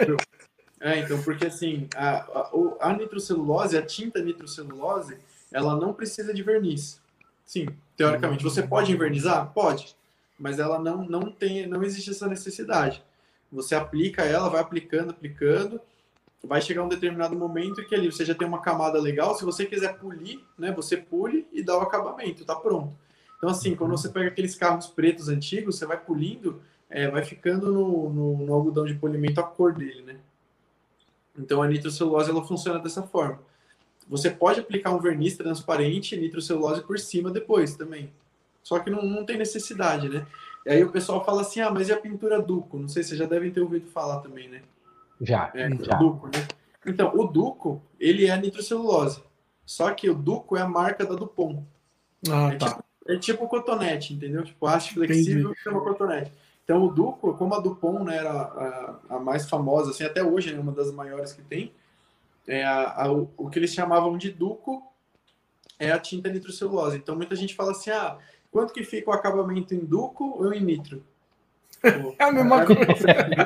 É, então, porque assim, a, a, a nitrocelulose, a tinta nitrocelulose, ela não precisa de verniz. Sim, teoricamente. Você pode invernizar? Pode. Mas ela não, não tem, não existe essa necessidade. Você aplica ela, vai aplicando, aplicando, vai chegar um determinado momento que ali você já tem uma camada legal. Se você quiser polir, né, você pule e dá o acabamento, tá pronto. Então, assim, quando você pega aqueles carros pretos antigos, você vai polindo, é, vai ficando no, no, no algodão de polimento a cor dele, né? Então a nitrocelulose ela funciona dessa forma. Você pode aplicar um verniz transparente e nitrocelulose por cima depois também. Só que não, não tem necessidade, né? E aí o pessoal fala assim, ah, mas e a pintura Duco? Não sei, vocês já devem ter ouvido falar também, né? Já, É, já. Duco, né? Então, o Duco, ele é a nitrocelulose. Só que o Duco é a marca da Dupont. Ah, É tá. tipo, é tipo cotonete, entendeu? Tipo, haste Entendi. flexível chama cotonete. Então, o Duco, como a Dupont, né, era a, a mais famosa, assim, até hoje é né, uma das maiores que tem, é a, a, o, o que eles chamavam de Duco é a tinta nitrocelulose. Então, muita gente fala assim, ah, quanto que fica o acabamento em Duco ou em nitro? Pô, É a mesma é, coisa.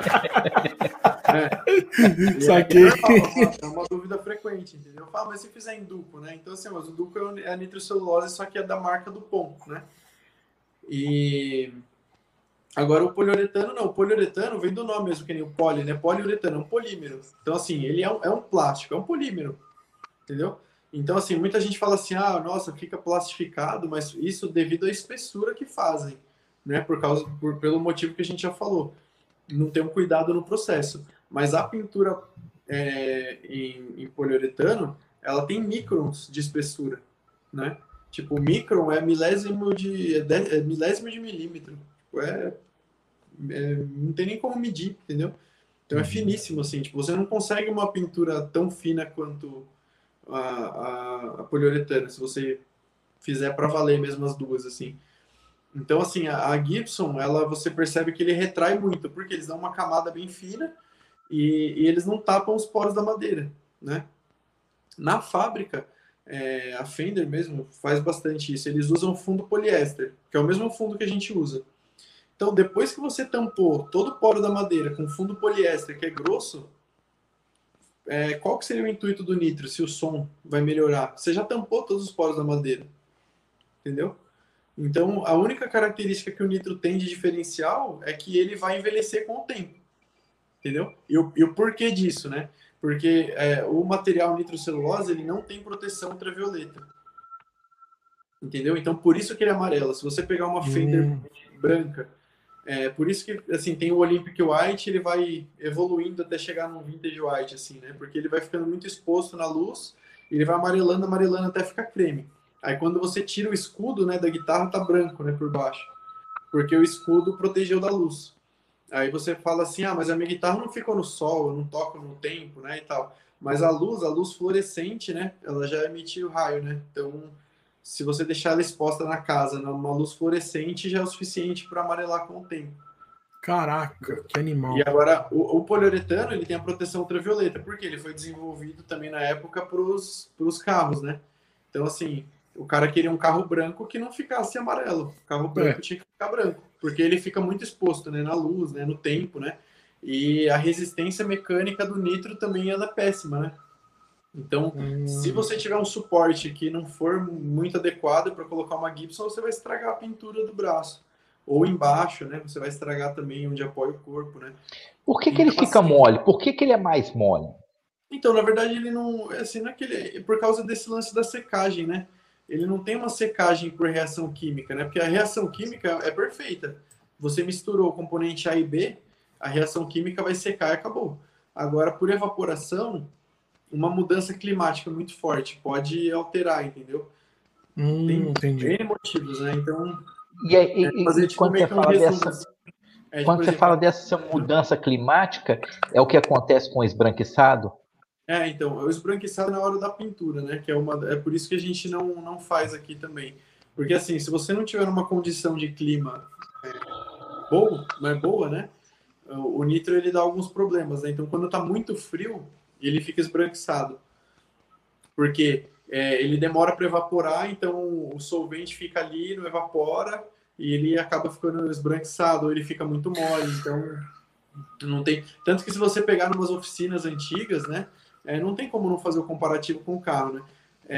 é, Saquei. é, normal, é uma dúvida frequente, entendeu? Fala, mas se fizer em Duco, né? Então, assim, mas o Duco é a nitrocelulose, só que é da marca Dupont, né? E agora o poliuretano não, o poliuretano vem do nome mesmo, que nem o poli, né? Poliuretano é um polímero. Então, assim, ele é um, é um plástico, é um polímero, entendeu? Então, assim, muita gente fala assim, ah, nossa, fica plastificado, mas isso devido à espessura que fazem, né? Por causa, por, pelo motivo que a gente já falou. não tem um cuidado no processo. Mas a pintura é, em, em poliuretano, ela tem microns de espessura, né? Tipo, micron é milésimo de, é de, é milésimo de milímetro. Tipo, é, é, não tem nem como medir, entendeu? Então é finíssimo, assim. Tipo, você não consegue uma pintura tão fina quanto a, a, a poliuretano, se você fizer para valer mesmo as duas, assim. Então, assim, a, a Gibson, ela, você percebe que ele retrai muito, porque eles dão uma camada bem fina e, e eles não tapam os poros da madeira, né? Na fábrica, é, a Fender mesmo faz bastante isso. Eles usam fundo poliéster, que é o mesmo fundo que a gente usa. Então, depois que você tampou todo o poro da madeira com fundo poliéster, que é grosso, é, qual que seria o intuito do nitro, se o som vai melhorar? Você já tampou todos os poros da madeira, entendeu? Então, a única característica que o nitro tem de diferencial é que ele vai envelhecer com o tempo, entendeu? E o, e o porquê disso, né? Porque é, o material nitrocelulose, ele não tem proteção ultravioleta, entendeu? Então, por isso que ele é amarelo. Se você pegar uma Fender hum. branca, é por isso que, assim, tem o Olympic White, ele vai evoluindo até chegar no Vintage White, assim, né? Porque ele vai ficando muito exposto na luz, ele vai amarelando, amarelando até ficar creme. Aí quando você tira o escudo, né, da guitarra, tá branco, né, por baixo. Porque o escudo protegeu da luz. Aí você fala assim, ah, mas a minha guitarra não ficou no sol, eu não toco no tempo, né, e tal. Mas a luz, a luz fluorescente, né, ela já emite o raio, né. Então, se você deixar ela exposta na casa, numa luz fluorescente, já é o suficiente para amarelar com o tempo. Caraca, que animal. E agora, o, o poliuretano, ele tem a proteção ultravioleta, porque ele foi desenvolvido também na época para os carros, né. Então, assim, o cara queria um carro branco que não ficasse amarelo. O carro branco é. tinha que ficar branco, porque ele fica muito exposto, né, na luz, né, no tempo, né? E a resistência mecânica do nitro também é péssima, né? Então, hum. se você tiver um suporte que não for muito adequado para colocar uma Gibson, você vai estragar a pintura do braço. Ou embaixo, né? Você vai estragar também onde apoia o corpo, né? Por que, que ele fica assim, mole? Por que, que ele é mais mole? Então, na verdade, ele não... Assim, não é que ele, é por causa desse lance da secagem, né? Ele não tem uma secagem por reação química, né? Porque a reação química é perfeita. Você misturou o componente A e B, a reação química vai secar e acabou. Agora, por evaporação, uma mudança climática muito forte pode alterar, entendeu? Hum, tem entendi. N motivos, né? Então, e, e, é fazer, e tipo, quando você fala dessa... Assim. É, quando você exemplo, fala dessa mudança climática, é o que acontece com o esbranquiçado? É, então, o esbranquiçado na hora da pintura, né? Que é uma, é por isso que a gente não, não faz aqui também. Porque assim, se você não tiver uma condição de clima é, boa, não é boa, né? O, o nitro ele dá alguns problemas, né? Então, quando tá muito frio, ele fica esbranquiçado. Porque é, ele demora para evaporar, então o solvente fica ali, não evapora, e ele acaba ficando esbranquiçado, ou ele fica muito mole, então não tem... Tanto que se você pegar umas oficinas antigas, né? É, não tem como não fazer o comparativo com o carro, né?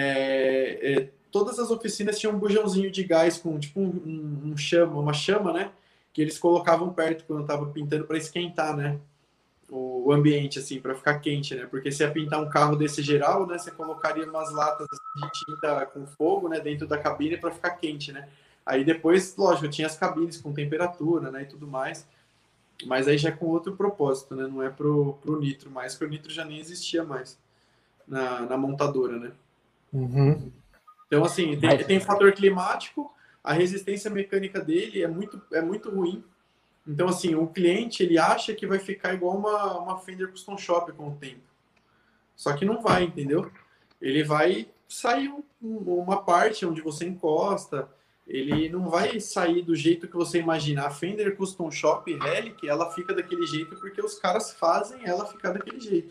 É, é, todas as oficinas tinham um bujãozinho de gás com tipo um, um, um chama, uma chama, né? Que eles colocavam perto quando estava pintando para esquentar, né? O, o ambiente, assim, para ficar quente, né? Porque se ia pintar um carro desse geral, né? Você colocaria umas latas de tinta com fogo, né? Dentro da cabine para ficar quente, né? Aí depois, lógico, tinha as cabines com temperatura, né? E tudo mais. Mas aí já é com outro propósito, né? Não é pro, pro nitro mais, porque o nitro já nem existia mais na, na montadora, né? Uhum. Então, assim, tem, tem fator climático, a resistência mecânica dele é muito, é muito ruim. Então, assim, o cliente, ele acha que vai ficar igual uma, uma Fender Custom Shop com o tempo. Só que não vai, entendeu? Ele vai sair um, uma parte onde você encosta, ele não vai sair do jeito que você imagina. A Fender Custom Shop Relic, ela fica daquele jeito porque os caras fazem ela ficar daquele jeito.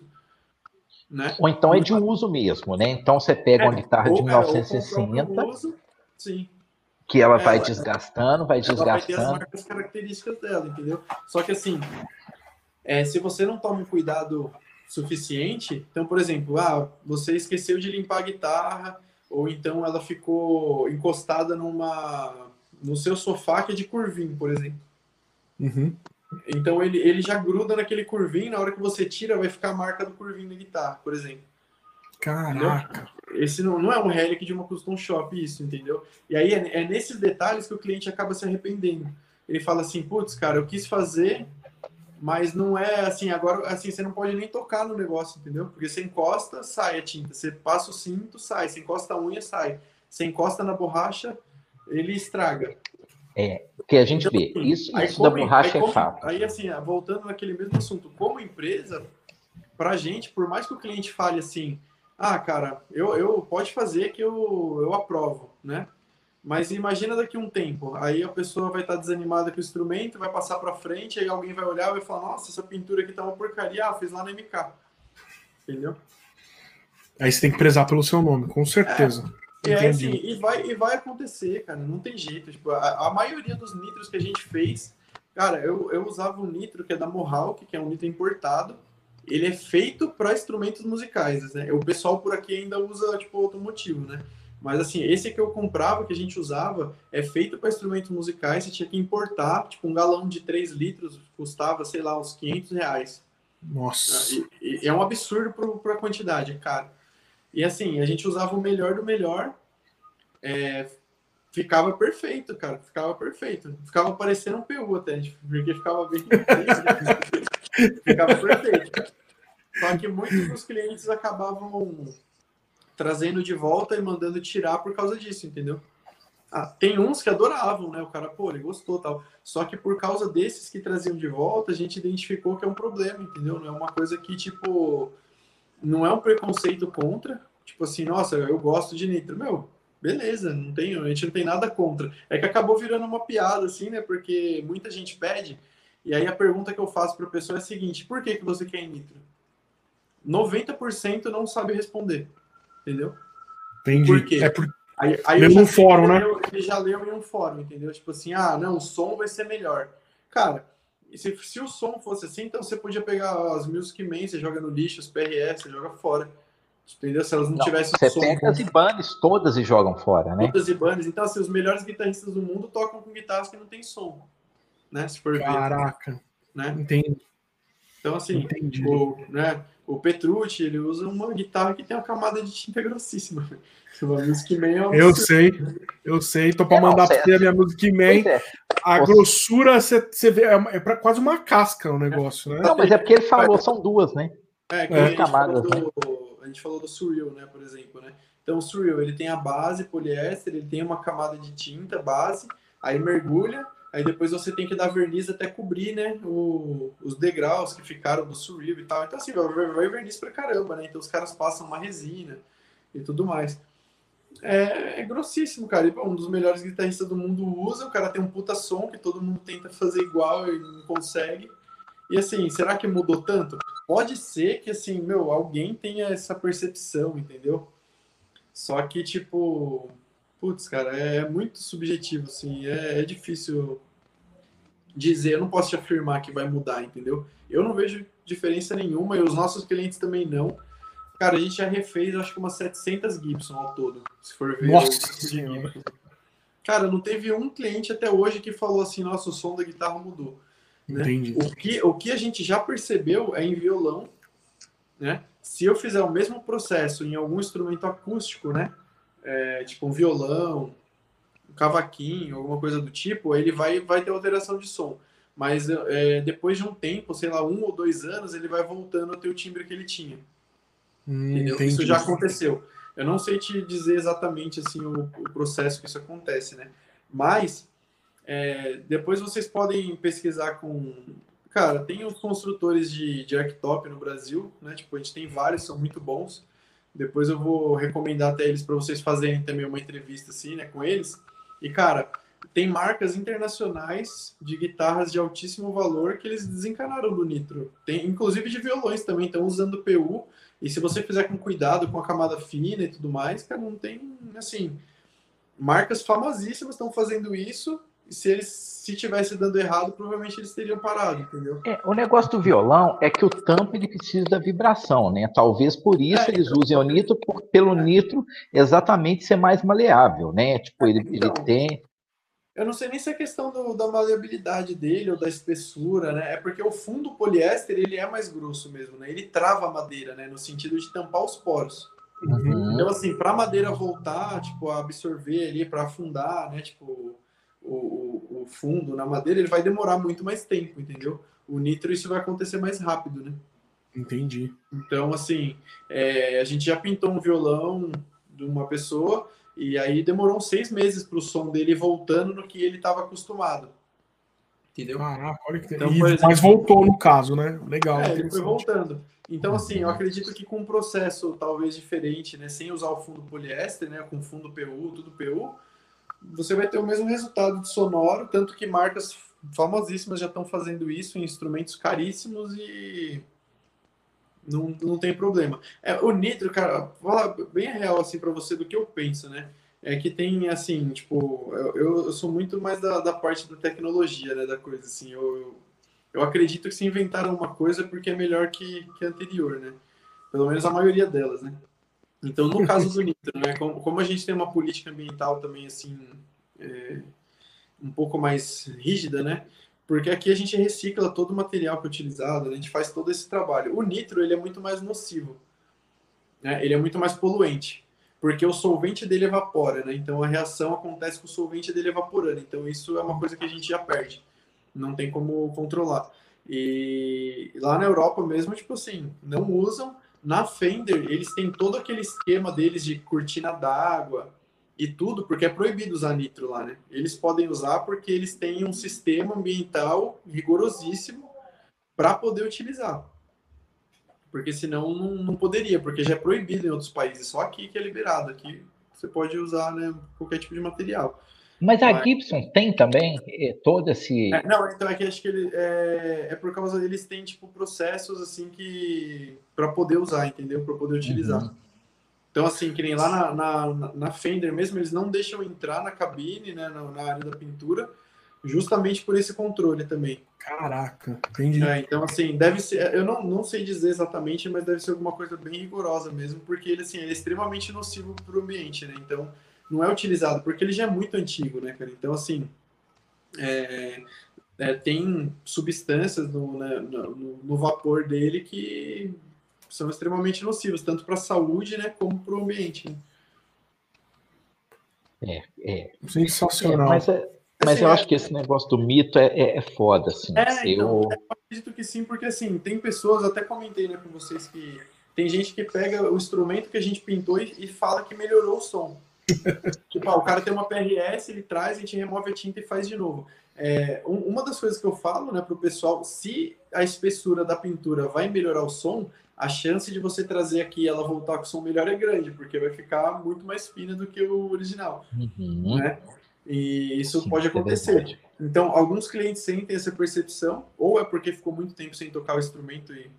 Né? Ou então é de uso mesmo, né? Então você pega é, uma guitarra de mil novecentos e sessenta, é, uso, sim. que ela vai ela, desgastando, vai ela desgastando. Vai ter as marcas características dela, entendeu? Só que assim, é, se você não toma um cuidado suficiente, então, por exemplo, ah, você esqueceu de limpar a guitarra, ou então ela ficou encostada numa, no seu sofá que é de curvinho, por exemplo. Uhum. Então ele, ele já gruda naquele curvinho, na hora que você tira vai ficar a marca do curvinho da guitarra, por exemplo. Caraca! Entendeu? Esse não, não é um relic de uma custom shop isso, entendeu? E aí é, é nesses detalhes que o cliente acaba se arrependendo. Ele fala assim, putz, cara, eu quis fazer mas não é assim, agora assim, você não pode nem tocar no negócio, entendeu? Porque você encosta, sai a tinta. Você passa o cinto, sai. Você encosta a unha, sai. Você encosta na borracha, ele estraga. É, porque a gente Então, vê, assim, isso, aí, isso da como, aí, borracha é como, fato. aí, assim, voltando naquele mesmo assunto, como empresa, pra gente, por mais que o cliente fale assim, ah, cara, eu, eu pode fazer que eu, eu aprovo, né? Mas imagina daqui a um tempo, aí a pessoa vai estar desanimada com o instrumento, vai passar para frente, aí alguém vai olhar e vai falar, nossa, essa pintura aqui tá uma porcaria, ah, fiz lá na M K. Entendeu? Aí você tem que prezar pelo seu nome, com É, certeza. e é assim, Entendi. e vai, e vai acontecer, cara, não tem jeito. Tipo, a, a maioria dos nitros que a gente fez, cara, eu, eu usava um nitro que é da Mohawk, que é um nitro importado, ele é feito para instrumentos musicais, né? O pessoal por aqui ainda usa, tipo, automotivo, né? Mas assim, esse que eu comprava, que a gente usava, é feito para instrumentos musicais, você tinha que importar, tipo, um galão de três litros custava, sei lá, uns quinhentos reais. Nossa. E, e é um absurdo para a quantidade, é caro. E assim, a gente usava o melhor do melhor, é, ficava perfeito, cara, ficava perfeito. Ficava parecendo um P U até, porque ficava bem... ficava perfeito, cara. Só que muitos dos clientes acabavam trazendo de volta e mandando tirar por causa disso, entendeu? Ah, tem uns que adoravam, né? O cara, pô, ele gostou tal. Só que por causa desses que traziam de volta, a gente identificou que é um problema, entendeu? Não é uma coisa que, tipo, não é um preconceito contra. Tipo assim, nossa, eu gosto de nitro. Meu, beleza, não tem, a gente não tem nada contra. É que acabou virando uma piada, assim, né? Porque muita gente pede. E aí a pergunta que eu faço para a pessoa é a seguinte: por que, que você quer nitro? noventa por cento não sabe responder. Entendeu? Entendi. Por quê? É por... Aí, aí Mesmo eu já no fórum, ele né? leu, ele já leu em um fórum, entendeu? Tipo assim, ah, não, o som vai ser melhor. Cara, se, se o som fosse assim, então você podia pegar as Music Man, você joga no lixo, os P R S, você joga fora. Entendeu? Se elas não, não tivessem você som. pega as Ibanez todas e jogam fora, né? Todas as Ibanez. Então, assim, os melhores guitarristas do mundo tocam com guitarras que não tem som. Né? Se for Caraca. ver. Né? Entendi. Então, assim, Entendi. o, né, o Petrucci, ele usa uma guitarra que tem uma camada de tinta grossíssima. Uma Music Man é um eu sei, eu sei. Tô para é, mandar para você a minha Music Man. É. A você... grossura, você vê, é pra quase uma casca o negócio, né? Não, mas é porque ele falou, são duas, né? É, que é. A, gente camadas, do, né? a gente falou do Surreal, né, por exemplo, né? Então, o Surreal, ele tem a base poliéster, ele tem uma camada de tinta base, aí mergulha, aí depois você tem que dar verniz até cobrir, né, o, os degraus que ficaram do Surreal e tal. Então, assim, vai, vai verniz pra caramba, né? Então, os caras passam uma resina e tudo mais. É, é grossíssimo, cara. Um dos melhores guitarristas do mundo usa, o cara tem um puta som que todo mundo tenta fazer igual e não consegue. E assim, será que mudou tanto? Pode ser que, assim, meu, alguém tenha essa percepção, entendeu? Só que, tipo, putz, cara, é muito subjetivo, assim, é, é difícil dizer, eu não posso te afirmar que vai mudar, entendeu? Eu não vejo diferença nenhuma e os nossos clientes também não. Cara, a gente já refez, acho que umas setecentas Gibson ao todo, se for ver. Nossa o de Cara, não teve um cliente até hoje que falou assim, nossa, o som da guitarra mudou. Entendi. Né? O, que, o que a gente já percebeu é em violão, né? Se eu fizer o mesmo processo em algum instrumento acústico, né? É, tipo um violão, um cavaquinho, alguma coisa do tipo, ele vai, vai ter alteração de som. Mas é, depois de um tempo, sei lá, um ou dois anos, ele vai voltando a ter o timbre que ele tinha. Hum, isso já aconteceu. Eu não sei te dizer exatamente assim o, o processo que isso acontece, né? Mas é, depois vocês podem pesquisar com... Cara, tem os construtores de, de archtop no Brasil, né? Tipo, a gente tem vários, são muito bons. Depois eu vou recomendar até eles para vocês fazerem também uma entrevista assim, né, com eles. E, cara, tem marcas internacionais de guitarras de altíssimo valor que eles desencanaram do nitro. Tem, inclusive de violões também, estão usando P U. E se você fizer com cuidado, com a camada fina e tudo mais, cara, não tem, assim... Marcas famosíssimas estão fazendo isso, e se eles se tivesse dando errado, provavelmente eles teriam parado, entendeu? É, o negócio do violão é que o tampo ele precisa da vibração, né? Talvez por isso é, eles então, usem o nitro, por, pelo é. nitro exatamente ser mais maleável, né? Tipo, ele, então, ele tem... Eu não sei nem se é questão do, da maleabilidade dele ou da espessura, né? É porque o fundo poliéster, ele é mais grosso mesmo, né? Ele trava a madeira, né? No sentido de tampar os poros. Uhum. Então, assim, para a madeira voltar, tipo, a absorver ali, para afundar, né? Tipo, o, o, o fundo na madeira, ele vai demorar muito mais tempo, entendeu? O nitro, isso vai acontecer mais rápido, né? Entendi. Então, assim, é, a gente já pintou um violão de uma pessoa e aí demorou uns seis meses para o som dele voltando no que ele estava acostumado. Entendeu? Caraca, olha que... Então, e, por exemplo, mas voltou no caso, né? Legal. É, ele foi voltando. Então, assim, eu acredito que com um processo talvez diferente, né? Sem usar o fundo poliéster, né? Com fundo P U, tudo P U, você vai ter o mesmo resultado de sonoro, tanto que marcas famosíssimas já estão fazendo isso em instrumentos caríssimos e não, não tem problema. É, o nitro, cara, vou falar bem real assim para você do que eu penso, né? É que tem, assim, tipo, eu, eu sou muito mais da, da parte da tecnologia, né, da coisa, assim, eu, eu, eu acredito que se inventaram uma coisa porque é melhor que, que a anterior, né? Pelo menos a maioria delas, né? Então, no caso do nitro, né, como, como a gente tem uma política ambiental também, assim, é, um pouco mais rígida, né? Porque aqui a gente recicla todo o material que é utilizado, a gente faz todo esse trabalho. O nitro, ele é muito mais nocivo, né? Ele é muito mais poluente, porque o solvente dele evapora, né? Então a reação acontece com o solvente dele evaporando. Então isso é uma coisa que a gente já perde, não tem como controlar. E lá na Europa mesmo, tipo assim, não usam. Na Fender, eles têm todo aquele esquema deles de cortina d'água e tudo, porque é proibido usar nitro lá, né? Eles podem usar porque eles têm um sistema ambiental rigorosíssimo para poder utilizar. Porque senão não, não poderia, porque já é proibido em outros países. Só aqui que é liberado. Aqui você pode usar, né, qualquer tipo de material. Mas a Mas, Gibson tem também eh, todo esse... é, não, então é que acho que ele, é, é por causa deles têm tipo processos assim que para poder usar, entendeu? Para poder utilizar. Uhum. Então assim, que nem lá na, na, na Fender mesmo, eles não deixam entrar na cabine, né, na, na área da pintura, justamente por esse controle também. Caraca, entendi. É, então, assim, deve ser. Eu não, não sei dizer exatamente, mas deve ser alguma coisa bem rigorosa mesmo, porque ele, assim, ele é extremamente nocivo para o ambiente, né? Então, não é utilizado, porque ele já é muito antigo, né, cara? Então, assim, é, é, tem substâncias no, né, no, no vapor dele que são extremamente nocivos, tanto para a saúde, né, como para o ambiente. Né? É, é. Sensacional. É, mas é, mas Assim, eu é- acho que esse negócio do mito é, é, é foda, assim. É, então, Eu... eu acredito que sim, porque assim, tem pessoas, até comentei, né, com vocês, que tem gente que pega o instrumento que a gente pintou e, e fala que melhorou o som. Tipo, ah, o cara tem uma P R S, ele traz, a gente remove a tinta e faz de novo. É, um, uma das coisas que eu falo, né, pro pessoal, se a espessura da pintura vai melhorar o som, a chance de você trazer aqui e ela voltar com o som melhor é grande, porque vai ficar muito mais fina do que o original, Uhum. né? E isso Sim, pode é acontecer. verdade. Então, alguns clientes sentem essa percepção, ou é porque ficou muito tempo sem tocar o instrumento e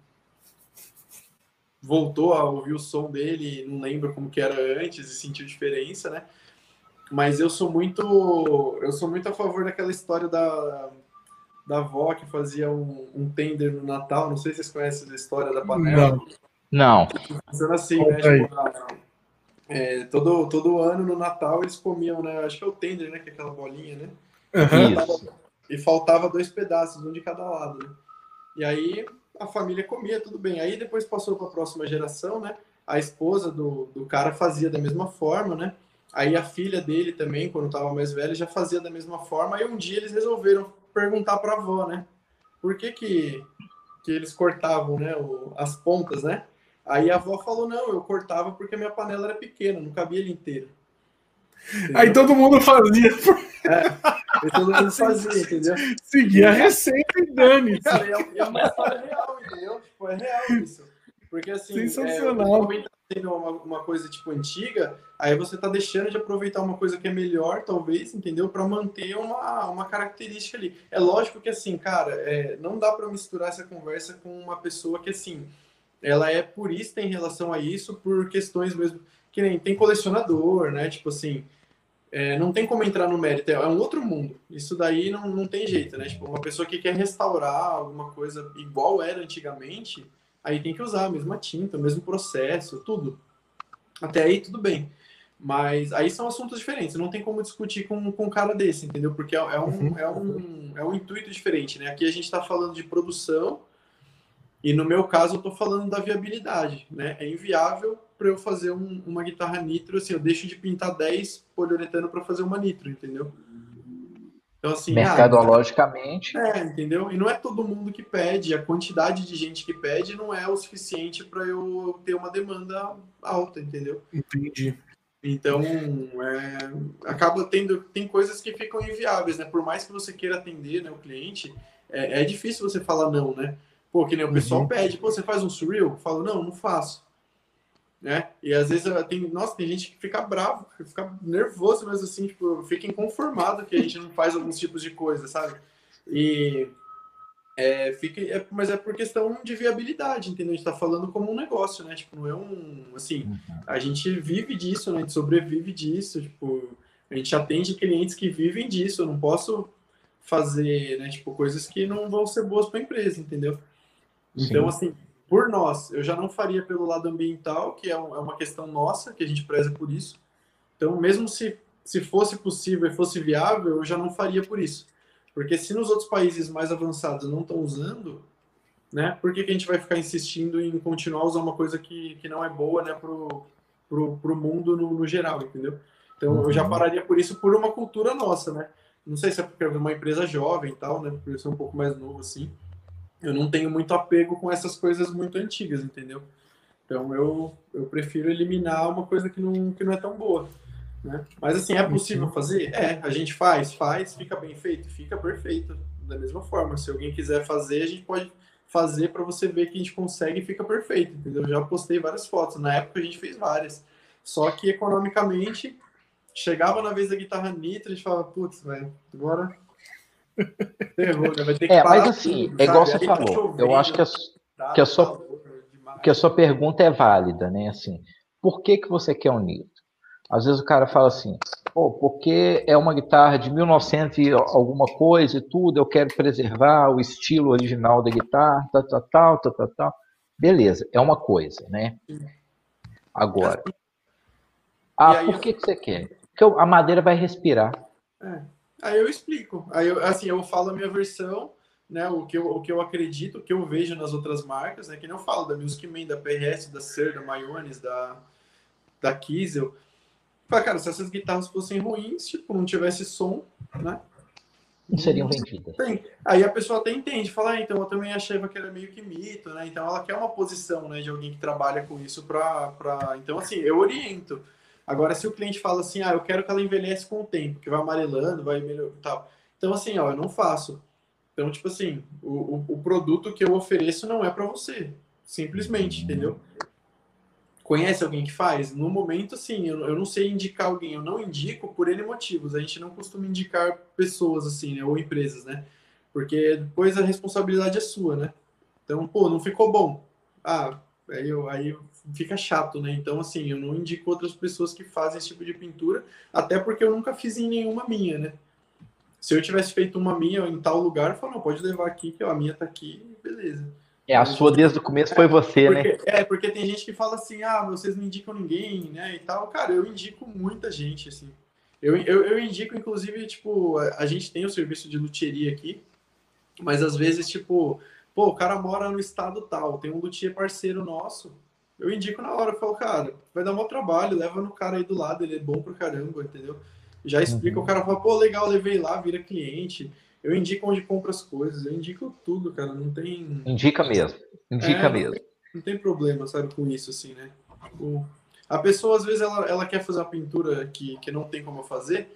voltou a ouvir o som dele e não lembra como que era antes e sentiu diferença, né? Mas eu sou muito, eu sou muito a favor daquela história da, da avó que fazia um, um tender no Natal. Não sei se vocês conhecem a história da panela. Não. Não. Funciona assim, né? Conta aí. Tipo, a- é, todo, todo ano no Natal eles comiam, né? Acho que é o tender, né? Que é aquela bolinha, né? Aham. Isso. E faltava dois pedaços, um de cada lado, né? E aí a família comia, tudo bem. Aí depois passou para a próxima geração, né? A esposa do, do cara fazia da mesma forma, né? Aí a filha dele também, quando estava mais velha, já fazia da mesma forma. Aí um dia eles resolveram perguntar para a avó, né? Por que que, que eles cortavam, né? O, as pontas, né? Aí a avó falou, não, eu cortava porque a minha panela era pequena, não cabia ele inteiro. Aí todo mundo fazia. E todo mundo fazia, entendeu? Seguia a receita e dane. Cara, e é, é uma história real, entendeu? Tipo, é real isso. Porque assim, Sensacional. é, como tá sendo uma, uma coisa tipo antiga, aí você tá deixando de aproveitar uma coisa que é melhor, talvez, entendeu? Para manter uma, uma característica ali. É lógico que assim, cara, é, não dá para misturar essa conversa com uma pessoa que assim, ela é purista em relação a isso por questões mesmo, que nem tem colecionador, né? Tipo assim, é, não tem como entrar no mérito, é um outro mundo. Isso daí não, não tem jeito, né? Tipo, uma pessoa que quer restaurar alguma coisa igual era antigamente, aí tem que usar a mesma tinta, o mesmo processo, tudo. Até aí tudo bem. Mas aí são assuntos diferentes, não tem como discutir com, com um cara desse, entendeu? Porque é, é, um, é, um, é um intuito diferente, né? Aqui a gente está falando de produção e no meu caso eu estou falando da viabilidade, né? É inviável para eu fazer um, uma guitarra nitro, assim, eu deixo de pintar dez poliuretano para fazer uma nitro, entendeu? Então, assim, mercadologicamente. ah, é, entendeu? E não é todo mundo que pede, a quantidade de gente que pede não é o suficiente para eu ter uma demanda alta, entendeu? Entendi. Então, é, acaba tendo, tem coisas que ficam inviáveis, né? Por mais que você queira atender, né, o cliente, é, é difícil você falar não, né? Pô, que nem o pessoal Uhum. pede, pô, você faz um surreal? Eu falo, não, não faço. Né? E às vezes tem, nossa, tem gente que fica bravo, que fica nervoso, mas assim, tipo, fica inconformado que a gente não faz alguns tipos de coisa, sabe? E é, fica, é, mas é por questão de viabilidade, entendeu? A gente tá falando como um negócio, né? Tipo, não é um, assim, a gente vive disso, né? A gente sobrevive disso, tipo, a gente atende clientes que vivem disso, eu não posso fazer, né, tipo, coisas que não vão ser boas para a empresa, entendeu? Então, Sim. assim, por nós, eu já não faria pelo lado ambiental, que é, um, é uma questão nossa, que a gente preza por isso. Então, mesmo se, se fosse possível e fosse viável, eu já não faria por isso. Porque se nos outros países mais avançados não estão usando, né, por que, que a gente vai ficar insistindo em continuar a usar uma coisa que, que não é boa, né, pro, pro, pro mundo no, no geral, entendeu? Então, uhum. eu já pararia por isso, por uma cultura nossa, né? Não sei se é porque é uma empresa jovem e tal, né, por eu ser um pouco mais novo, assim. Eu não tenho muito apego com essas coisas muito antigas, entendeu? Então, eu, eu prefiro eliminar uma coisa que não, que não é tão boa. Né? Mas assim, é possível fazer? É, a gente faz, faz, fica bem feito, fica perfeito. Da mesma forma, se alguém quiser fazer, a gente pode fazer para você ver que a gente consegue e fica perfeito, entendeu? Eu já postei várias fotos, na época a gente fez várias. Só que economicamente, chegava na vez da guitarra nitra, a gente falava, putz, velho, agora ferrou, né? Vai ter que É, parar mas assim, tudo, é igual sabe? você Aí tá falou. chovendo, Eu acho que a, que a tá sua, que a sua pergunta é válida, né? Assim, por que que você quer um nitro? Às vezes o cara fala assim, pô, porque é uma guitarra de mil e novecentos e alguma coisa e tudo, eu quero preservar o estilo original da guitarra, tal, tal, tal, tal, tal, tal. Beleza, é uma coisa, né? Agora, ah, aí, por que que você quer? Porque a madeira vai respirar. É. Aí eu explico. Aí eu, assim, eu falo a minha versão, né? O que eu, o que eu acredito, o que eu vejo nas outras marcas, né? Que nem eu falo da Music Man, da P R S, da Ser, da Mayones, da, da Kiesel. Fala, cara, se essas guitarras fossem ruins, tipo, não tivesse som, né? Não seriam vendidas. Tem. Aí a pessoa até entende, fala, ah, então eu também achava que era meio que mito, né? Então ela quer uma posição, né, de alguém que trabalha com isso pra, pra... Então, assim, eu oriento. Agora, se o cliente fala assim, ah, eu quero que ela envelhece com o tempo, que vai amarelando, vai melhor tal. Então, assim, ó, eu não faço. Então, tipo assim, o, o, o produto que eu ofereço não é para você. Simplesmente, entendeu? Conhece alguém que faz? No momento, sim, eu, eu não sei indicar alguém, eu não indico por N motivos. A gente não costuma indicar pessoas assim, né, ou empresas, né? Porque depois a responsabilidade é sua, né? Então, pô, não ficou bom. Ah, aí, eu, aí fica chato, né? Então, assim, eu não indico outras pessoas que fazem esse tipo de pintura, até porque eu nunca fiz em nenhuma minha, né? Se eu tivesse feito uma minha em tal lugar, eu falo, não, pode levar aqui, que ó, a minha tá aqui, beleza. É, a sua desde o começo foi você, porque, né? É, porque tem gente que fala assim, ah, vocês não indicam ninguém, né, e tal. Cara, eu indico muita gente, assim. Eu, eu, eu indico, inclusive, tipo, a, a gente tem o serviço de luthieria aqui, mas às vezes, tipo, pô, o cara mora no estado tal, tem um luthier parceiro nosso, eu indico na hora, eu falo, cara, vai dar um trabalho, leva no cara aí do lado, ele é bom pra caramba, entendeu? Já explica, Uhum. o cara fala, pô, legal, levei lá, vira cliente. Eu indico onde compra as coisas, eu indico tudo, cara, não tem... Indica mesmo, indica É, não mesmo. tem, não tem problema, sabe, com isso, assim, né? Tipo, a pessoa, às vezes, ela, ela quer fazer uma pintura que, que não tem como fazer,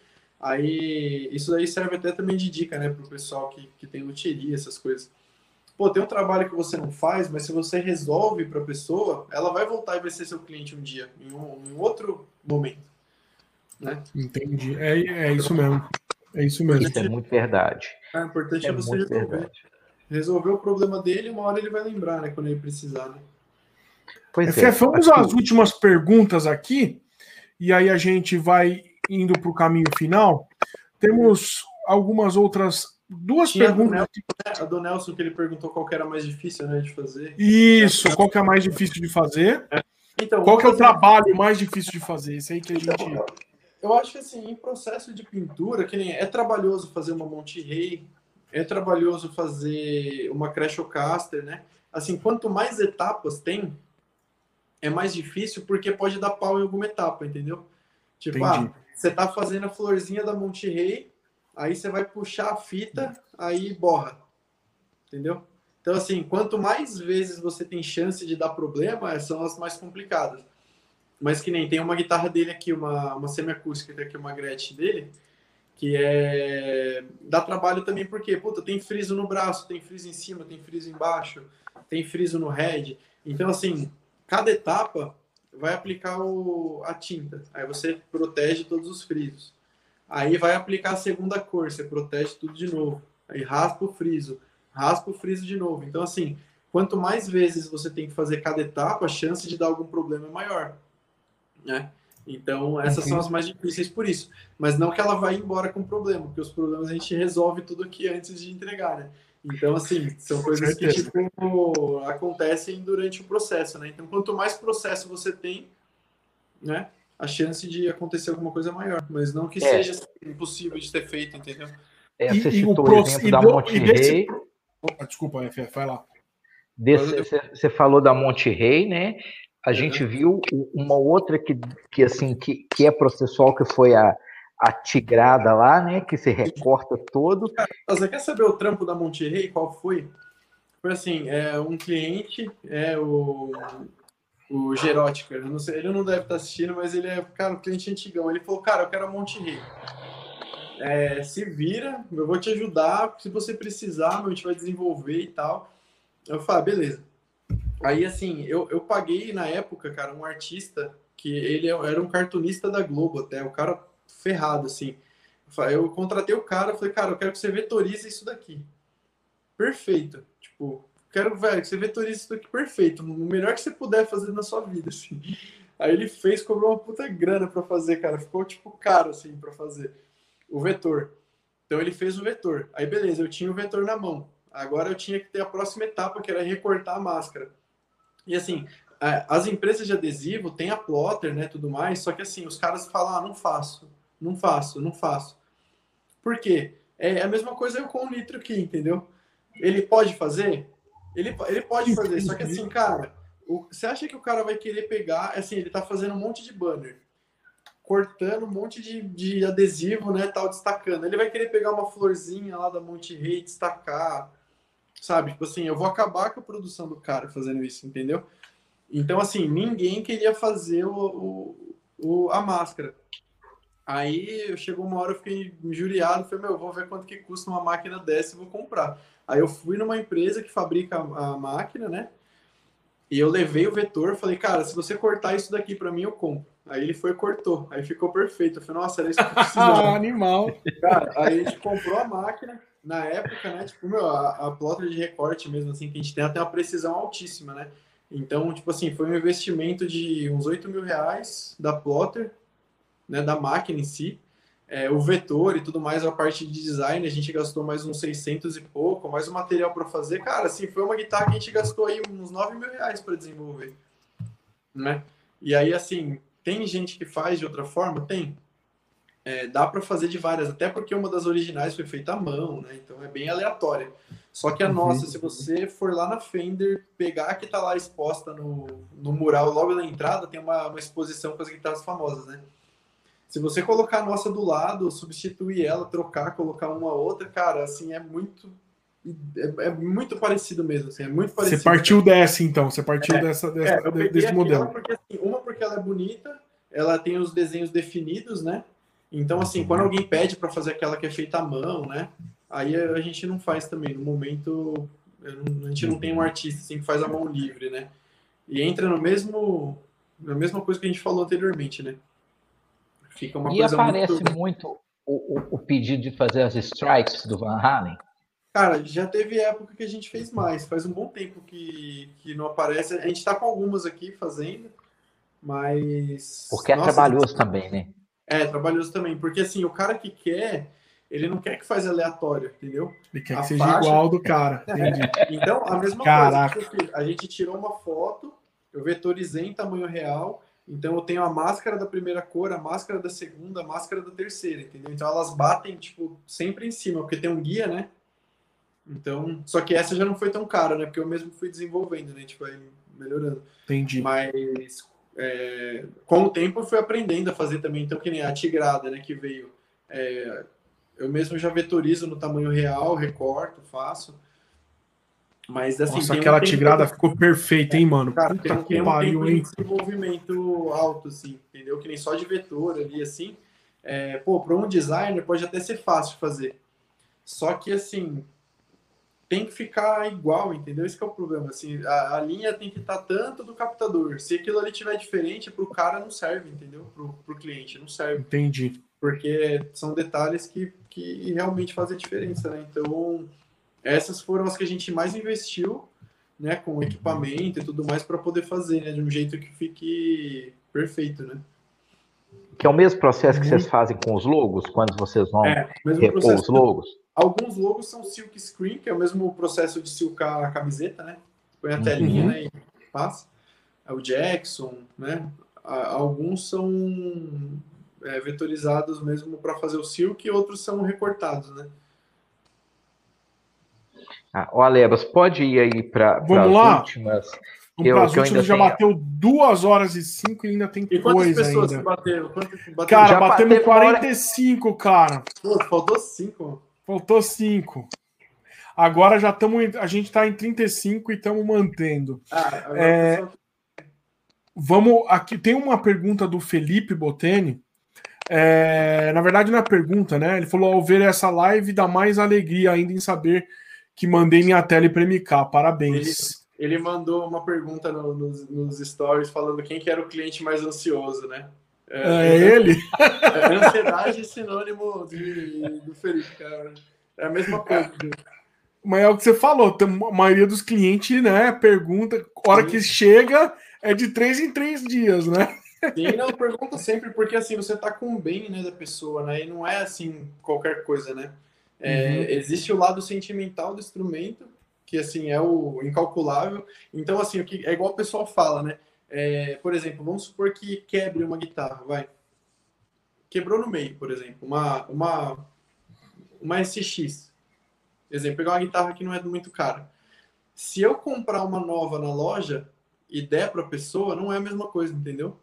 aí isso daí serve até também de dica, né, pro pessoal que, que tem luthieria, essas coisas. Pô, tem um trabalho que você não faz, mas se você resolve para a pessoa, ela vai voltar e vai ser seu cliente um dia, em um, em um outro momento, né? Entendi. É, é isso mesmo. É isso mesmo. Isso é muito verdade. É, o importante É é você muito resolver. verdade. Resolver o problema dele, uma hora ele vai lembrar, né? Quando ele precisar, né? Pois é. Vamos às últimas perguntas aqui, e aí a gente vai indo para o caminho final. Temos algumas outras, duas Tinha perguntas. A do, Nelson, a do Nelson, que ele perguntou qual que era mais difícil, né, de fazer. Isso, qual que é mais difícil de fazer? É. Então, qual que é o das... trabalho mais difícil de fazer? Esse aí que a gente... Então, eu acho que, assim, em processo de pintura, que nem é trabalhoso fazer uma Monterey, é trabalhoso fazer uma Crashiocaster, né? Assim, quanto mais etapas tem, é mais difícil porque pode dar pau em alguma etapa, entendeu? Tipo, Entendi. ah, você tá fazendo a florzinha da Monterey, aí você vai puxar a fita, aí borra, entendeu? Então, assim, quanto mais vezes você tem chance de dar problema, são as mais complicadas. Mas que nem tem uma guitarra dele aqui, uma, uma semiacústica, tem aqui uma Gretsch dele, que é... dá trabalho também porque, puta, tem friso no braço, tem friso em cima, tem friso embaixo, tem friso no head. Então, assim, cada etapa vai aplicar o... a tinta. Aí você protege todos os frisos. Aí vai aplicar a segunda cor, você protege tudo de novo. Aí raspa o friso, raspa o friso de novo. Então, assim, quanto mais vezes você tem que fazer cada etapa, a chance de dar algum problema é maior, né? Então, essas são as mais difíceis por isso. Mas não que ela vai embora com problema, porque os problemas a gente resolve tudo aqui antes de entregar, né? Então, assim, são coisas que tipo, acontecem durante o processo, né? Então, quanto mais processo você tem, né, a chance de acontecer alguma coisa é maior. Mas não que é. seja assim, impossível de ter feito, entendeu? É, você e, citou o, pro... exemplo e da do... Monte Rei. Opa, desculpa, F F, vai lá. Desse, você falou da Monte Rei, né? A uhum. gente viu uma outra que, que assim, que, que é processual, que foi a, a Tigrada lá, né? Que se recorta todo. Cara, você quer saber o trampo da Monte Rei? Qual foi? Foi assim, é um cliente, é o, o Gerótica, eu não sei, ele não deve estar assistindo, mas ele é, cara, um cliente antigão. Ele falou, cara, eu quero a Monte Rei. É, se vira, eu vou te ajudar, se você precisar, a gente vai desenvolver e tal. Eu falei, ah, beleza. Aí, assim, eu, eu paguei, na época, cara, um artista que ele era um cartunista da Globo até, um cara ferrado, assim. Eu contratei o cara, falei, cara, eu quero que você vetorize isso daqui. Perfeito. Tipo, quero, velho, que você vetorize isso daqui perfeito. O melhor que você puder fazer na sua vida, assim. Aí ele fez, cobrou uma puta grana pra fazer, cara. Ficou, tipo, caro, assim, pra fazer o vetor. Então, ele fez o vetor. Aí, beleza, eu tinha o vetor na mão. Agora eu tinha que ter a próxima etapa, que era recortar a máscara. E assim, as empresas de adesivo têm a plotter, né, tudo mais, só que assim, os caras falam, ah, não faço, não faço, não faço. Por quê? É a mesma coisa eu com o Nitro aqui, entendeu? Ele pode fazer? Ele, ele pode fazer, só que assim, cara, o, você acha que o cara vai querer pegar, assim, ele tá fazendo um monte de banner, cortando um monte de, de adesivo, né, tal, destacando. Ele vai querer pegar uma florzinha lá da Monte Rei, destacar, sabe? Tipo assim, eu vou acabar com a produção do cara fazendo isso, entendeu? Então, assim, ninguém queria fazer o, o, o, a máscara. Aí, chegou uma hora, eu fiquei injuriado, falei, meu, vou ver quanto que custa uma máquina dessa e vou comprar. Aí eu fui numa empresa que fabrica a, a máquina, né? E eu levei o vetor, falei, cara, se você cortar isso daqui pra mim, eu compro. Aí ele foi e cortou. Aí ficou perfeito. Eu falei, nossa, era isso que eu precisava. Animal. Cara, aí a gente comprou a máquina. Na época, né, tipo, meu, a, a plotter de recorte mesmo, assim, que a gente tem, ela tem uma precisão altíssima, né? Então, tipo assim, foi um investimento de uns oito mil reais da plotter, né, da máquina em si. É, o vetor e tudo mais, a parte de design, a gente gastou mais uns seiscentos e pouco, mais o material para fazer. Cara, assim, foi uma guitarra que a gente gastou aí uns nove mil reais para desenvolver, né? E aí, assim, tem gente que faz de outra forma? Tem. É, dá para fazer de várias, até porque uma das originais foi feita à mão, né? Então é bem aleatória. Só que a uhum. nossa, se você for lá na Fender, pegar a que tá lá exposta no, no mural logo na entrada, tem uma, uma exposição com as guitarras famosas, né? Se você colocar a nossa do lado, substituir ela, trocar, colocar uma outra, cara, assim, é muito é, é muito parecido mesmo, assim, é muito parecido. Você partiu dessa, então, você partiu é, dessa, dessa é, desse modelo. Porque, assim, uma porque ela é bonita, ela tem os desenhos definidos, né? Então, assim, quando alguém pede para fazer aquela que é feita à mão, né? Aí a gente não faz também. No momento, a gente não tem um artista assim, que faz a mão livre, né? E entra no mesmo, na mesma coisa que a gente falou anteriormente, né? Fica uma e coisa aparece muito, muito o, o, o pedido de fazer as stripes do Van Halen? Cara, já teve época que a gente fez mais. Faz um bom tempo que, que não aparece. A gente está com algumas aqui fazendo, mas... Porque é Nossa, trabalhoso gente... também, né? É, trabalhoso também. Porque, assim, o cara que quer, ele não quer que faz aleatório, entendeu? Ele quer que a seja faixa... igual do cara. Entendi. Então, a mesma Caraca. coisa. Porque a gente tirou uma foto, eu vetorizei em tamanho real, então eu tenho a máscara da primeira cor, a máscara da segunda, a máscara da terceira, entendeu? Então elas batem, tipo, sempre em cima, porque tem um guia, né? Então, só que essa já não foi tão cara, né? Porque eu mesmo fui desenvolvendo, né? A gente vai melhorando. Entendi. Mas é, com o tempo eu fui aprendendo a fazer também. Então, que nem a Tigrada, né? Que veio. É, eu mesmo já vetorizo no tamanho real, recorto, faço. Mas assim, Nossa, tem aquela um tempo, tigrada ficou perfeita, hein, mano? cara, Puta tem um, que tem um pariu, tempo de hein? desenvolvimento alto, assim, entendeu? Que nem só de vetor ali, assim. É, pô, para um designer pode até ser fácil fazer. Só que, assim, tem que ficar igual, entendeu? Esse que é o problema. Assim, a, a linha tem que estar tanto do captador. Se aquilo ali tiver diferente, pro cara não serve, entendeu? Pro, pro cliente não serve. Entendi. Porque são detalhes que, que realmente fazem diferença, né? Então, essas foram as que a gente mais investiu, né? Com equipamento e tudo mais para poder fazer, né? De um jeito que fique perfeito, né? Que é o mesmo processo que vocês Muito. fazem com os logos, quando vocês vão É, o mesmo repor processo. os logos? Alguns logos são silk screen, que é o mesmo processo de silcar a camiseta, né? Põe a telinha, Uhum. né? E passa. É o Jackson, né? Alguns são é, vetorizados mesmo para fazer o silk e outros são recortados, né? Ah, ó, Alebas, pode ir aí para Vamos as lá? últimas. Vamos Eu, para as que eu ainda últimas, já tenho. bateu duas horas e cinco e ainda tem E quantas coisa pessoas ainda. que bateram? Quantas que bateram? Cara, Já batemos bateu uma hora- quarenta e cinco, cara. Pô, faltou cinco. Faltou cinco. Agora já estamos. A gente está em trinta e cinco e estamos mantendo. Ah, agora É, o pessoal... Vamos. Aqui tem uma pergunta do Felipe Boteni. É, na verdade, não é pergunta, né? Ele falou: ao ver essa live, dá mais alegria ainda em saber que mandei minha tele para M K. ele, Parabéns. ele mandou uma pergunta no- nos, nos stories falando quem que era o cliente mais ansioso, né? É, é ele? É, ansiedade é sinônimo de, do Felipe, cara. É a mesma coisa. Mas é o que você falou, tem- a maioria dos clientes, né, pergunta, hora Sim. que chega é de três em três dias, né? Sim, não, pergunta sempre, porque assim, você tá com o bem, né, da pessoa, né, e não é assim, qualquer coisa, né. É, Uhum. Existe o lado sentimental do instrumento, que assim, é o incalculável. Então, assim, o que, é igual o pessoal fala, né, é, por exemplo, vamos supor que quebre uma guitarra, vai. Quebrou no meio, por exemplo, uma, uma, uma S X. Exemplo, pegar uma guitarra que não é muito cara. Se eu comprar uma nova na loja e der para a pessoa, não é a mesma coisa, entendeu?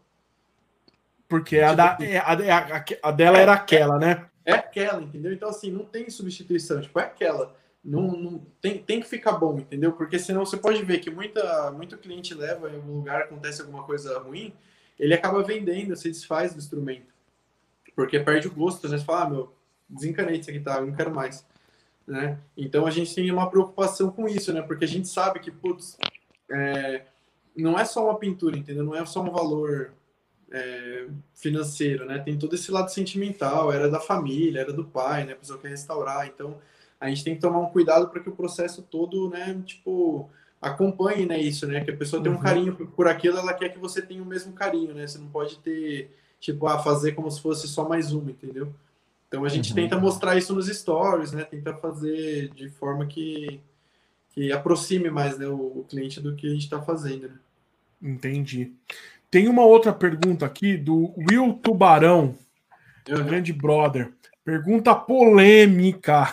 Porque a, Tipo da, assim, é- a, é a- a dela era aquela, né? é aquela, entendeu? Então, assim, não tem substituição, tipo, é aquela. Não, não tem, tem que ficar bom, entendeu? Porque senão você pode ver que muita, muito cliente leva em algum lugar, acontece alguma coisa ruim, ele acaba vendendo, se desfaz do instrumento. Porque perde o gosto, né? Você fala, ah, meu, desencanei dessa guitarra, não quero mais. Né? Então a gente tem uma preocupação com isso, né? Porque a gente sabe que, putz, é, não é só uma pintura, entendeu? Não é só um valor é, financeiro, né? Tem todo esse lado sentimental, era da família, era do pai, né? A pessoa quer restaurar, então a gente tem que tomar um cuidado para que o processo todo, né? Tipo, acompanhe, né? Isso, né? Que a pessoa tem um Uhum. carinho por aquilo, ela quer que você tenha o mesmo carinho, né? Você não pode ter, tipo, ah, fazer como se fosse só mais uma, entendeu? Então a gente Uhum. tenta mostrar isso nos stories, né? Tenta fazer de forma que, que aproxime mais, né, o, o cliente do que a gente está fazendo, né? Entendi. Tem uma outra pergunta aqui do Will Tubarão, Uhum. grande brother. Pergunta polêmica.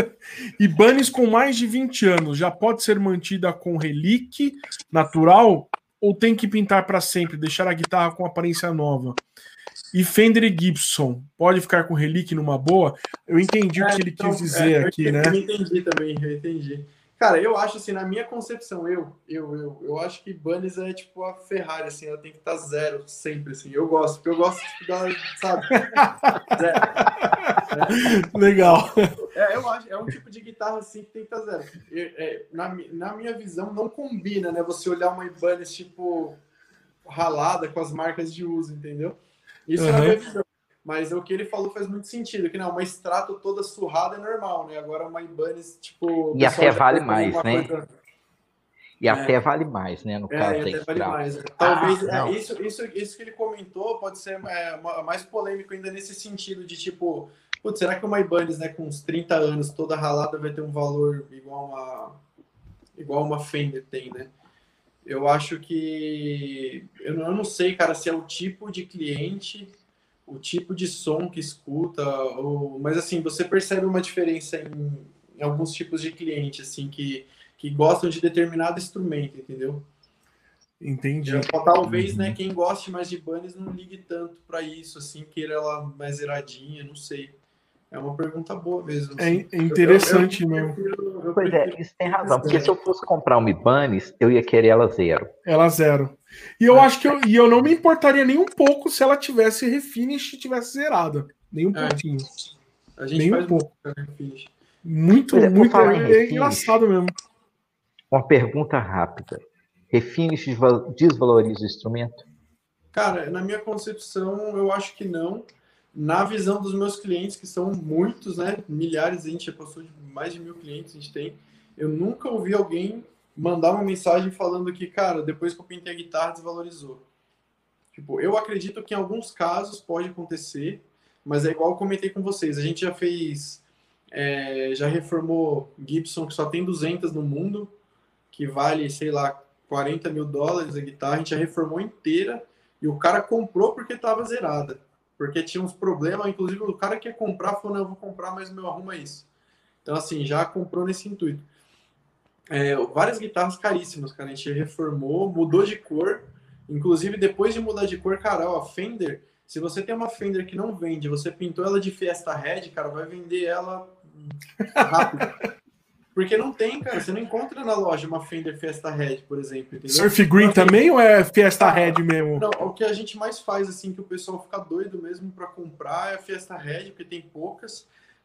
Ibanez com mais de vinte anos já pode ser mantida com relique natural ou tem que pintar para sempre, deixar a guitarra com aparência nova? E Fender e Gibson, pode ficar com relique numa boa? Eu entendi É, o que ele então, quis dizer é, aqui, eu, né? eu entendi também, eu entendi. Cara, eu acho assim, na minha concepção, eu, eu, eu, eu acho que Ibanez é tipo a Ferrari, assim, ela tem que estar zero sempre, assim. Eu gosto, porque eu gosto tipo, da, sabe? Zero. Legal. É, eu acho, é um tipo de guitarra assim que tem que estar zero. É, é, na, na minha visão, não combina, né? Você olhar uma Ibanez tipo ralada com as marcas de uso, entendeu? Isso é a minha Uhum. visão. Mas o que ele falou faz muito sentido, que não, uma Strato toda surrada é normal, né? Agora uma Ibanez, tipo, o E pessoal até já vale quer fazer mais, uma né? coisa- E até vale mais, né? No É, caso e da até vale Strato. mais. Né? Ah, Talvez é, não. isso, isso, isso que ele comentou pode ser é, ma- mais polêmico ainda nesse sentido de tipo, putz, será que uma Ibanez, né, com uns trinta anos, toda ralada, vai ter um valor igual uma igual uma Fender tem, né? Eu acho que eu não, eu não sei, cara, se é o tipo de cliente, o tipo de som que escuta, ou, mas assim, você percebe uma diferença em, em alguns tipos de cliente, assim, que, que gostam de determinado instrumento, entendeu? Entendi. Eu, talvez, Uhum. né, quem goste mais de Ibanez não ligue tanto para isso, assim, queira ela mais zeradinha, não sei. É uma pergunta boa mesmo. Assim. É interessante eu, eu, eu mesmo. Prefiro, eu pois é, isso tem razão. Porque se eu fosse comprar uma Ibanez, eu ia querer ela zero. Ela zero. E eu ah. acho que eu, e eu não me importaria nem um pouco se ela tivesse refinish e tivesse zerada. Nem um é. pouquinho. A gente nem faz um pouco. Refinish. Muito, é, muito é, refinish, é engraçado mesmo. Uma pergunta rápida. Refinish desvaloriza o instrumento? Cara, na minha concepção, eu acho que não. Na visão dos meus clientes, que são muitos, né? Milhares, a gente já passou de mais de mil clientes, a gente tem. Eu nunca ouvi alguém mandar uma mensagem falando que, cara, depois que eu pintei a guitarra, desvalorizou. Tipo, eu acredito que em alguns casos pode acontecer, mas é igual eu comentei com vocês. A gente já fez, é, já reformou Gibson, que só tem duzentas no mundo, que vale, sei lá, quarenta mil dólares a guitarra. A gente já reformou inteira e o cara comprou porque estava zerada. Porque tinha uns problemas, inclusive o cara que ia comprar falou, não, eu vou comprar, mas o meu arruma isso. Então, assim, já comprou nesse intuito. É, várias guitarras caríssimas, cara, a gente reformou, mudou de cor, inclusive depois de mudar de cor, cara, ó, Fender, se você tem uma Fender que não vende, você pintou ela de Fiesta Red, cara, vai vender ela rápido. Porque não tem, cara, você não encontra na loja uma Fender Fiesta Red, por exemplo, entendeu? Surf Green então, também ou é Fiesta ah, Red mesmo? Não, o que a gente mais faz, assim, que o pessoal fica doido mesmo para comprar é a Fiesta Red, porque tem poucas,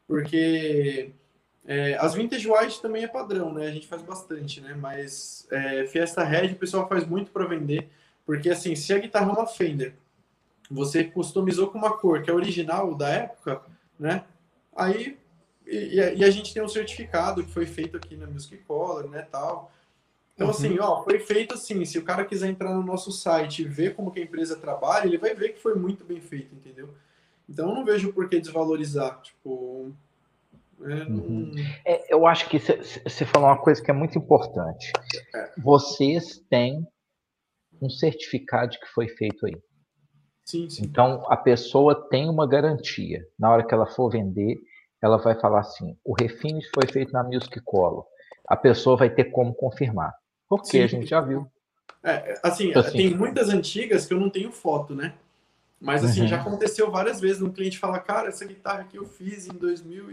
porque é, as Vintage White também é padrão, né? A gente faz bastante, né? Mas é, Fiesta Red o pessoal faz muito para vender, porque, assim, se a guitarra é uma Fender, você customizou com uma cor que é original da época, né? Aí... E, e a gente tem um certificado que foi feito aqui na Music Color, né, tal. Então, uhum. assim, ó, foi feito assim, se o cara quiser entrar no nosso site e ver como que a empresa trabalha, ele vai ver que foi muito bem feito, entendeu? Então, eu não vejo por que desvalorizar, tipo... É, uhum. não... é, eu acho que você falou uma coisa que é muito importante. É. Vocês têm um certificado de que foi feito aí. Sim, sim. Então, a pessoa tem uma garantia. Na hora que ela for vender... ela vai falar assim, o refinish foi feito na Music Color. A pessoa vai ter como confirmar. Porque Sim. a gente já viu. É, assim, assim, tem muitas antigas que eu não tenho foto, né? Mas, assim, uhum. já aconteceu várias vezes. Um cliente fala, cara, essa guitarra aqui eu fiz em dois mil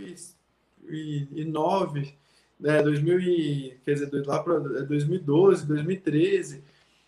e nove, né? dois mil e, quer dizer, lá para dois mil e doze, dois mil e treze.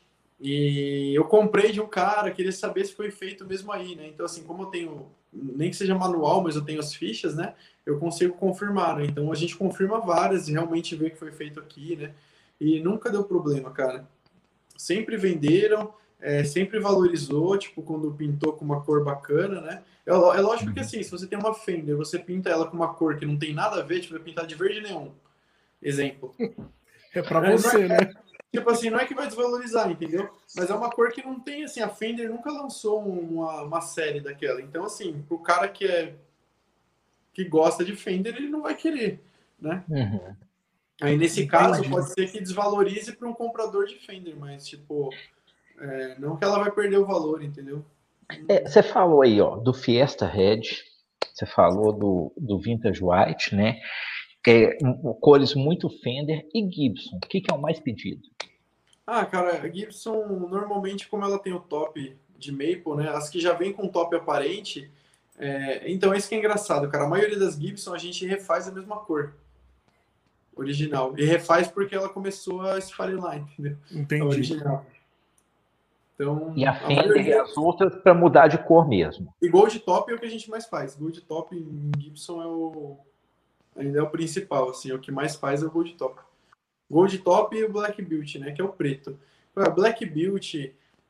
E eu comprei de um cara, queria saber se foi feito mesmo aí, né? Então, assim, como eu tenho, nem que seja manual, mas eu tenho as fichas, né? Eu consigo confirmar, né? Então, a gente confirma várias e realmente vê que foi feito aqui, né? E nunca deu problema, cara. Sempre venderam, é, sempre valorizou, tipo, quando pintou com uma cor bacana, né? É, é lógico que, assim, se você tem uma Fender, você pinta ela com uma cor que não tem nada a ver, tipo, vai pintar de verde neon. Exemplo. É pra você, é, né? Tipo assim, não é que vai desvalorizar, entendeu? Mas é uma cor que não tem, assim, a Fender nunca lançou uma, uma série daquela. Então, assim, pro cara que é que gosta de Fender, ele não vai querer, né? Uhum. Aí, nesse caso, Entendi. pode ser que desvalorize para um comprador de Fender, mas, tipo, é, não que ela vai perder o valor, entendeu? É, você falou aí, ó, do Fiesta Red, você falou do, do Vintage White, né? É, cores muito Fender e Gibson. O que, que é o mais pedido? Ah, cara, a Gibson, normalmente, como ela tem o top de Maple, né? As que já vem com top aparente, é, então isso que é engraçado, cara. A maioria das Gibson a gente refaz a mesma cor original. E refaz porque ela começou a esfarelar, entendeu? Entendi. A original. Então, e a Fender a maioria... e as outras para mudar de cor mesmo. E Gold Top é o que a gente mais faz. Gold Top em Gibson é o... ainda é o principal, assim, o que mais faz é o Gold Top. Gold Top e o Black Beauty, né, que é o preto. Black Beauty,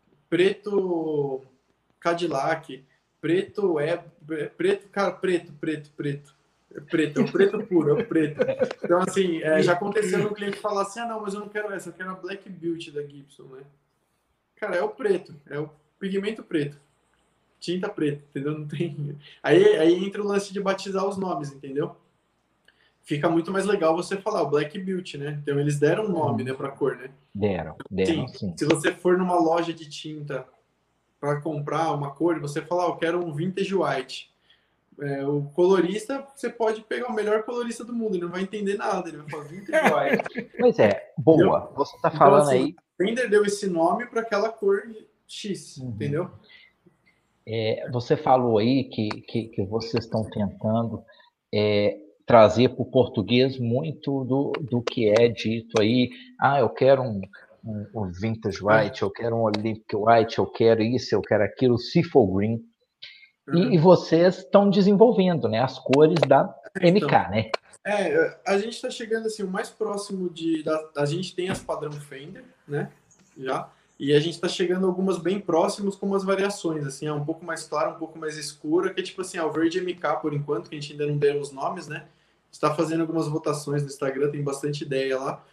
preto Cadillac, preto é preto, cara, preto, preto, preto. É preto, é o preto puro, é o preto. Então, assim, é, já aconteceu no cliente falar assim, ah, não, mas eu não quero essa, eu quero a Black Beauty da Gibson, né? Cara, é o preto, é o pigmento preto. Tinta preta, entendeu? Não tem... Aí, aí entra o lance de batizar os nomes, entendeu? Fica muito mais legal você falar o Black Beauty, né? Então eles deram um nome, né, pra cor, né? Deram, deram sim. sim. Se você for numa loja de tinta para comprar uma cor, você falar, ah, eu quero um Vintage White. É, o colorista, você pode pegar o melhor colorista do mundo, ele não vai entender nada, ele vai falar Vintage White. Pois é, boa. Entendeu? Você tá falando então, assim, aí. Fender deu esse nome para aquela cor X, uhum. entendeu? É, você falou aí que, que, que vocês estão tentando é, trazer para o português muito do, do que é dito aí. Ah, eu quero um, um, um Vintage White, eu quero um Olympic White, eu quero isso, eu quero aquilo, Seafoam Green. Uhum. E, e vocês estão desenvolvendo, né, as cores da M K, Então, né? É, a gente está chegando assim, o mais próximo de. Da, a gente tem as padrão Fender, né? Já. E a gente está chegando algumas bem próximos com umas variações, assim, é um pouco mais clara, um pouco mais escura, que é tipo assim, é o verde M K por enquanto, que a gente ainda não deu os nomes, né? Está fazendo algumas votações no Instagram, tem bastante ideia lá.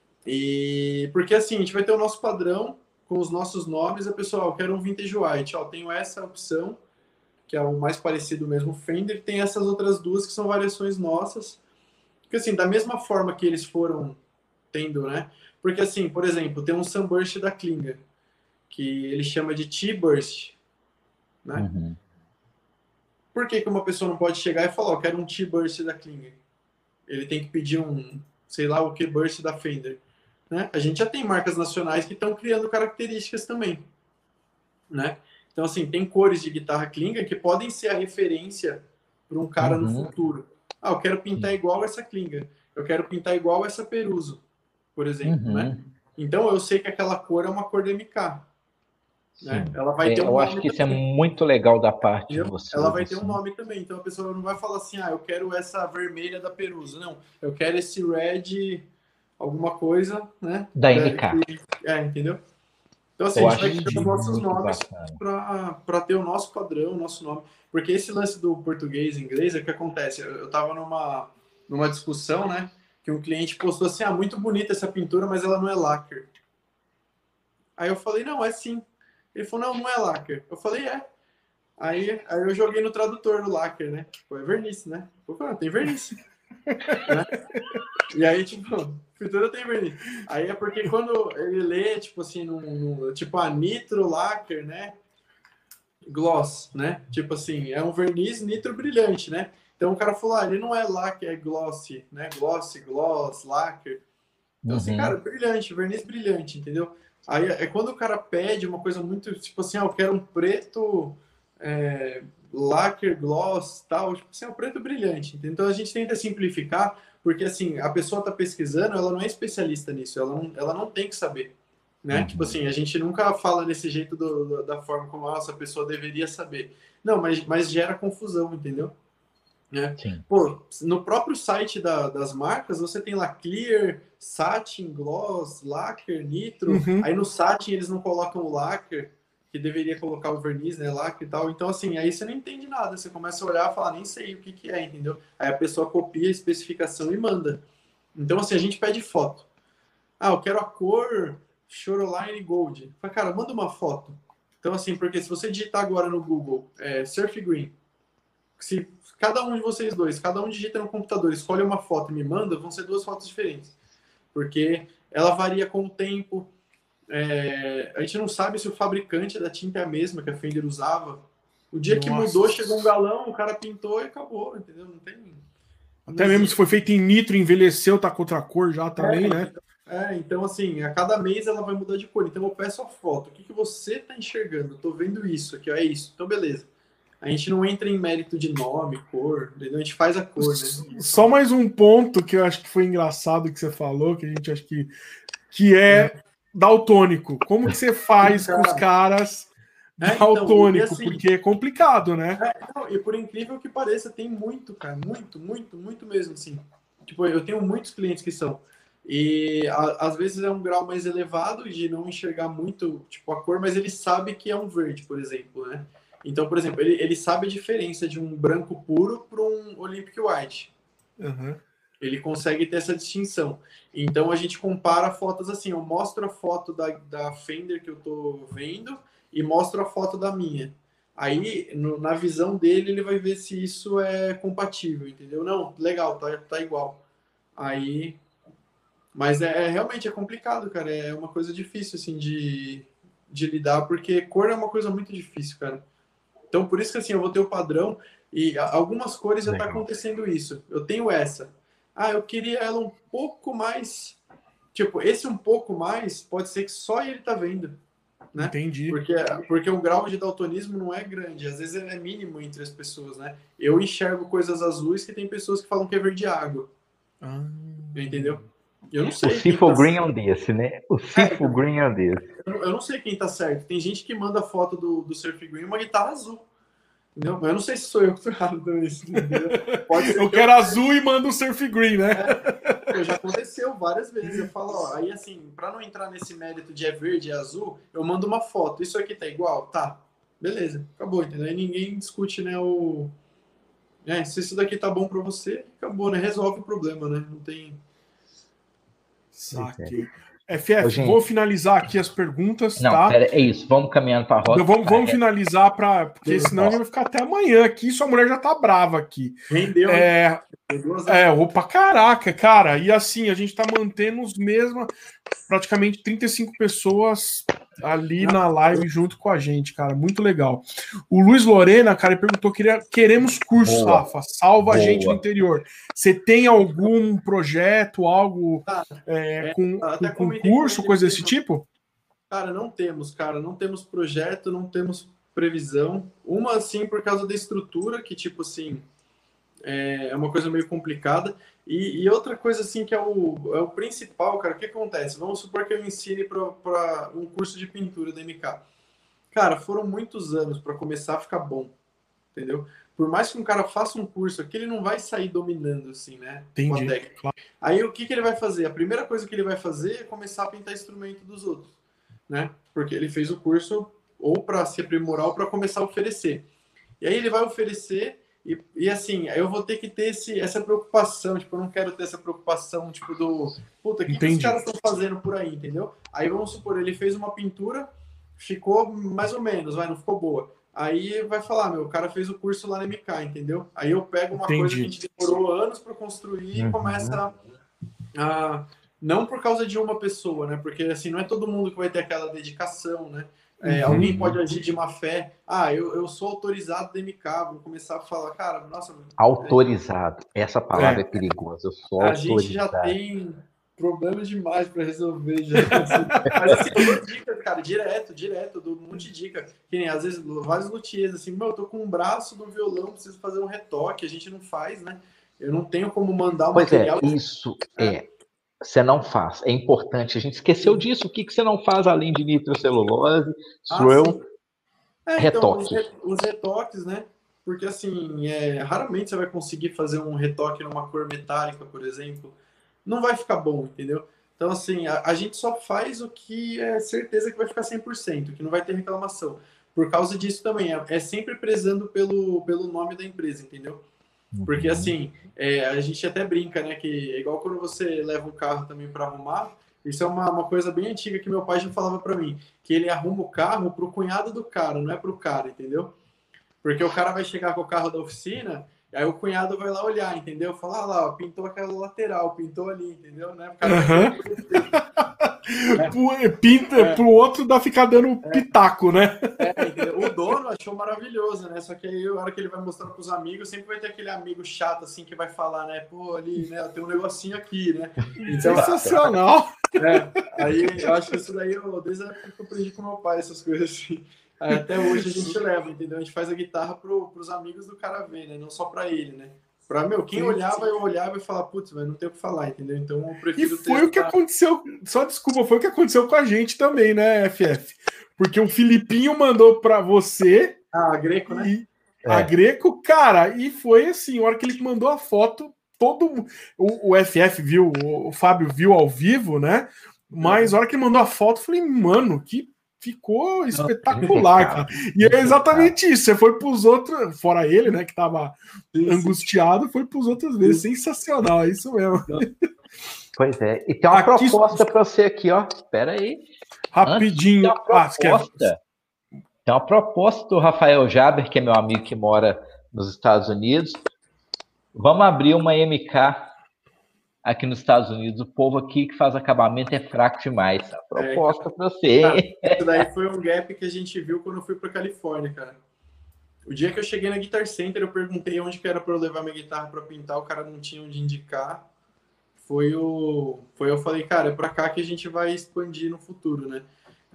E porque assim, a gente vai ter o nosso padrão com os nossos nomes, a pessoa, ó, eu quero um Vintage White, ó, tenho essa opção, que é o mais parecido mesmo, Fender, tem essas outras duas que são variações nossas. Porque, assim, da mesma forma que eles foram tendo, né? Porque, assim, por exemplo, tem um Sunburst da Klinger, que ele chama de T-Burst, né? Uhum. Por que que uma pessoa não pode chegar e falar, ó, quero um T-Burst da Klinger? Ele tem que pedir um, sei lá, o Q-Burst da Fender, né? A gente já tem marcas nacionais que estão criando características também, né? Então, assim, tem cores de guitarra Klinger que podem ser a referência para um cara Uhum. no futuro. Ah, eu quero pintar igual essa Klinger. Eu quero pintar igual essa Peruso, por exemplo, Uhum. né? Então, eu sei que aquela cor é uma cor de M K, né? Ela vai É, ter um eu nome acho que isso também, é muito legal da parte de entendeu? vocês. Ela vai ter assim. um nome também. Então, a pessoa não vai falar assim, ah, eu quero essa vermelha da Peruso. Não, eu quero esse red alguma coisa, né? Da M K. Que, é, entendeu? Então, assim, Eu a gente vai acho criando os nossos muito nomes bacana. para ter o nosso padrão, o nosso nome. Porque esse lance do português e inglês é o que acontece. Eu estava numa, numa discussão, né? Que um cliente postou assim, ah, muito bonita essa pintura, mas ela não é lacquer. Aí eu falei, não, é sim. Ele falou, não, não é lacquer. Eu falei, é. Aí, aí eu joguei no tradutor do lacquer, né? Pô, é verniz, né? Eu falei, ah, tem verniz. Né? E aí, tipo, pintura tem verniz. Aí é porque quando ele lê, tipo assim, no, no, tipo a nitro lacquer, né? Gloss, né? Tipo assim, é um verniz nitro brilhante, né? Então o cara falou, ah, ele não é lacquer, é glossy, né? Glossy, gloss, lacquer. Então assim, cara, Uhum. brilhante, verniz brilhante, entendeu? Aí é quando o cara pede uma coisa muito, tipo assim, ah, eu quero um preto é, lacquer, gloss, tal, tipo assim, é um preto brilhante. Então a gente tenta simplificar, porque assim, a pessoa tá pesquisando, ela não é especialista nisso, ela não, ela não tem que saber. Né? Uhum. Tipo assim, a gente nunca fala desse jeito do, do, da forma como nossa, a pessoa deveria saber. Não, mas, mas gera confusão, entendeu? Né? Sim. Pô, no próprio site da, das marcas, você tem lá Clear, Satin, Gloss, Lacquer, Nitro. Uhum. Aí no Satin eles não colocam o Lacquer, que deveria colocar o verniz, né? Lacquer e tal. Então, assim, aí você não entende nada. Você começa a olhar e falar, nem sei o que, que é, entendeu? Aí a pessoa copia a especificação e manda. Então, assim, a gente pede foto. Ah, eu quero a cor Shoreline Gold. Fala, cara, manda uma foto. Então, assim, porque se você digitar agora no Google é, Surf Green, se cada um de vocês dois, cada um digita no computador, escolhe uma foto e me manda, vão ser duas fotos diferentes. Porque ela varia com o tempo. É, a gente não sabe se o fabricante da tinta é a mesma que a Fender usava. O dia Nossa. que mudou, chegou um galão, o cara pintou e acabou, entendeu? Não tem. Até mesmo se foi feito em nitro, envelheceu, tá com outra cor já também, é, né? É, então assim, a cada mês ela vai mudar de cor. Então eu peço a foto. O que, que você está enxergando? Eu tô vendo isso aqui, ó, é isso. Então beleza. A gente não entra em mérito de nome, cor, entendeu? A gente faz a cor, né? Só mais um ponto que eu acho que foi engraçado que você falou, que a gente acha que, que é daltônico. Como que você faz com os caras daltônico? É, então, assim, porque é complicado, né? É, não, e por incrível que pareça, tem muito, cara. Muito, muito, muito mesmo, assim. Tipo, eu tenho muitos clientes que são. E a, às vezes é um grau mais elevado de não enxergar muito tipo a cor, mas ele sabe que é um verde, por exemplo, né? Então, por exemplo, ele, ele sabe a diferença de um branco puro para um Olympic White. Uhum. Ele consegue ter essa distinção. Então a gente compara fotos assim, eu mostro a foto da, da Fender que eu tô vendo e mostro a foto da minha. Aí, no, na visão dele, ele vai ver se isso é compatível, entendeu? Não, legal, tá, tá igual. Aí Mas é, é realmente é complicado, cara. É uma coisa difícil, assim, de, de lidar, porque cor é uma coisa muito difícil, cara. Então, por isso que, assim, eu vou ter o padrão e a- algumas cores já tá Legal. acontecendo isso. Eu tenho essa. Ah, eu queria ela um pouco mais... Tipo, esse um pouco mais, pode ser que só ele tá vendo. né? Entendi. Porque, porque o grau de daltonismo não é grande, às vezes é mínimo entre as pessoas, né? Eu enxergo coisas azuis que tem pessoas que falam que é verde água. Ah. Entendeu? Eu não O sei. Cifo tá... Green é um desse, né? O Cifo é, Green é um desse. Eu, eu não sei quem tá certo. Tem gente que manda foto do, do Surf Green uma guitarra azul. Entendeu? Mas eu não sei se sou eu que tô errado também. Pode ser eu que quero eu... azul e mando o Surf Green, né? É, já aconteceu várias vezes. Eu falo, ó, aí assim, pra não entrar nesse mérito de é verde e é azul, eu mando uma foto. Isso aqui tá igual? Tá. Beleza, acabou, entendeu? Aí ninguém discute, né, o... É, se isso daqui tá bom pra você, acabou, né? Resolve o problema, né? Não tem... Saque. F F, Ô, vou finalizar aqui as perguntas, não, tá? Pera, é isso, vamos caminhando para a roda. Vamos, vamos finalizar, pra, porque Vamos. senão a gente vai ficar até amanhã aqui. Sua mulher já tá brava aqui. Rendeu, é, é, opa, caraca, cara. E assim, a gente tá mantendo os mesmos, praticamente trinta e cinco pessoas ali na live junto com a gente, cara. Muito legal. O Luiz Lorena, cara, ele perguntou: queria, queremos cursos, Boa. Rafa. Salva Boa. a gente no interior. Você tem algum projeto, algo tá. é, é, com, até com curso, coisa desse tipo? Cara, não temos, cara. Não temos projeto, não temos previsão. Uma, assim, por causa da estrutura, que, tipo assim, é uma coisa meio complicada. E, e outra coisa, assim, que é o, é o principal, cara, o que acontece? Vamos supor que eu ensine para um curso de pintura da M K. Cara, foram muitos anos para começar a ficar bom, entendeu? Por mais que um cara faça um curso aqui, ele não vai sair dominando, assim, né? Entendi. Com a técnica. Claro. Aí, o que, que ele vai fazer? A primeira coisa que ele vai fazer é começar a pintar instrumento dos outros, né? Porque ele fez o curso ou para se aprimorar ou para começar a oferecer. E aí ele vai oferecer e, e assim, eu vou ter que ter esse, essa preocupação, tipo, eu não quero ter essa preocupação, tipo, do puta, o que, que os caras estão fazendo por aí, entendeu? Aí vamos supor, ele fez uma pintura, ficou mais ou menos, vai, não ficou boa. Aí vai falar, meu, o cara fez o curso lá na M K, entendeu? Aí eu pego uma Entendi. coisa que a gente demorou anos para construir uhum. e começa a, a... Não por causa de uma pessoa, né? Porque, assim, não é todo mundo que vai ter aquela dedicação, né? É, uhum. Alguém pode agir de má fé. Ah, eu, eu sou autorizado da M K, vou começar a falar, cara, nossa... Autorizado. É... Essa palavra é, é perigosa. Eu sou a autorizado. A gente já tem problemas demais para resolver. Já. Mas, assim, eu dou dicas, cara, direto, direto. Eu dou um monte de dica. Que nem, às vezes, vários luthiers, assim, meu, eu tô com um braço do violão, preciso fazer um retoque. A gente não faz, né? Eu não tenho como mandar o pois material. Pois é, isso é... é. Você não faz. É importante. A gente esqueceu disso. O que, que você não faz além de nitrocelulose, swirl, ah, é, retoque? Então, os, re, os retoques, né? Porque, assim, é, raramente você vai conseguir fazer um retoque numa cor metálica, por exemplo. Não vai ficar bom, entendeu? Então, assim, a, a gente só faz o que é certeza que vai ficar cem por cento, que não vai ter reclamação. Por causa disso também, é, é sempre prezando pelo, pelo nome da empresa, entendeu? Porque, assim, é, a gente até brinca, né? Que é igual quando você leva um carro também para arrumar. Isso é uma, uma coisa bem antiga que meu pai já falava para mim. Que ele arruma o carro pro cunhado do cara, não é pro cara, entendeu? Porque o cara vai chegar com o carro da oficina, aí o cunhado vai lá olhar, entendeu? Falar ah, lá, ó, pintou aquela lateral, pintou ali, entendeu? Né? O cara uhum. vai... é. Pinta é. Pro outro dá ficar dando é. Pitaco, né? É, entendeu? O dono achou maravilhoso, né? Só que aí, na hora que ele vai mostrando pros amigos, sempre vai ter aquele amigo chato, assim, que vai falar, né? Pô, ali, né? Tem um negocinho aqui, né? Então, sensacional! É, aí eu acho que isso daí, eu, desde a época que eu aprendi com meu pai, essas coisas assim. Até hoje a gente leva, entendeu? A gente faz a guitarra pro, pros amigos do cara ver, né? Não só pra ele, né? Pra, meu, quem olhava, eu olhava e falava, putz, mas não tem o que falar, entendeu? Então eu prefiro E foi o que aconteceu, só desculpa, foi o que aconteceu com a gente também, né, F F? Porque o Filipinho mandou pra você. Ah, a Greco, né? E, é. A Greco, cara, e foi assim, a hora que ele mandou a foto, todo o, o F F viu, o, o Fábio viu ao vivo, né? Mas a hora que ele mandou a foto, eu falei, mano, que ficou espetacular, cara. E é exatamente isso. Você foi pros outros, fora ele, né, que tava isso. Angustiado, foi pros outros vezes. Sensacional, é isso mesmo. Pois é. E tem uma aqui, proposta para você aqui, ó. Espera aí. Rapidinho. Tem uma proposta, ah, tem uma proposta do Rafael Jaber, que é meu amigo que mora nos Estados Unidos. Vamos abrir uma M K aqui nos Estados Unidos. O povo aqui que faz acabamento é fraco demais. A proposta é, para você. Cara, isso daí foi um gap que a gente viu quando eu fui para Califórnia, cara. O dia que eu cheguei na Guitar Center, eu perguntei onde que era para eu levar minha guitarra para pintar, o cara não tinha onde indicar. Foi o, foi eu falei, cara, é para cá que a gente vai expandir no futuro, né?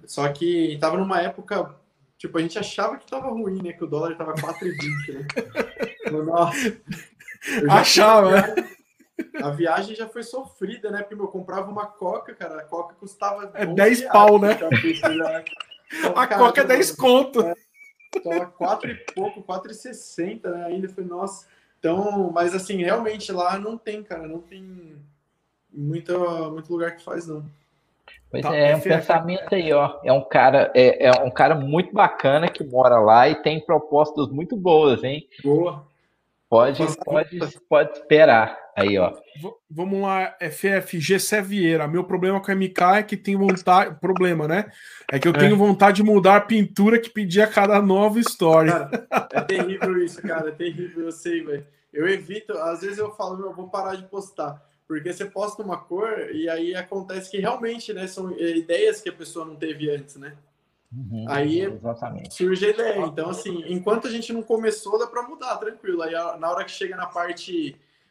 Só que tava numa época, tipo, a gente achava que tava ruim, né? Que o dólar tava quatro e vinte, né? Nossa, eu já achava, a viagem, a viagem já foi sofrida, né? Porque eu comprava uma Coca, cara, a Coca custava é dez pau, né? Então, a cara, Coca é dez conto. É, tava quatro e pouco, quatro e sessenta, né? Ainda foi, nossa. Então, mas assim, realmente lá não tem, cara, não tem muita, muito lugar que faz, não. Pois Tá, é, é um F F. pensamento aí, ó. É um cara, é, é um cara muito bacana que mora lá e tem propostas muito boas, hein? Boa. Pode, pode, pode esperar. Aí, ó. V vamos lá, F F, Gessé Vieira. Meu problema com a M K é que tenho vontade. Problema, né? É que eu tenho É. vontade de mudar a pintura que pedi a cada nova história. Cara, é terrível isso, cara. É terrível, eu sei, velho. Eu evito, às vezes eu falo, meu, eu vou parar de postar. Porque você posta uma cor e aí acontece que realmente, né, são ideias que a pessoa não teve antes, né? Uhum, aí exatamente. Surge a ideia. Então, assim, enquanto a gente não começou, dá para mudar, tranquilo. Aí na hora que chega na parte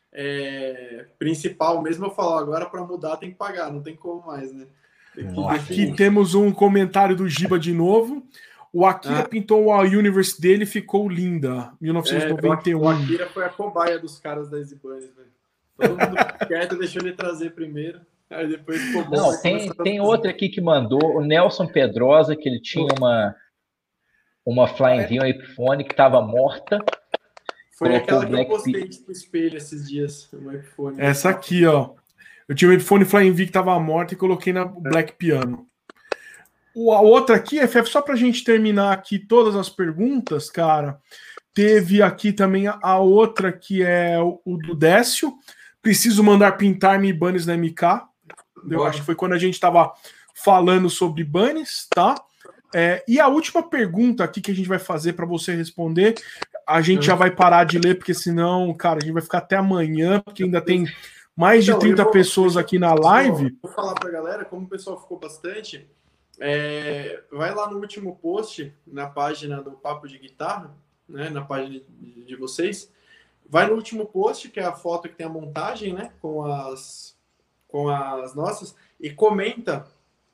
é, principal mesmo, eu falo, agora para mudar tem que pagar, não tem como mais, né? Aqui temos um comentário do Giba de novo. O Akira ah. pintou a Universe dele e ficou linda. mil novecentos e noventa e um. É, o Akira foi a cobaia dos caras da Exibanes, velho. Todo mundo quieto, deixou ele trazer primeiro. Aí depois ficou bom. Não, tem, tem outro aqui que mandou, o Nelson Pedrosa, que ele tinha uma, uma Flying V, uma Epiphone que estava morta. Foi aquela que eu postei no espelho esses dias. Uma Epiphone. Essa aqui, ó. Eu tinha uma Epiphone Flying V que estava morta e coloquei na Black Piano. A outra aqui, F F, só para a gente terminar aqui todas as perguntas, cara, teve aqui também a, a outra que é o, o do Décio. Preciso mandar pintar Mi Bunnies na M K. Eu acho que foi quando a gente estava falando sobre Bunnies, tá? É, e a última pergunta aqui que a gente vai fazer para você responder, a gente já vai parar de ler, porque senão, cara, a gente vai ficar até amanhã, porque ainda tem mais de trinta então, vou, pessoas aqui na live. Vou falar para a galera, como o pessoal ficou bastante, é, vai lá no último post, na página do Papo de Guitarra, né, na página de, de vocês, vai no último post, que é a foto que tem a montagem, né, com as, com as nossas, e comenta,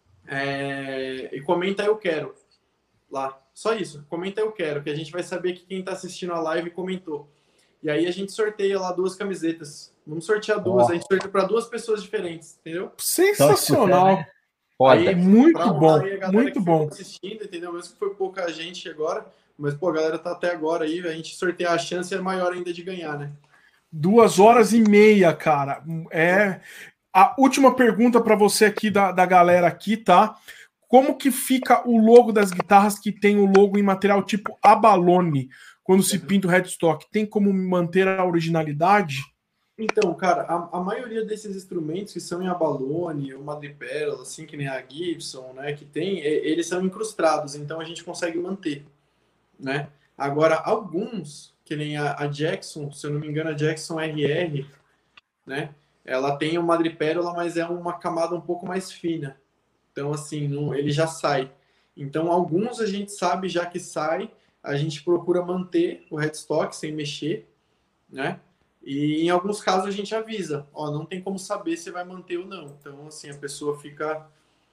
é, e comenta eu quero, lá, só isso, comenta eu quero, que a gente vai saber que quem está assistindo a live comentou. E aí a gente sorteia lá duas camisetas. Vamos sortear duas, oh. a gente sorteia para duas pessoas diferentes, entendeu? Sensacional! Aí, muito bom, muito bom. Assistindo, entendeu? Mesmo que foi pouca gente agora, mas pô, a galera tá até agora aí, a gente sortear a chance é maior ainda de ganhar, né? Duas horas e meia, cara. É a última pergunta para você aqui da, da galera aqui, tá? Como que fica o logo das guitarras que tem o logo em material tipo abalone quando se pinta o headstock? Tem como manter a originalidade? Então, cara, a, a maioria desses instrumentos que são em abalone ou madrepérola, assim, que nem a Gibson, né, que tem, eles são incrustados, então a gente consegue manter, né? Agora, alguns, que nem a, a Jackson, se eu não me engano, a Jackson R R, né, ela tem uma madrepérola, mas é uma camada um pouco mais fina. Então, assim, não, ele já sai. Então, alguns a gente sabe já que sai, a gente procura manter o headstock sem mexer, né? E em alguns casos a gente avisa, ó, não tem como saber se vai manter ou não. Então, assim, a pessoa fica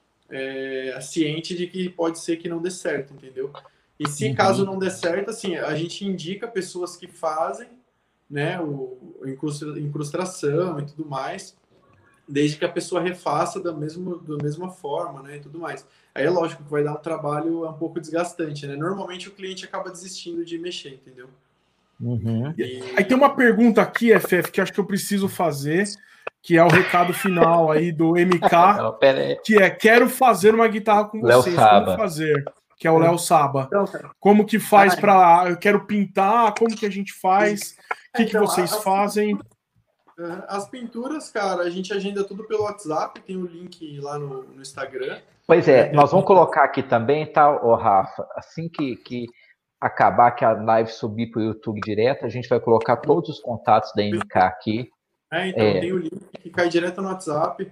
é, ciente de que pode ser que não dê certo, entendeu? E se uhum. caso não dê certo, assim, a gente indica pessoas que fazem, né, o, a incrustação e tudo mais, desde que a pessoa refaça da mesma, da mesma forma, né, e tudo mais. Aí é lógico que vai dar um trabalho um pouco desgastante, né? Normalmente o cliente acaba desistindo de mexer, entendeu? Uhum. E... Aí tem uma pergunta aqui, F F, que acho que eu preciso fazer, que é o recado final aí do M K, não, que é, quero fazer uma guitarra com Léo vocês, Saba. como fazer? Que é o Léo Saba. Como que faz para... Eu quero pintar, como que a gente faz? O que, que vocês fazem? As pinturas, cara, a gente agenda tudo pelo WhatsApp, tem o link lá no, no Instagram. Pois é, nós vamos colocar aqui também, tá, ô Rafa? Assim que, que acabar, que a live subir para o YouTube direto, a gente vai colocar todos os contatos da M K aqui. É, então, é... tem o link que cai direto no WhatsApp,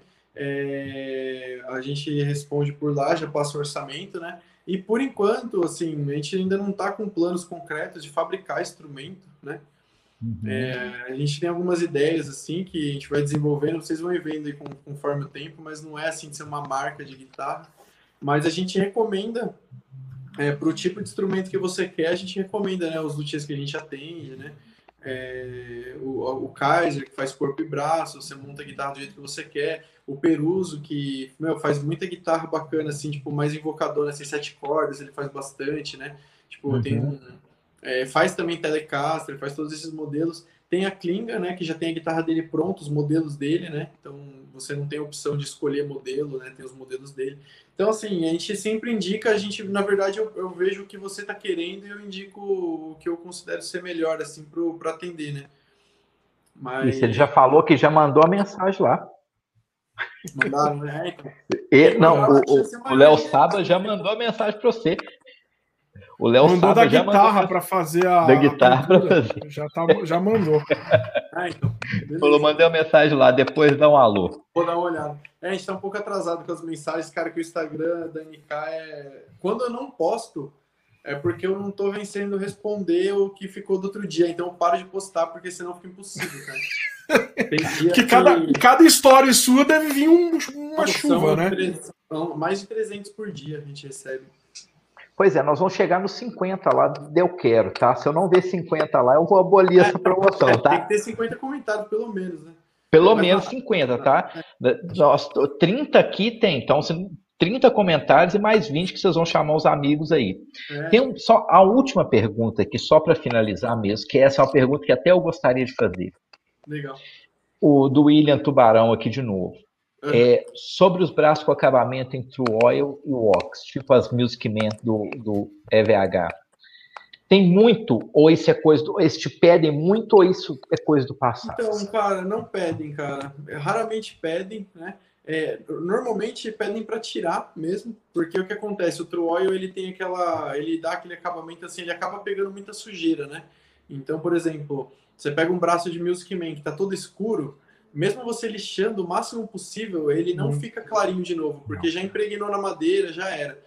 é... a gente responde por lá, já passa o orçamento, né? E por enquanto, assim, a gente ainda não está com planos concretos de fabricar instrumento, né? Uhum. É, a gente tem algumas ideias assim que a gente vai desenvolvendo, vocês vão ir vendo aí com, conforme o tempo, mas não é assim de ser uma marca de guitarra. Mas a gente recomenda, é, para o tipo de instrumento que você quer, a gente recomenda, né, os luthiers que a gente atende, né? É, o, o Kaiser, que faz corpo e braço, você monta a guitarra do jeito que você quer. O Peruso, que, meu, faz muita guitarra bacana, assim, tipo, mais invocadora, assim, sete cordas, ele faz bastante, né? Tipo, Uhum. tem um, é, faz também Telecaster, faz todos esses modelos. Tem a Klinga, né, que já tem a guitarra dele pronta, os modelos dele, né? Então, você não tem a opção de escolher modelo, né? Tem os modelos dele. Então, assim, a gente sempre indica, a gente, na verdade, eu, eu vejo o que você está querendo e eu indico o que eu considero ser melhor, assim, para atender, né? Mas... Isso, ele já falou que já mandou a mensagem lá. Mandaram, né? Então, E, não, mandou, o Léo Saba já mandou a mensagem para você. O Léo mandou Saba da já guitarra para fazer a da guitarra para fazer. Já, tá, já mandou. Ah, então, falou, mandei uma mensagem lá, depois dá um alô. Vou dar uma olhada. É, a gente tá um pouco atrasado com as mensagens, cara, que o Instagram da N K é... Quando eu não posto, é porque eu não tô vencendo responder o que ficou do outro dia. Então eu paro de postar, porque senão fica impossível, cara. Tem dia que que... cada, cada história sua deve vir um, uma Não, chuva, né? três, mais de trezentos por dia a gente recebe. Pois é, nós vamos chegar nos cinquenta lá, eu quero, tá? Se eu não ver cinquenta lá, eu vou abolir é, essa promoção, é, tá? Tem que ter cinquenta comentários, pelo menos, né? Pelo Mas menos não, cinquenta, tá? É. Nós, trinta aqui tem, então trinta comentários e mais vinte que vocês vão chamar os amigos aí. É. Tem um, só a última pergunta aqui, só para finalizar mesmo, que essa é uma pergunta que até eu gostaria de fazer. Legal. O do William Tubarão aqui de novo. Uhum. É, sobre os braços com acabamento em True Oil e Wax, tipo as Music Man do, do E V H. Tem muito, ou isso é coisa do. Eles te pedem muito, ou isso é coisa do passado? Então, cara, não pedem, cara. Raramente pedem, né? É, normalmente pedem para tirar mesmo, porque o que acontece? O True Oil, ele tem aquela. Ele dá aquele acabamento assim, ele acaba pegando muita sujeira, né? Então, por exemplo, você pega um braço de Music Man que tá todo escuro, mesmo você lixando o máximo possível, ele não hum. fica clarinho de novo, porque já impregnou na madeira, já era.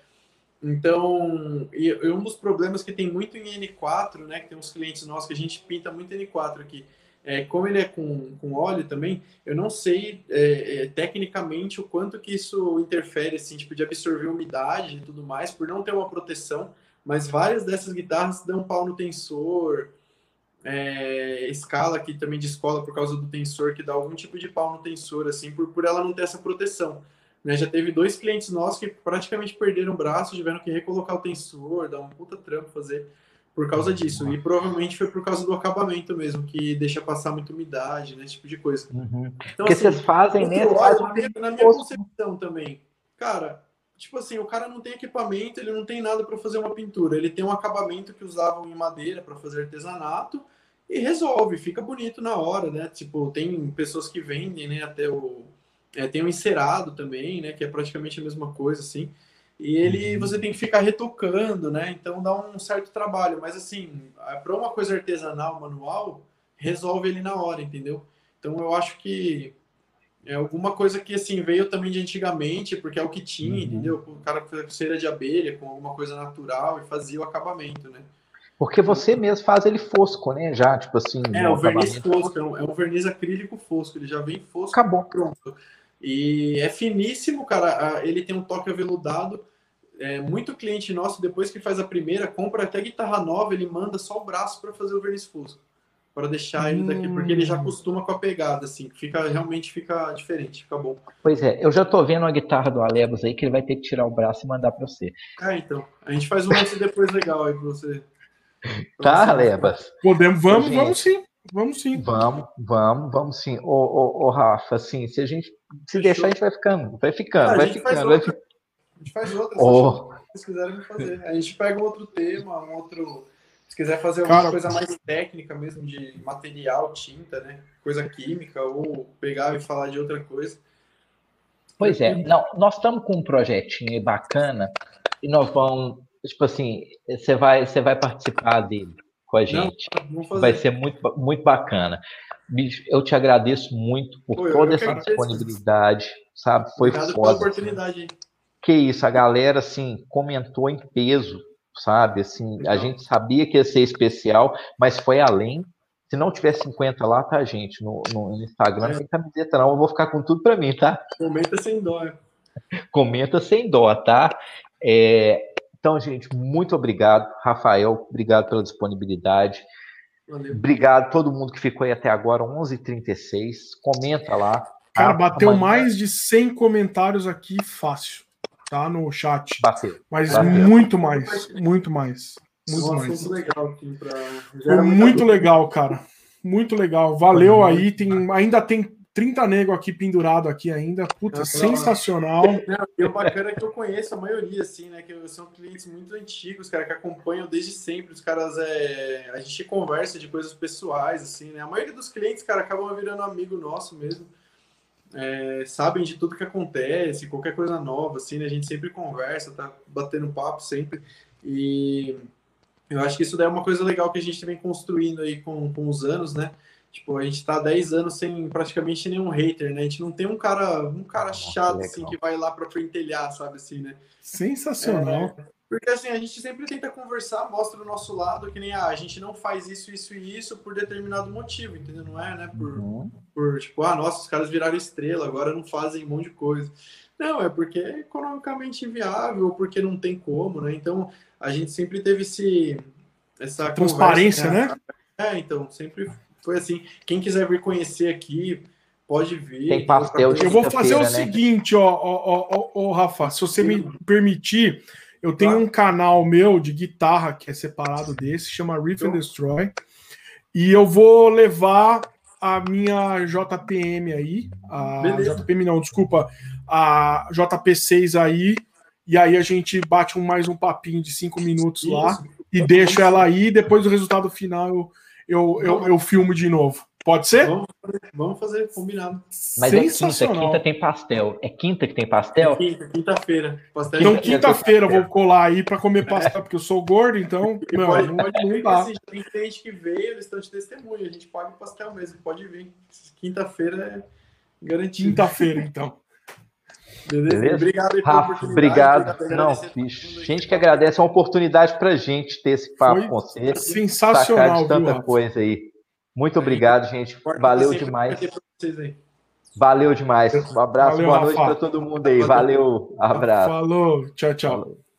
Então, e um dos problemas que tem muito em N quatro, né, que tem uns clientes nossos que a gente pinta muito N quatro aqui, é, como ele é com, com óleo também, eu não sei é, é, tecnicamente o quanto que isso interfere, assim, tipo, de absorver umidade e tudo mais, por não ter uma proteção, mas várias dessas guitarras dão pau no tensor, é, escala aqui também de escola por causa do tensor, que dá algum tipo de pau no tensor, assim, por, por ela não ter essa proteção. Né, já teve dois clientes nossos que praticamente perderam o braço, tiveram que recolocar o tensor, dar um puta trampo fazer por causa disso. E provavelmente foi por causa do acabamento mesmo, que deixa passar muita umidade, né, esse tipo de coisa. Uhum. Então, Porque assim, vocês fazem, né? Faz uma... Na minha concepção também, cara, tipo assim, o cara não tem equipamento, ele não tem nada para fazer uma pintura. Ele tem um acabamento que usavam em madeira para fazer artesanato e resolve, fica bonito na hora, né? Tipo, tem pessoas que vendem, né, até o... É, tem um encerado também, né, que é praticamente a mesma coisa, assim, e ele, você tem que ficar retocando, né, então dá um certo trabalho, mas assim, para uma coisa artesanal, manual, resolve ele na hora, entendeu? Então eu acho que é alguma coisa que, assim, veio também de antigamente, porque é o que tinha, uhum. entendeu? O cara fazia cera de abelha com alguma coisa natural e fazia o acabamento, né? Porque você mesmo faz ele fosco, né, já, tipo assim... É, o verniz fosco, é um, é um verniz acrílico fosco, ele já vem fosco. Acabou. Pronto. E é finíssimo, cara. Ele tem um toque aveludado. É, muito cliente nosso, depois que faz a primeira, compra até guitarra nova, ele manda só o braço para fazer o verniz fosco. Para deixar ele daqui, porque ele já acostuma com a pegada, assim. Fica, realmente fica diferente, fica bom. Pois é, eu já tô vendo uma guitarra do Alebos aí que ele vai ter que tirar o braço e mandar para você. É, então. A gente faz um antes e depois legal aí para você. Pra tá, Alebas? Podemos, vamos, Ô, vamos sim. Vamos sim. Vamos, vamos, vamos sim. Ô, ô, ô Rafa, assim, se a gente se Fechou. deixar, a gente vai ficando, vai ficando, ah, vai ficando. Vai fic... A gente faz outra, oh. se vocês quiserem fazer. A gente pega um outro tema, um outro. Se quiser fazer alguma Cara, coisa mais técnica mesmo, de material, tinta, né? Coisa química, ou pegar e falar de outra coisa. Pois é, não, nós estamos com um projetinho bacana e nós vamos, tipo assim, você vai, você vai participar dele com a gente. Não, vai ser muito, muito bacana. Bicho, eu te agradeço muito por Pô, toda essa disponibilidade, sabe? Foi Obrigado foda. pela oportunidade. Que isso, a galera, assim, comentou em peso, sabe? Assim, Legal. A gente sabia que ia ser especial, mas foi além. Se não tiver cinquenta lá, tá, gente? No, no Instagram, é. Não tem camiseta não, eu vou ficar com tudo pra mim, tá? Comenta sem dó. Comenta sem dó, tá? É, então, gente, muito obrigado. Rafael, obrigado pela disponibilidade. Valeu. Obrigado a todo mundo que ficou aí até agora, onze e trinta e seis. Comenta lá. Cara, tá? bateu Amanhã... mais de cem comentários aqui fácil, tá? No chat. Bateu. Mas bateu. muito mais, muito mais. Muito um mais. assunto legal aqui pra... Foi muito legal, cara. Muito legal. Valeu aí. Tem, ainda tem trinta negros aqui pendurado aqui ainda. Puta, Não, sensacional. Não, e o bacana é que eu conheço a maioria, assim, né? Que são clientes muito antigos, cara, que acompanham desde sempre. Os caras, é... a gente conversa de coisas pessoais, assim, né? A maioria dos clientes, cara, acabam virando amigo nosso mesmo. É, sabem de tudo que acontece, qualquer coisa nova, assim, né? A gente sempre conversa, tá batendo papo sempre. E eu acho que isso daí é uma coisa legal que a gente vem construindo aí com, com os anos, né? Tipo, a gente tá há dez anos sem praticamente nenhum hater, né? A gente não tem um cara, um cara chato, Nossa, assim, que vai lá pra pentelhar, sabe, assim, né? Sensacional. É, porque, assim, a gente sempre tenta conversar, mostra o nosso lado, que nem, ah, a gente não faz isso, isso e isso por determinado motivo, entendeu? Não é, né? Por, uhum. por tipo, ah, nossa, os caras viraram estrela, agora não fazem um monte de coisa. Não, é porque é economicamente inviável, ou porque não tem como, né? Então, a gente sempre teve esse... essa transparência, conversa, né? É, então, sempre foi assim. Quem quiser vir conhecer aqui, pode vir. Tem pastel de Eu vou fazer o né? seguinte, ó, ó, ó, ó, Rafa, se você me permitir, eu tenho um canal meu de guitarra que é separado desse, chama Riff and Destroy, e eu vou levar a minha J P M aí, a Beleza. J P M não, desculpa, a J P seis aí, e aí a gente bate um, mais um papinho de cinco minutos Isso. lá e deixo ela aí, e depois do resultado final eu, eu, eu, eu filmo de novo. Pode ser? Vamos fazer, vamos fazer combinado. Mas é quinta, quinta tem pastel. É quinta que tem pastel? É quinta, quinta-feira. Pastel Então, de quinta-feira eu vou colar aí para comer pastel, porque eu sou gordo, então, E não, pode, não, pode não vir, dá. assim, tem cliente que veio, eles estão de testemunho, a gente paga o pastel mesmo, pode vir. Quinta-feira é garantido. Quinta-feira, então. Beleza? Beleza? Obrigado aí pela Rafa, oportunidade. obrigado. Obrigado, Não, bicho, gente que agradece, é uma oportunidade pra gente ter esse papo Foi com você. sensacional, sacar de tanta viu, coisa aí. Muito obrigado, gente. Valeu demais. Valeu demais. Um abraço, Valeu, boa noite Rafa. para todo mundo aí. Valeu, abraço. Falou, tchau, tchau. Falou.